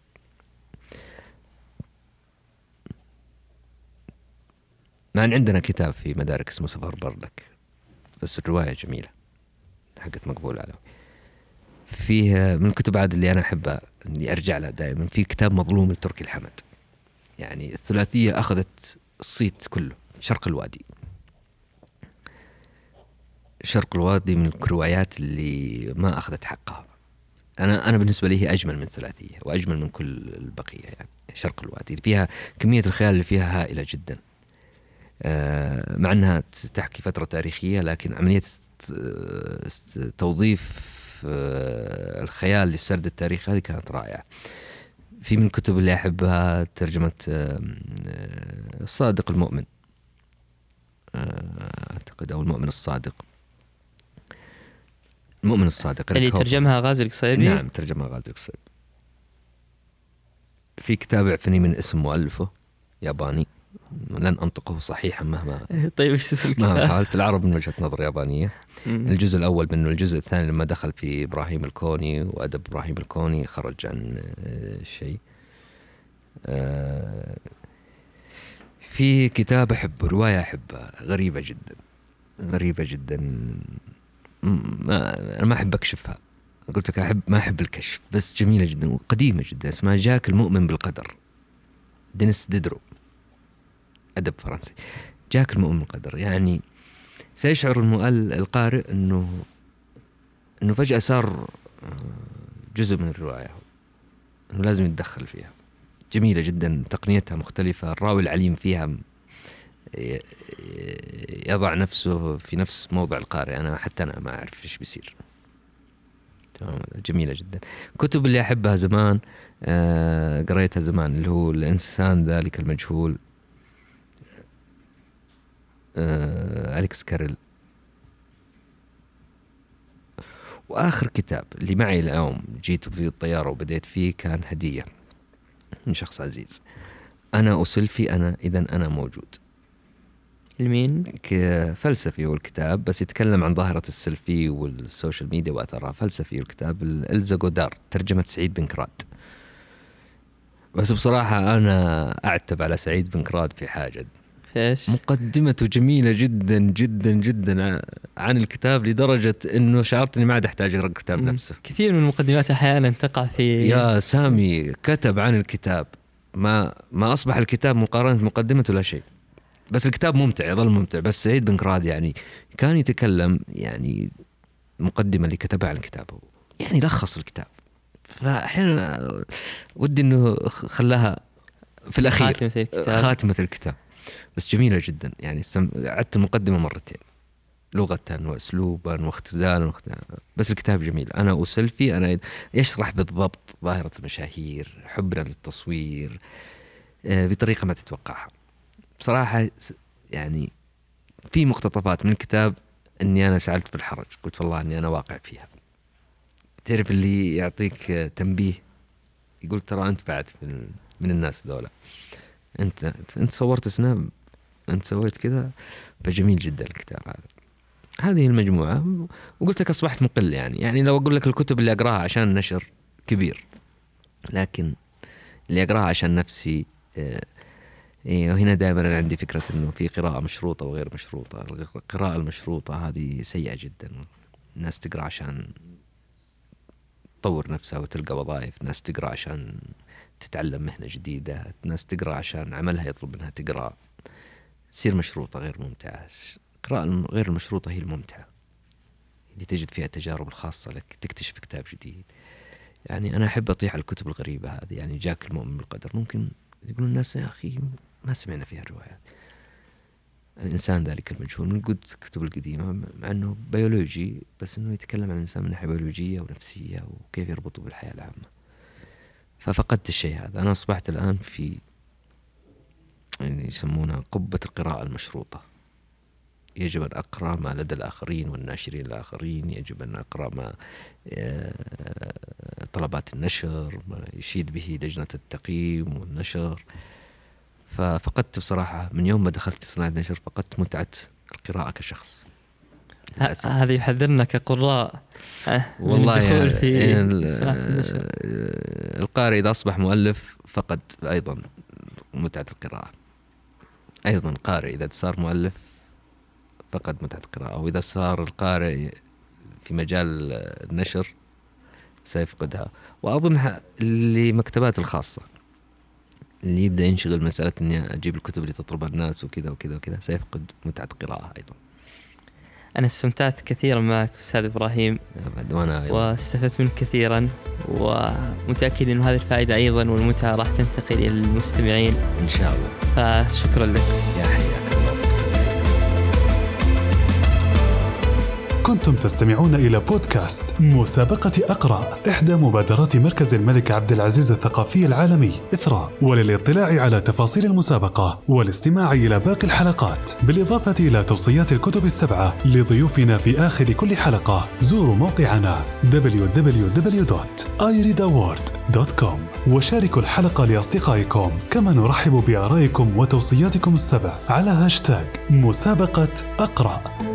مع أن عندنا كتاب في مدارك اسمه سفر برلك، بس الرواية جميلة حقت مقبول العلوي. فيه من الكتب عاد اللي أنا أحبها اللي أرجع لها دائما، في كتاب مظلوم لتركي الحمد. يعني الثلاثية أخذت الصيت كله. شرق الوادي، شرق الوادي من الروايات اللي ما أخذت حقها. أنا بالنسبة لي هي أجمل من الثلاثية وأجمل من كل البقية. يعني شرق الوادي فيها كمية الخيال اللي فيها هائلة جدا، مع أنها تحكي فترة تاريخية، لكن عملية توظيف الخيال للسرد التاريخي هذه كانت رائعة. في من الكتب اللي أحبها ترجمة الصادق المؤمن، أعتقد، أو المؤمن الصادق. المؤمن الصادق اللي ترجمها غازي القصيبي. نعم، ترجمها غازي القصيبي. في كتاب اعفني من اسم مؤلفه، ياباني، لن أنطقه صحيحا مهما طيب وش اسم الكتاب؟ حاولت. العرب من وجهة نظر يابانية. الجزء الأول منه، الجزء الثاني لما دخل في إبراهيم الكوني وأدب إبراهيم الكوني خرج عن شيء. في كتاب أحبه، رواية أحبها، غريبة جدا، غريبة جدا. أنا ما أحب أكشفها، قلت لك ما أحب الكشف، بس جميلة جدا وقديمة جدا. اسمها جاك المؤمن بالقدر، دينيس ديدرو، أدب فرنسي. جاك المؤمن بالقدر، يعني سيشعر القارئ أنه فجأة صار جزء من الرواية، أنه لازم يتدخل فيها. جميلة جدا، تقنيتها مختلفة، الراوي العليم فيها يضع نفسه في نفس موضع القارئ. حتى أنا ما أعرف إيش بيصير. جميلة جدا. كتب اللي أحبها زمان، قريتها زمان، اللي هو الإنسان ذلك المجهول، أليكس كاريل. وآخر كتاب اللي معي اليوم جيت في الطيارة وبديت فيه كان هدية من شخص عزيز، أنا أسلفي أنا إذن أنا موجود. لمين؟ فلسفي هو الكتاب، بس يتكلم عن ظاهرة السيلفي والسوشيال ميديا وأثرها. فلسفي الكتاب، إلزا غودار، ترجمة سعيد بن كراد. بس بصراحة أنا أعتب على سعيد بن كراد في حاجة. إيش؟ مقدمته جميلة جدا جدا جدا عن الكتاب، لدرجة إنه شعرت إني ما عاد أحتاج أقرأ الكتاب نفسه. كثير من المقدمات أحيانا تقع في يا سامي، كتب عن الكتاب ما أصبح الكتاب مقارنة مقدمته لا شيء، بس الكتاب ممتع، يظل ممتع. بس سعيد بن كراد يعني كان يتكلم، يعني مقدمة اللي كتبها عن كتابه يعني لخص الكتاب، فأحيانا ودي إنه خلاها في الأخير خاتمة الكتاب. بس جميلة جدا، يعني عدت المقدمة مرتين، لغة وأسلوبا واختزالا بس الكتاب جميل. أنا أسلفي أنا يشرح بالضبط ظاهرة المشاهير، حبنا للتصوير بطريقة ما تتوقعها بصراحة. يعني في مقتطفات من الكتاب أني أنا شعلت بالحرج، قلت والله أني أنا واقع فيها. تعرف اللي يعطيك تنبيه، يقول ترى أنت بعد من الناس ذولا، أنت صورت سناب، أنت سويت كذا. فجميل جدا الكتاب هذا. هذه المجموعة، وقلت لك أصبحت مقل يعني لو أقول لك الكتب اللي أقراها عشان نشر كبير، لكن اللي أقراها عشان نفسي. وهنا دائما أنا عندي فكرة أنه في قراءة مشروطة وغير مشروطة. القراءة المشروطة هذه سيئة جدا. الناس تقرأ عشان تطور نفسها وتلقى وظائف، ناس تقرأ عشان تتعلم مهنة جديدة، ناس تقرأ عشان عملها يطلب منها تقرأ. تصير مشروطة غير ممتعة. القراءة غير المشروطة هي الممتعة، اللي تجد فيها التجارب الخاصة لك، تكتشف كتاب جديد. يعني أنا أحب أطيح الكتب الغريبة هذه. يعني جاك المؤمن بالقدر، ممكن يقولون الناس يا أخي ما سمعنا فيها الروايات. الإنسان ذلك المجهول من قد كتب القديمة، مع أنه بيولوجي، بس أنه يتكلم عن الإنسان من ناحية بيولوجية ونفسية وكيف يربطه بالحياة العامة. ففقدت الشيء هذا. أنا أصبحت الآن في يعني يسمونها قبة القراءة المشروطة. يجب أن أقرأ ما لدى الآخرين والناشرين الآخرين، يجب أن أقرأ ما طلبات النشر، ما يشيد به لجنة التقييم والنشر. ففقدت بصراحة من يوم ما دخلت في صناعة النشر، فقدت متعة القراءة كشخص. هذا يحذرنا كقراء والله الدخول في صناعة النشر. القارئ إذا أصبح مؤلف فقد أيضا متعة القراءة. أيضا القارئ إذا صار مؤلف فقد متعة القراءة، وإذا صار القارئ في مجال النشر سيفقدها. وأظن لمكتبات الخاصة اللي يبدأ ينشغل مسألة إني أجيب الكتب اللي تطلبها الناس وكذا وكذا وكذا سيفقد متعة القراءة أيضا. أنا استمتعت كثيرا معك أستاذ إبراهيم، واستفدت منك كثيرا، ومتأكد إنه هذه الفائدة أيضا والمتعة راح تنتقل إلى المستمعين إن شاء الله. فشكرا لك. يا حياك الله. كنتم تستمعون إلى بودكاست مسابقة أقرأ، إحدى مبادرات مركز الملك عبد العزيز الثقافي العالمي إثراء. وللاطلاع على تفاصيل المسابقة والاستماع إلى باقي الحلقات بالإضافة إلى توصيات الكتب السبعة لضيوفنا في آخر كل حلقة، زوروا موقعنا www.ireadaward.com وشاركوا الحلقة لأصدقائكم. كما نرحب بآرائكم وتوصياتكم السبع على هاشتاج مسابقة أقرأ.